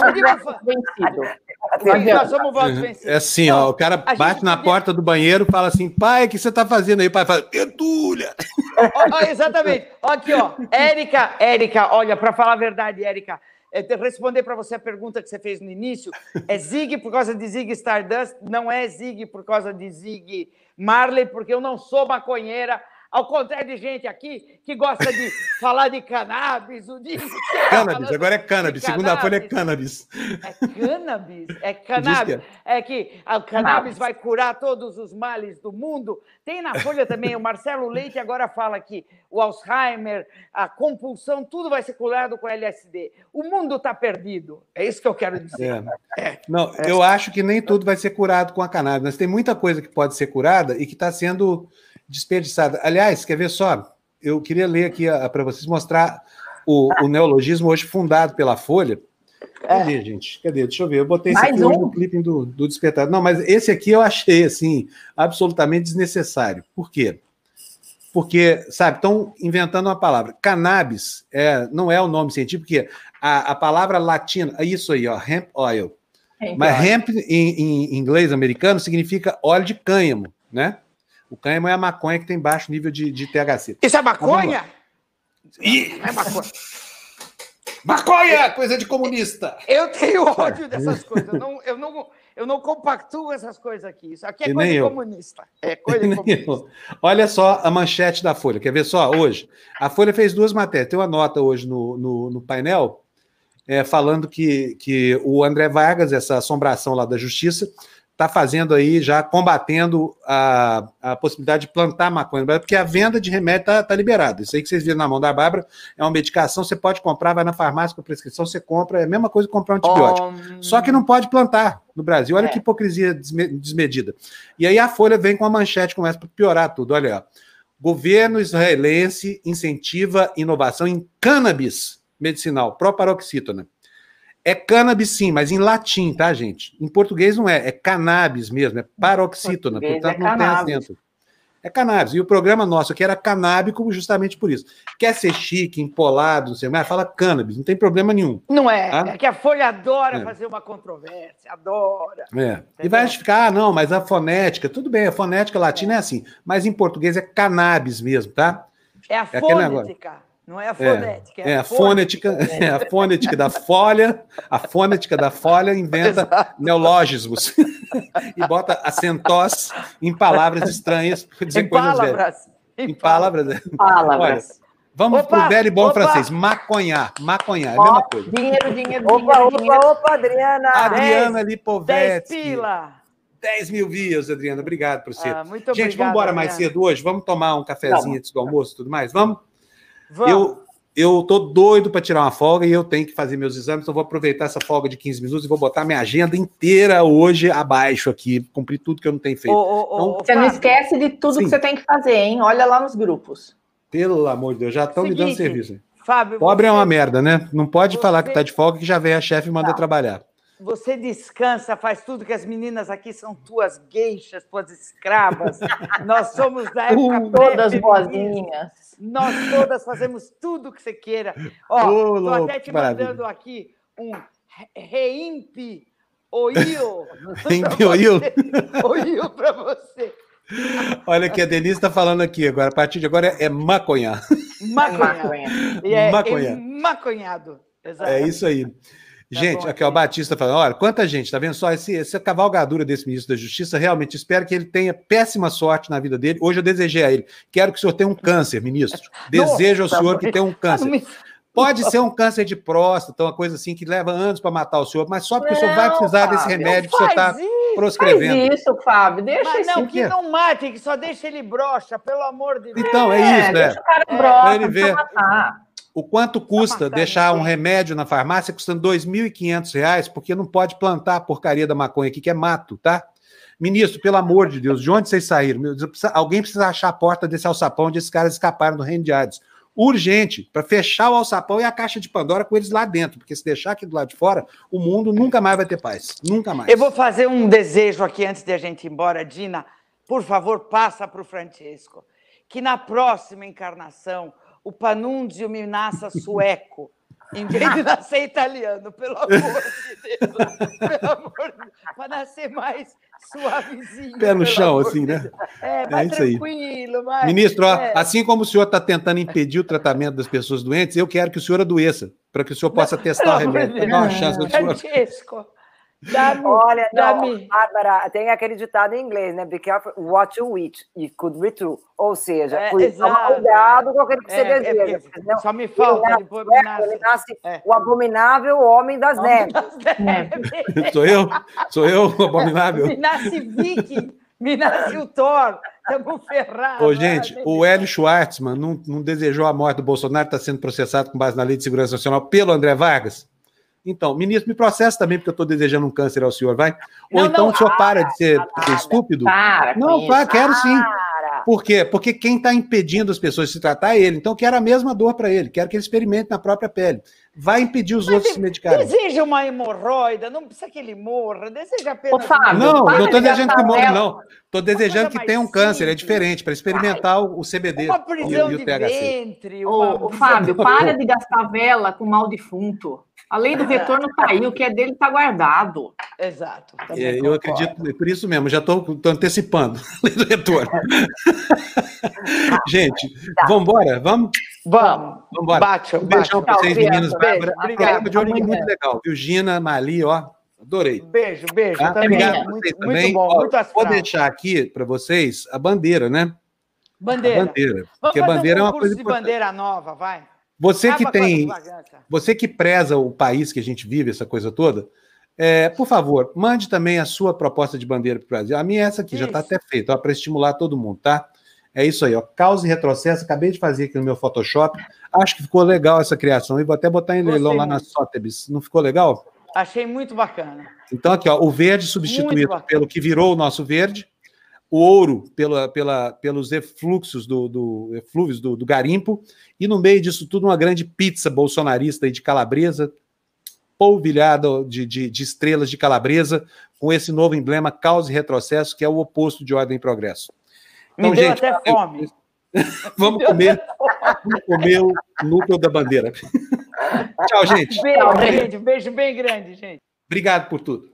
nós somos votos vencidos. É assim, ó, o cara bate na porta do banheiro e fala assim, pai, o que você está fazendo aí? O pai fala, tertúlia. Exatamente. Aqui, ó. Érica, olha, para falar a verdade, Érica, responder para você a pergunta que você fez no início, é Zig por causa de Zig Stardust, não é Zig por causa de Zig Marley, porque eu não sou maconheira, ao contrário de gente aqui que gosta de falar de cannabis. Cannabis, agora é cannabis. Segunda folha é cannabis. É cannabis? É cannabis. É que o cannabis vai curar todos os males do mundo. Tem na folha também, o Marcelo Leite agora fala que o Alzheimer, a compulsão, tudo vai ser curado com LSD. O mundo está perdido. É isso que eu quero dizer. Eu acho que nem tudo vai ser curado com a cannabis, mas tem muita coisa que pode ser curada e que está sendo desperdiçada. Aliás, quer ver só? Eu queria ler aqui para vocês mostrar o neologismo hoje fundado pela Folha. Cadê, gente? Cadê? Deixa eu ver. Eu botei esse aqui hoje no clipe do Despertador. Não, mas esse aqui eu achei, assim, absolutamente desnecessário. Por quê? Porque, sabe, estão inventando uma palavra. Cannabis não é o nome científico, porque a palavra latina... Isso aí, ó, hemp oil. Mas hemp, em inglês americano, significa óleo de cânhamo, né? O cânhamo é a maconha que tem baixo nível de THC. Isso é maconha? Não é maconha. Maconha! Coisa de comunista! Eu tenho ódio dessas coisas. Eu não compactuo essas coisas aqui. Isso aqui é coisa de comunista. É coisa de comunista. Olha só a manchete da Folha. Quer ver só? Hoje, a Folha fez 2 matérias. Tem uma nota hoje no painel falando que o André Vargas, essa assombração lá da Justiça, está fazendo aí, já combatendo a possibilidade de plantar maconha, porque a venda de remédio está liberada. Isso aí que vocês viram na mão da Bárbara é uma medicação, você pode comprar, vai na farmácia com prescrição, você compra, é a mesma coisa que comprar um antibiótico. Só que não pode plantar no Brasil. Olha que hipocrisia desmedida. E aí a Folha vem com uma manchete, começa a piorar tudo. Olha, ó. Governo israelense incentiva inovação em cannabis medicinal, proparoxítona. É cannabis, sim, mas em latim, tá, gente? Em português não é cannabis mesmo, é paroxítona, portanto não tem acento. É cannabis. E o programa nosso aqui era canábico justamente por isso. Quer ser chique, empolado, não sei mais, fala cannabis, não tem problema nenhum. Não é, tá? É que a Folha adora fazer uma controvérsia, adora. E vai justificar, não, mas a fonética, tudo bem, a fonética latina é assim, mas em português é cannabis mesmo, tá? É a fonética. Não é a fonética. A fônetica da Folha. A fônetica da Folha inventa neologismos e bota acentós em palavras estranhas para dizer coisas velhas. Em palavras. Olha, Vamos pro velho e bom francês. Maconhar. Maconhar, é a mesma coisa. Dinheiro. Opa, Adriana. Adriana Lipovetsky. 10 pila. 10 mil views, Adriana. Obrigado por ser. Muito Gente, obrigado, vamos embora mais Adriana. cedo hoje? Vamos tomar um cafezinho antes do almoço e tudo mais? Vamos? Vamos. Eu tô doido para tirar uma folga e eu tenho que fazer meus exames, então vou aproveitar essa folga de 15 minutos e vou botar minha agenda inteira hoje abaixo aqui, cumprir tudo que eu não tenho feito. Você não esquece de tudo que você tem que fazer, hein? Olha lá nos grupos. Pelo amor de Deus, já estão me dando serviço. Fábio, Pobre é uma merda, né? Não pode falar que tá de folga que já vem a chefe e manda trabalhar. Você descansa, faz tudo que as meninas aqui são tuas gueixas, tuas escravas. Nós somos da época todas boazinhas. Nós todas fazemos tudo que você queira. Ó, tô até te mandando aqui um reimpe oil. Reimpe oil? Oil para você. Olha que a Denise está falando aqui agora. A partir de agora é maconha. Maconha. Maconha. Maconhado. Exato. É isso aí. Gente, aqui o Batista falando, olha, quanta gente, tá vendo só essa cavalgadura desse ministro da Justiça, realmente espero que ele tenha péssima sorte na vida dele. Hoje eu desejei a ele, quero que o senhor tenha um câncer, ministro. Desejo ao senhor que tenha um câncer. Pode ser um câncer de próstata, uma coisa assim que leva anos para matar o senhor, mas só porque o senhor vai precisar desse remédio que o senhor está proscrevendo. Faz isso, Fábio, deixa mas não, isso. Que não mate, que só deixa ele broxa, pelo amor de Deus. Então, é isso, né? Deixa o cara broxa, ele ver o quanto custa deixar um remédio na farmácia custando R$ 2.500, porque não pode plantar a porcaria da maconha aqui, que é mato, tá? Ministro, pelo amor de Deus, de onde vocês saíram? Alguém precisa achar a porta desse alçapão onde esses caras escaparam do Reino de Hades. Urgente, para fechar o alçapão e a caixa de Pandora com eles lá dentro, porque se deixar aqui do lado de fora, o mundo nunca mais vai ter paz. Nunca mais. Eu vou fazer um desejo aqui antes de a gente ir embora. Dina, por favor, passa para o Francesco, que na próxima encarnação o Panunzio me nasça sueco, em vez de nascer italiano, pelo amor de Deus. Pelo amor de Deus, para nascer mais suavezinho. Pé no chão, assim, né? Mais isso aí. tranquilo. Mais, Ministro, ó, assim como o senhor está tentando impedir o tratamento das pessoas doentes, eu quero que o senhor adoeça, para que o senhor possa testar o remédio. Dar uma chance do senhor. Francesco, olha, Bárbara, tem aquele ditado em inglês, né? Be careful what you eat, it could be true. Ou seja, cuidado com aquele que você deseja. Só me falta depois ele nasce o abominável homem das neves. Sou eu o abominável? Me nasce Viking, me nasce o Thor, estamos ferrados. Ô, gente, o Hélio Schwartzman não desejou a morte do Bolsonaro, está sendo processado com base na Lei de Segurança Nacional pelo André Vargas? Então, ministro, me processa também, porque eu estou desejando um câncer ao senhor, vai? Ou então o senhor para de ser estúpido? Quero sim. Por quê? Porque quem está impedindo as pessoas de se tratar é ele. Então, quero a mesma dor para ele. Quero que ele experimente na própria pele. Vai impedir os outros de se medicarem. Deseja uma hemorroida, não precisa que ele morra. Deseja apenas... Não estou desejando que morra, não. Estou desejando que tenha um câncer. É diferente, para experimentar o CBD uma prisão e o de THC. Ventre, Fábio, para de gastar vela com mal defunto. A lei do retorno caiu, o que é dele está guardado. Exato. Eu acredito, por isso mesmo, já estou antecipando a lei do retorno. Gente, vamos embora? Vamos embora. Um beijão para vocês, meninas. Bárbara. Um programa de hoje muito legal, viu? Gina, Mali, ó, adorei. Beijo. Tá? Obrigado a vocês também. Muito bom, muito vou deixar aqui para vocês a bandeira, né? Bandeira. Porque a bandeira é uma coisa de bandeira nova, vai. Você que preza o país que a gente vive, essa coisa toda, por favor, mande também a sua proposta de bandeira para o Brasil. A minha é essa aqui, já está até feita, para estimular todo mundo, tá? É isso aí, ó. Causa e retrocesso, acabei de fazer aqui no meu Photoshop. Acho que ficou legal essa criação e vou até botar em leilão lá na Sotheby's. Não ficou legal? Achei muito bacana. Então aqui, ó, o verde substituído pelo que virou o nosso verde, o ouro pelos eflúvios do garimpo, e no meio disso tudo uma grande pizza bolsonarista aí de calabresa, polvilhada de estrelas de calabresa, com esse novo emblema causa e retrocesso, que é o oposto de ordem e progresso. Então, me deu gente, até fome. Vamos comer o núcleo da bandeira. Tchau, gente. Beijo bem grande, gente. Obrigado por tudo.